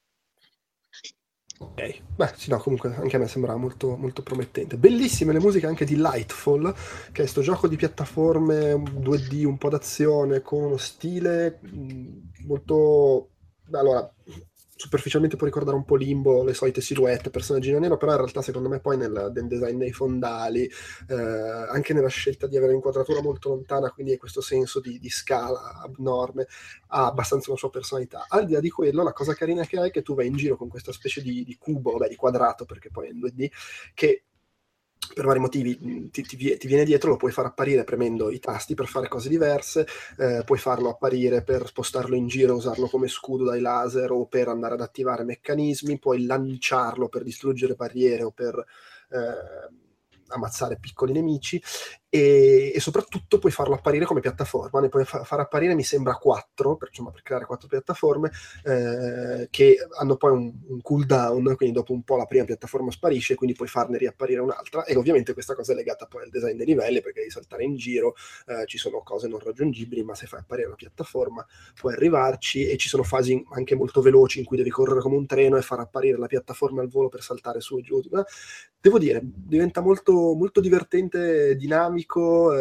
Ok, beh, sì, no, comunque anche a me sembrava molto, molto promettente. Bellissime le musiche anche di Lightfall, che è questo gioco di piattaforme due D, un po' d'azione, con uno stile mh, molto... Allora, superficialmente può ricordare un po' Limbo, le solite silhouette, personaggi in nero, però in realtà secondo me poi nel, nel design dei fondali, eh, anche nella scelta di avere un'inquadratura molto lontana, quindi è questo senso di, di scala abnorme, ha abbastanza una sua personalità. Al di là di quello, la cosa carina che ha è che tu vai in giro con questa specie di, di cubo, vabbè, di quadrato, perché poi è in due D, che per vari motivi ti, ti, ti viene dietro, lo puoi far apparire premendo i tasti per fare cose diverse, eh, puoi farlo apparire per spostarlo in giro, usarlo come scudo dai laser o per andare ad attivare meccanismi, puoi lanciarlo per distruggere barriere o per eh, ammazzare piccoli nemici, e, e soprattutto puoi farlo apparire come piattaforma, ne puoi fa- far apparire mi sembra quattro, per, insomma, per creare quattro piattaforme eh, che hanno poi un, un cooldown, quindi dopo un po' la prima piattaforma sparisce, quindi puoi farne riapparire un'altra, e ovviamente questa cosa è legata poi al design dei livelli, perché devi saltare in giro, eh, ci sono cose non raggiungibili, ma se fai apparire una piattaforma puoi arrivarci, e ci sono fasi anche molto veloci in cui devi correre come un treno e far apparire la piattaforma al volo per saltare su e giù. Devo dire, diventa molto, molto divertente, dinamico,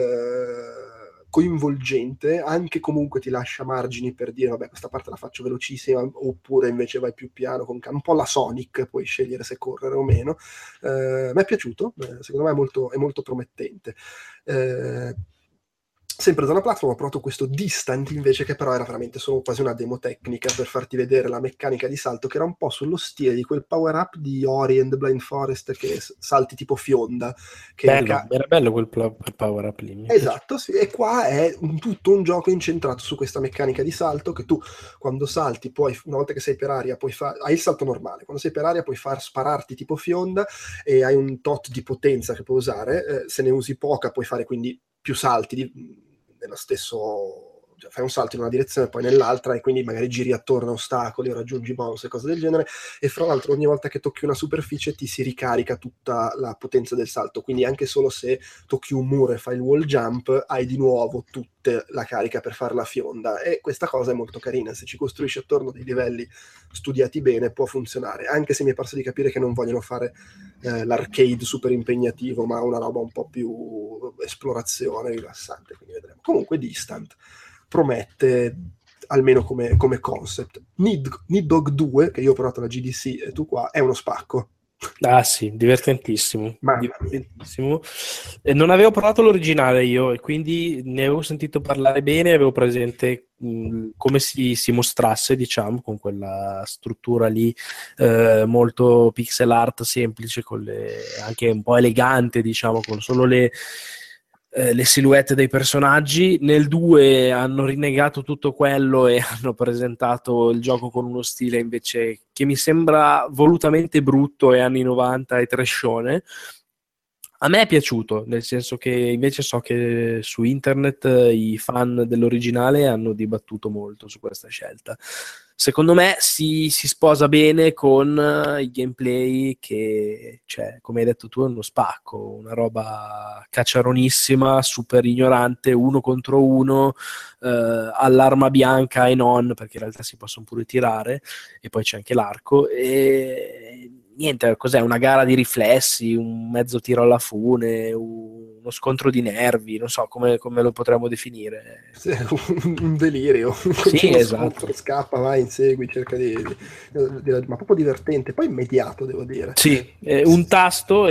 eh, coinvolgente, anche comunque ti lascia margini per dire vabbè, questa parte la faccio velocissima, oppure invece vai più piano, con un po' la Sonic, puoi scegliere se correre o meno. Eh, mi è piaciuto, eh, secondo me è molto, è molto promettente. Eh, Sempre da una platform ho provato questo Distant invece, che però era veramente solo quasi una demo tecnica per farti vedere la meccanica di salto, che era un po' sullo stile di quel power up di Ori and the Blind Forest, che salti tipo fionda. Che Bello, ca- era bello quel, pl- quel power up lì. Esatto, sì, e qua è un, tutto un gioco incentrato su questa meccanica di salto, che tu quando salti, poi una volta che sei per aria, puoi fare, hai il salto normale, quando sei per aria puoi far spararti tipo fionda, e hai un tot di potenza che puoi usare, eh, se ne usi poca puoi fare quindi più salti di, nello stesso, fai un salto in una direzione e poi nell'altra, e quindi magari giri attorno a ostacoli o raggiungi bonus e cose del genere, e fra l'altro ogni volta che tocchi una superficie ti si ricarica tutta la potenza del salto, quindi anche solo se tocchi un muro e fai il wall jump hai di nuovo tutta la carica per fare la fionda, e questa cosa è molto carina. Se ci costruisci attorno dei livelli studiati bene può funzionare, anche se mi è parso di capire che non vogliono fare eh, l'arcade super impegnativo, ma una roba un po' più esplorazione, rilassante, quindi vedremo. Comunque Distant promette, almeno come, come concept. Need, Need Dog due, che io ho provato la G D C e tu qua, è uno spacco. Ah sì, divertentissimo, Mamma divertentissimo. E non avevo provato l'originale io, e quindi ne avevo sentito parlare bene, avevo presente mh, come si, si mostrasse, diciamo, con quella struttura lì eh, molto pixel art semplice, con le, anche un po' elegante, diciamo, con solo le le silhouette dei personaggi. Nel due hanno rinnegato tutto quello e hanno presentato il gioco con uno stile invece che mi sembra volutamente brutto e anni novanta e trashone. A me è piaciuto, nel senso che invece so che su internet i fan dell'originale hanno dibattuto molto su questa scelta. Secondo me si, si sposa bene con i gameplay che, cioè, come hai detto tu, è uno spacco, una roba cacciaronissima, super ignorante, uno contro uno, eh, all'arma bianca e non, perché in realtà si possono pure tirare, e poi c'è anche l'arco, e niente, cos'è? Una gara di riflessi, un mezzo tiro alla fune, uno scontro di nervi, non so come, come lo potremmo definire. Sì, un, un delirio. Sì, esatto. Scontro, scappa, vai, insegui, cerca di, di, di, ma proprio divertente, poi immediato, devo dire. Sì, eh, un tasto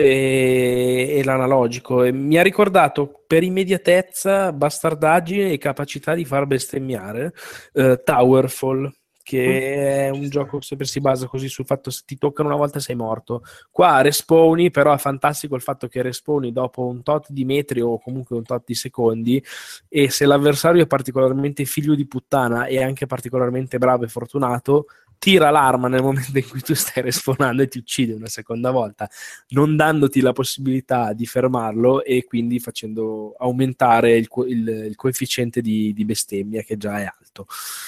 e, e l'analogico. E mi ha ricordato per immediatezza, bastardaggine e capacità di far bestemmiare eh, Towerfall, che è un gioco che sempre si basa così sul fatto che se ti toccano una volta sei morto. Qua respawni, però è fantastico il fatto che respawni dopo un tot di metri o comunque un tot di secondi, e se l'avversario è particolarmente figlio di puttana e anche particolarmente bravo e fortunato, tira l'arma nel momento in cui tu stai respawnando e ti uccide una seconda volta, non dandoti la possibilità di fermarlo e quindi facendo aumentare il, il, il coefficiente di, di bestemmia, che già è alto.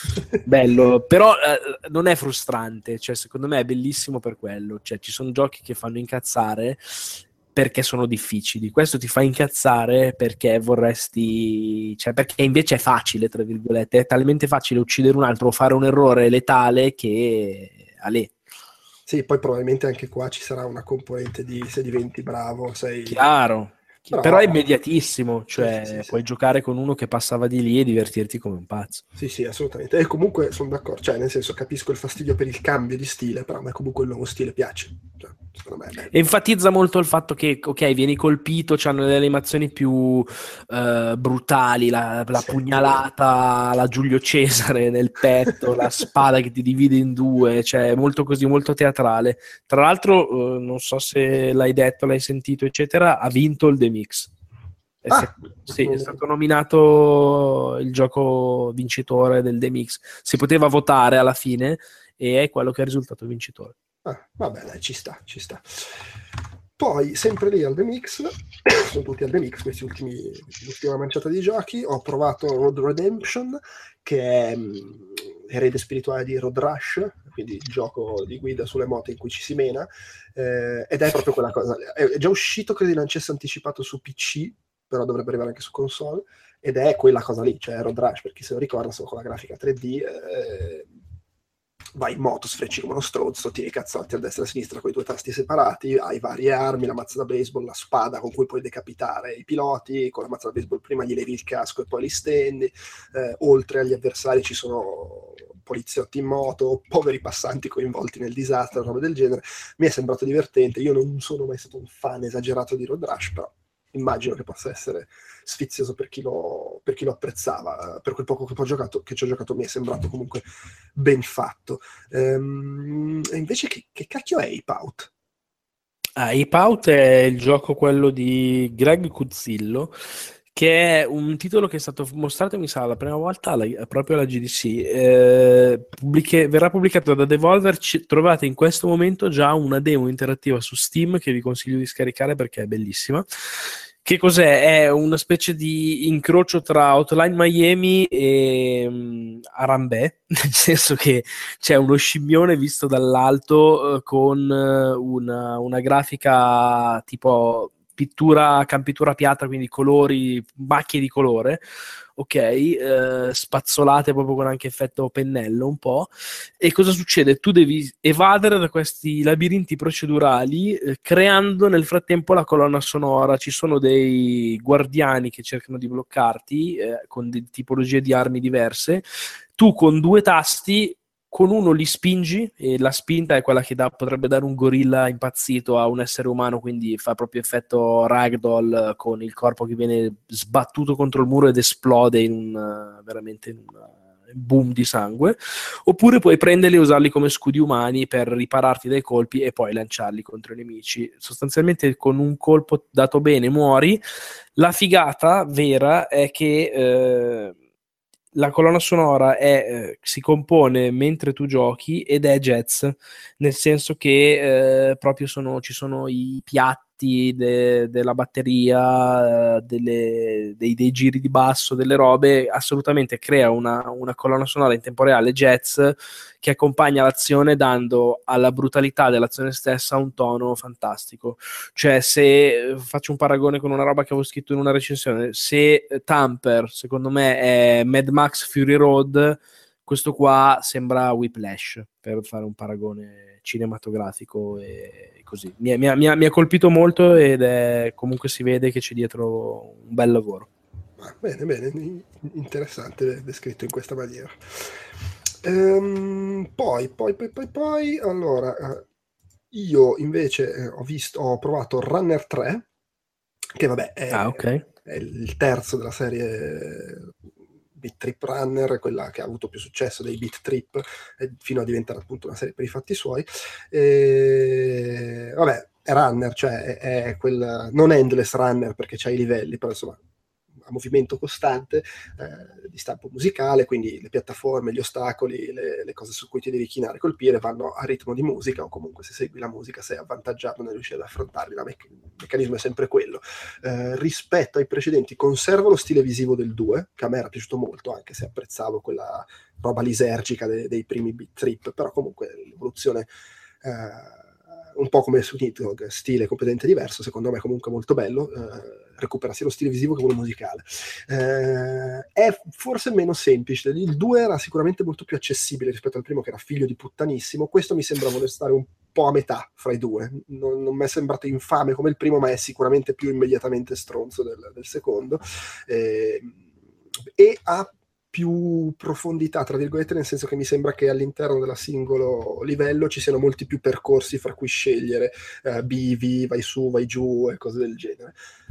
Bello, però eh, non è frustrante, cioè secondo me è bellissimo per quello, cioè ci sono giochi che fanno incazzare perché sono difficili, questo ti fa incazzare perché vorresti, cioè perché invece è facile, tra virgolette, è talmente facile uccidere un altro o fare un errore letale che ale. Sì, poi probabilmente anche qua ci sarà una componente di se diventi bravo, sei... Chiaro. Però, però è immediatissimo, cioè sì, sì, sì, puoi sì. giocare con uno che passava di lì e divertirti come un pazzo. Sì, sì, assolutamente. E comunque sono d'accordo, cioè nel senso capisco il fastidio per il cambio di stile, però a me comunque il nuovo stile piace. Cioè, secondo me è bello. Enfatizza molto il fatto che, ok, vieni colpito, c'hanno delle animazioni più uh, brutali, la, la sì, pugnalata, la Giulio Cesare nel petto, la spada che ti divide in due, cioè molto così, molto teatrale. Tra l'altro, uh, non so se l'hai detto, l'hai sentito, eccetera, ha vinto il The Mix. È, ah, stato, sì, è stato nominato il gioco vincitore del The Mix. Si poteva votare alla fine e è quello che è risultato vincitore. Ah, vabbè, dai, ci sta, ci sta. Poi, sempre lì al The Mix, sono tutti al The Mix questi ultimi, l'ultima manciata di giochi, ho provato Road Redemption, che è mh, erede spirituale di Road Rush, quindi il gioco di guida sulle moto in cui ci si mena, eh, ed è proprio quella cosa, è già uscito, credo, in accesso anticipato su P C, però dovrebbe arrivare anche su console, ed è quella cosa lì, cioè Road Rush, per chi se lo ricorda, solo con la grafica tre D, eh, vai in moto, sfrecci come uno stronzo, tiri cazzotti a destra e a sinistra con i due tasti separati, hai varie armi, la mazza da baseball, la spada con cui puoi decapitare i piloti, con la mazza da baseball prima gli levi il casco e poi li stendi, eh, oltre agli avversari ci sono poliziotti in moto, poveri passanti coinvolti nel disastro, roba del genere. Mi è sembrato divertente, io non sono mai stato un fan esagerato di Road Rush, però immagino che possa essere sfizioso per chi lo, per chi lo apprezzava. Per quel poco che ho giocato, che ci ho giocato, mi è sembrato comunque ben fatto. Ehm, e invece che, che cacchio è Ape Out? Ah, Ape Out è il gioco quello di Greg Cuzzillo, che è un titolo che è stato mostrato, mi sa, la prima volta alla, proprio alla G D C. Eh, pubbliche, verrà pubblicato da Devolver. C- trovate in questo momento già una demo interattiva su Steam che vi consiglio di scaricare perché è bellissima, Che cos'è? È una specie di incrocio tra Hotline Miami e um, Arambè, nel senso che c'è uno scimmione visto dall'alto uh, con uh, una, una grafica tipo pittura, campitura piatta, quindi colori, macchie di colore, ok, eh, spazzolate proprio con anche effetto pennello un po'. E cosa succede? Tu devi evadere da questi labirinti procedurali eh, creando nel frattempo la colonna sonora. Ci sono dei guardiani che cercano di bloccarti eh, con di- tipologie di armi diverse. Tu con due tasti, con uno li spingi e la spinta è quella che dà- potrebbe dare un gorilla impazzito a un essere umano, quindi fa proprio effetto ragdoll eh, con il corpo che viene sbattuto contro il muro ed esplode in un eh, veramente in un eh, boom di sangue. Oppure puoi prenderli e usarli come scudi umani per ripararti dai colpi e poi lanciarli contro i nemici. Sostanzialmente con un colpo dato bene muori. La figata vera è che eh, la colonna sonora è, eh, si compone mentre tu giochi ed è jazz, nel senso che eh, proprio sono, ci sono i piatti de- della batteria, eh, delle- dei, dei giri di basso, delle robe, assolutamente crea una, una colonna sonora in tempo reale jazz che accompagna l'azione dando alla brutalità dell'azione stessa un tono fantastico. Cioè, se faccio un paragone con una roba che avevo scritto in una recensione, se Tamper secondo me è Mad Max Fury Road, questo qua sembra Whiplash, per fare un paragone cinematografico e così. Mi, è- mi ha, mi ha- mi ha colpito molto ed è, comunque si vede che c'è dietro un bel lavoro. Ah, bene, bene, in- interessante descritto in questa maniera. Ehm, poi, poi, poi, poi, poi, allora, eh, io invece eh, ho visto, ho provato Runner tre, che vabbè è, Ah, ok. è il terzo della serie Beat Trip Runner, quella che ha avuto più successo dei Beat Trip, eh, fino a diventare appunto una serie per i fatti suoi. E, vabbè, è Runner, cioè è, è quel non endless runner perché c'ha i livelli, però insomma a movimento costante, eh, di stampo musicale, quindi le piattaforme, gli ostacoli, le, le cose su cui ti devi chinare e colpire vanno a ritmo di musica, o comunque se segui la musica sei avvantaggiato nel riuscire ad affrontarli. La me- il meccanismo è sempre quello. Eh, rispetto ai precedenti conservo lo stile visivo del due, che a me era piaciuto molto, anche se apprezzavo quella roba lisergica de- dei primi Beat Trip, però comunque l'evoluzione eh, un po' come su Nidhogg, stile completamente diverso, secondo me comunque molto bello, eh, recupera sia lo stile visivo che quello musicale. Eh, è forse meno semplice, il due era sicuramente molto più accessibile rispetto al primo che era figlio di puttanissimo, questo mi sembra voler stare un po' a metà fra i due, non, non mi è sembrato infame come il primo, ma è sicuramente più immediatamente stronzo del, del secondo, eh, e ha più profondità, tra virgolette, nel senso che mi sembra che all'interno del singolo livello ci siano molti più percorsi fra cui scegliere, eh, bivi, vai su, vai giù e cose del genere.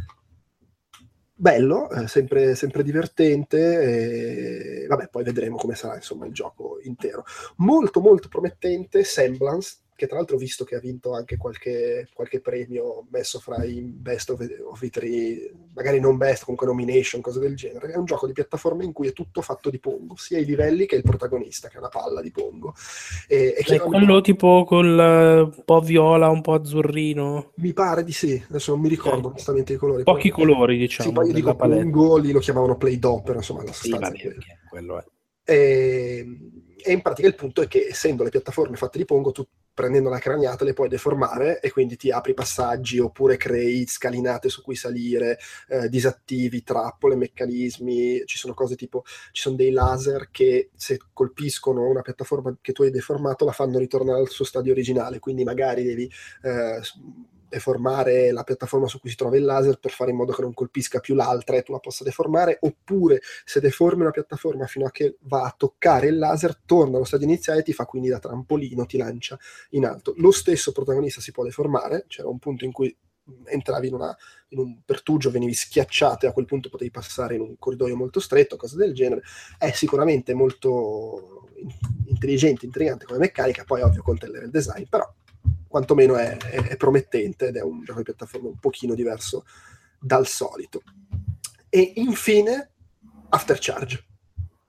Bello, eh, sempre, sempre divertente, e vabbè, poi vedremo come sarà insomma il gioco intero. Molto molto promettente Semblance, che tra l'altro ho visto che ha vinto anche qualche, qualche premio messo fra i best of, of i tre, magari non best, comunque nomination, cose del genere. È un gioco di piattaforma in cui è tutto fatto di Pongo, sia i livelli che il protagonista, che è una palla di Pongo. E, e È quello tipo col eh, un po' viola, un po' azzurrino. mi pare di sì, adesso non mi ricordo Ok. onestamente i colori. Pochi Però- colori, Sì, diciamo, poi io dico nella palette. Pongo, lì lo chiamavano Play-Doh, però insomma la Sì, sostanza è vabbè, quella. ok, quello è. E, e in pratica il punto è che essendo le piattaforme fatte di Pongo, tu prendendo la craniata le puoi deformare e quindi ti apri passaggi oppure crei scalinate su cui salire, eh, disattivi trappole, meccanismi. Ci sono cose tipo, ci sono dei laser che se colpiscono una piattaforma che tu hai deformato la fanno ritornare al suo stadio originale, quindi magari devi eh, deformare la piattaforma su cui si trova il laser per fare in modo che non colpisca più l'altra e tu la possa deformare, oppure se deformi una piattaforma fino a che va a toccare il laser, torna allo stadio iniziale e ti fa quindi da trampolino, ti lancia in alto. Lo stesso protagonista si può deformare, c'era un punto in cui entravi in, una, in un pertugio, venivi schiacciato e a quel punto potevi passare in un corridoio molto stretto, cose del genere. È sicuramente molto intelligente, intrigante come meccanica, poi ovvio conta il level design, però quantomeno è, è, è promettente ed è un gioco di piattaforma un pochino diverso dal solito. E infine After Charge.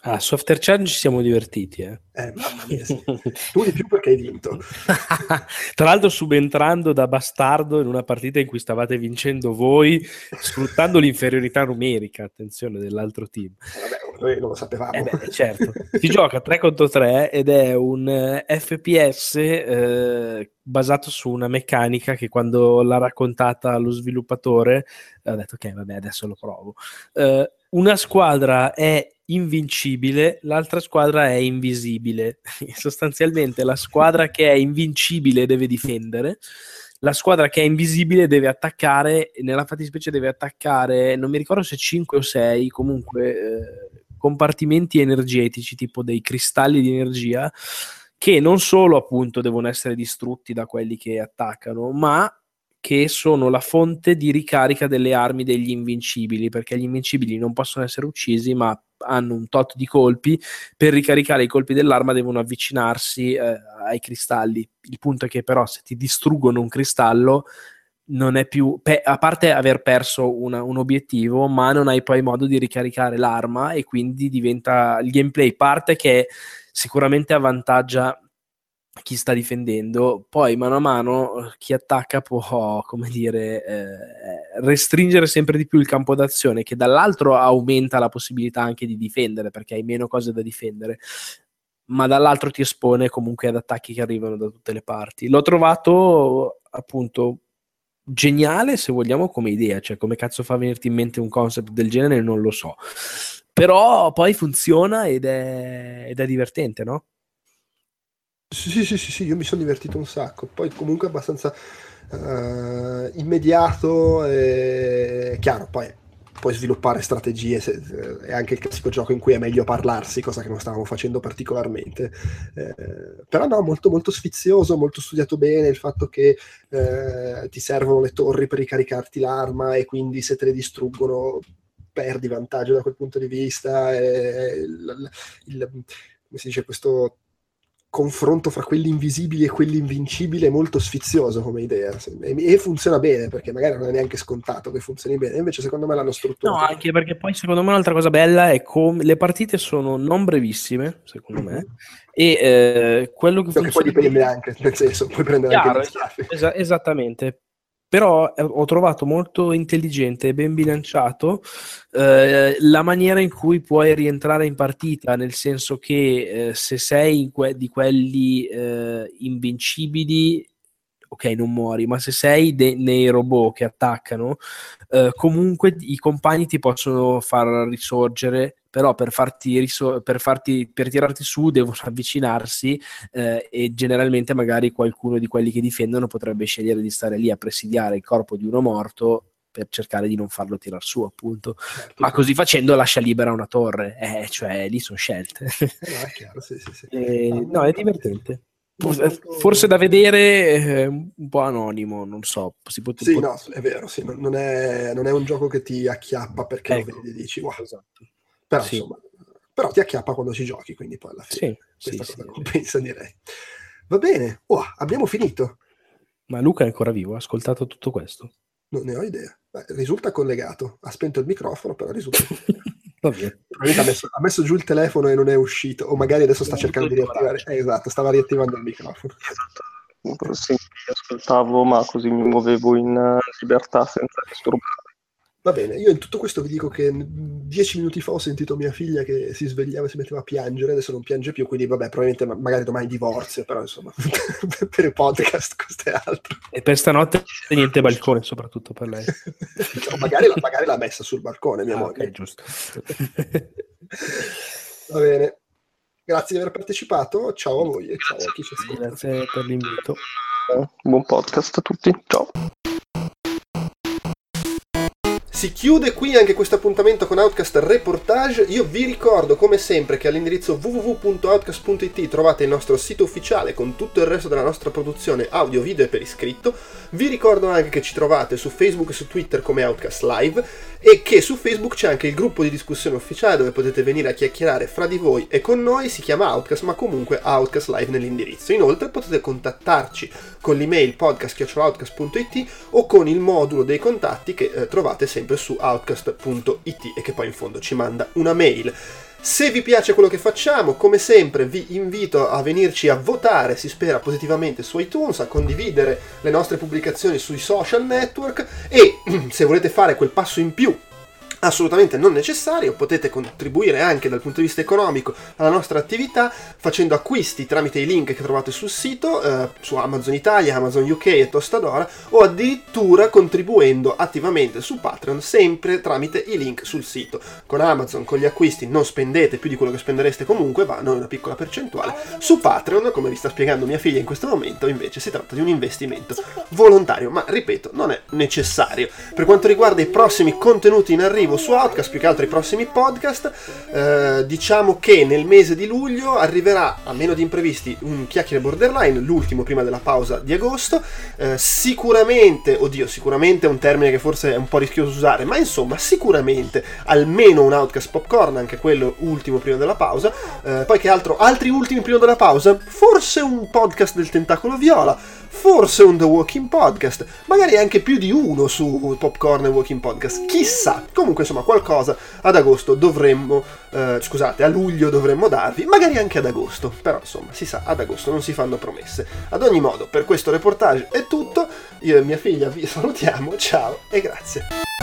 Ah, su After Charge ci siamo divertiti, eh. Eh, mamma mia, sì. Tu di più perché hai vinto. Tra l'altro subentrando da bastardo in una partita in cui stavate vincendo voi, sfruttando l'inferiorità numerica, attenzione, dell'altro team. Vabbè, noi non lo sapevamo. Eh beh, certo. Si gioca tre contro tre ed è un eh, F P S eh, basato su una meccanica che quando l'ha raccontata lo sviluppatore ha detto ok, vabbè, adesso lo provo. Eh, una squadra è invincibile, l'altra squadra è invisibile. Sostanzialmente la squadra che è invincibile deve difendere, la squadra che è invisibile deve attaccare, nella fattispecie deve attaccare, non mi ricordo se cinque o sei, comunque eh, compartimenti energetici, tipo dei cristalli di energia, che non solo appunto devono essere distrutti da quelli che attaccano, ma che sono la fonte di ricarica delle armi degli invincibili, perché gli invincibili non possono essere uccisi, ma hanno un tot di colpi. Per ricaricare i colpi dell'arma devono avvicinarsi eh, ai cristalli. Il punto è che però se ti distruggono un cristallo non è più, pe- a parte aver perso una, un obiettivo, ma non hai poi modo di ricaricare l'arma, e quindi diventa il gameplay parte che sicuramente avvantaggia chi sta difendendo, poi mano a mano chi attacca può, come dire, eh, restringere sempre di più il campo d'azione, che dall'altro aumenta la possibilità anche di difendere perché hai meno cose da difendere, ma dall'altro ti espone comunque ad attacchi che arrivano da tutte le parti. L'ho trovato appunto geniale, se vogliamo, come idea, cioè come cazzo fa a venirti in mente un concept del genere non lo so, però poi funziona ed è, ed è divertente, no? Sì, sì, sì, sì, sì, io mi sono divertito un sacco. Poi comunque abbastanza uh, immediato e chiaro, poi puoi sviluppare strategie, se, è anche il classico gioco in cui è meglio parlarsi, cosa che non stavamo facendo particolarmente. Eh, però no, molto molto sfizioso, molto studiato bene il fatto che eh, ti servono le torri per ricaricarti l'arma e quindi se te le distruggono perdi vantaggio da quel punto di vista. E il, il, come si dice, questo confronto fra quelli invisibili e quelli invincibili è molto sfizioso come idea e, e funziona bene, perché magari non è neanche scontato che funzioni bene, invece secondo me l'hanno strutturato. No, anche perché poi secondo me un'altra cosa bella è come le partite sono non brevissime, secondo me, mm-hmm. e eh, quello che funziona poi dipende bene, anche, nel senso, puoi prendere chiaro, anche degli es- esattamente. Però eh, ho trovato molto intelligente e ben bilanciato eh, la maniera in cui puoi rientrare in partita, nel senso che eh, se sei que- di quelli eh, invincibili, ok, non muori, ma se sei de- nei robot che attaccano, eh, comunque i compagni ti possono far risorgere, però per farti, risor- per farti per tirarti su devono avvicinarsi eh, e generalmente magari qualcuno di quelli che difendono potrebbe scegliere di stare lì a presidiare il corpo di uno morto per cercare di non farlo tirar su, appunto. Certo, ma così facendo lascia libera una torre, eh, cioè lì sono scelte. Eh, no, è chiaro, sì, sì, sì. E, ah, no, è divertente. Forse da vedere eh, un po' anonimo, non so. Si pot- sì, pot- no, è vero, sì, non, è, non è un gioco che ti acchiappa perché ecco, lo vedi e dici wow. Esatto. Però sì. insomma, però ti acchiappa quando ci giochi, quindi poi alla fine sì, questa sì, cosa sì, compensa, direi. Va bene, oh, abbiamo finito. Ma Luca è ancora vivo? Ha ascoltato tutto questo? Non ne ho idea. Beh, risulta collegato. Ha spento il microfono, però risulta collegato. Va bene. Probabilmente ha messo, ha messo giù il telefono e non è uscito, o magari adesso sta cercando di riattivare. Eh, esatto, stava riattivando il microfono. Esatto. Sì, ascoltavo, ma così mi muovevo in libertà senza disturbare. Va bene, io in tutto questo vi dico che dieci minuti fa ho sentito mia figlia che si svegliava e si metteva a piangere, adesso non piange più, quindi vabbè, probabilmente magari domani divorzio, però insomma, per il podcast questo è altro. E per stanotte niente balcone, soprattutto per lei. No, magari, la, magari l'ha messa sul balcone, mia ah, moglie. Ok, giusto. Va bene, grazie di aver partecipato, ciao a voi e ciao a chi ci ascolta. Grazie per l'invito. Buon podcast a tutti, ciao. Si chiude qui anche questo appuntamento con Outcast Reportage. Io vi ricordo come sempre che all'indirizzo w w w punto outcast punto i t trovate il nostro sito ufficiale con tutto il resto della nostra produzione audio, video e per iscritto. Vi ricordo anche che ci trovate su Facebook e su Twitter come Outcast Live e che su Facebook c'è anche il gruppo di discussione ufficiale dove potete venire a chiacchierare fra di voi e con noi. Si chiama Outcast, ma comunque Outcast Live nell'indirizzo. Inoltre potete contattarci con l'email podcast chiocciola outcast punto i t o con il modulo dei contatti che eh, trovate sempre su outcast punto i t e che poi in fondo ci manda una mail. Se vi piace quello che facciamo, come sempre vi invito a venirci a votare, si spera positivamente, su iTunes, a condividere le nostre pubblicazioni sui social network e se volete fare quel passo in più assolutamente non necessario, potete contribuire anche dal punto di vista economico alla nostra attività facendo acquisti tramite i link che trovate sul sito, eh, su Amazon Italia, Amazon U K e Tostadora, o addirittura contribuendo attivamente su Patreon, sempre tramite i link sul sito. Con Amazon, con gli acquisti non spendete più di quello che spendereste comunque, va, noi una piccola percentuale. Su Patreon, come vi sta spiegando mia figlia in questo momento, invece si tratta di un investimento volontario, ma ripeto, non è necessario. Per quanto riguarda i prossimi contenuti in arrivo su Outcast, più che altro i prossimi podcast, eh, diciamo che nel mese di luglio arriverà, a meno di imprevisti, un Chiacchiere Borderline, l'ultimo prima della pausa di agosto, eh, sicuramente, oddio sicuramente è un termine che forse è un po' rischioso usare, ma insomma sicuramente almeno un Outcast Popcorn, anche quello ultimo prima della pausa, eh, poi che altro, altri ultimi prima della pausa, forse un podcast del Tentacolo Viola, forse un The Walking Podcast, magari anche più di uno su Popcorn e Walking Podcast, chissà. Comunque insomma qualcosa ad agosto dovremmo, eh, scusate, a luglio dovremmo darvi, magari anche ad agosto, però insomma si sa, ad agosto non si fanno promesse. Ad ogni modo, per questo reportage è tutto, io e mia figlia vi salutiamo, ciao e grazie.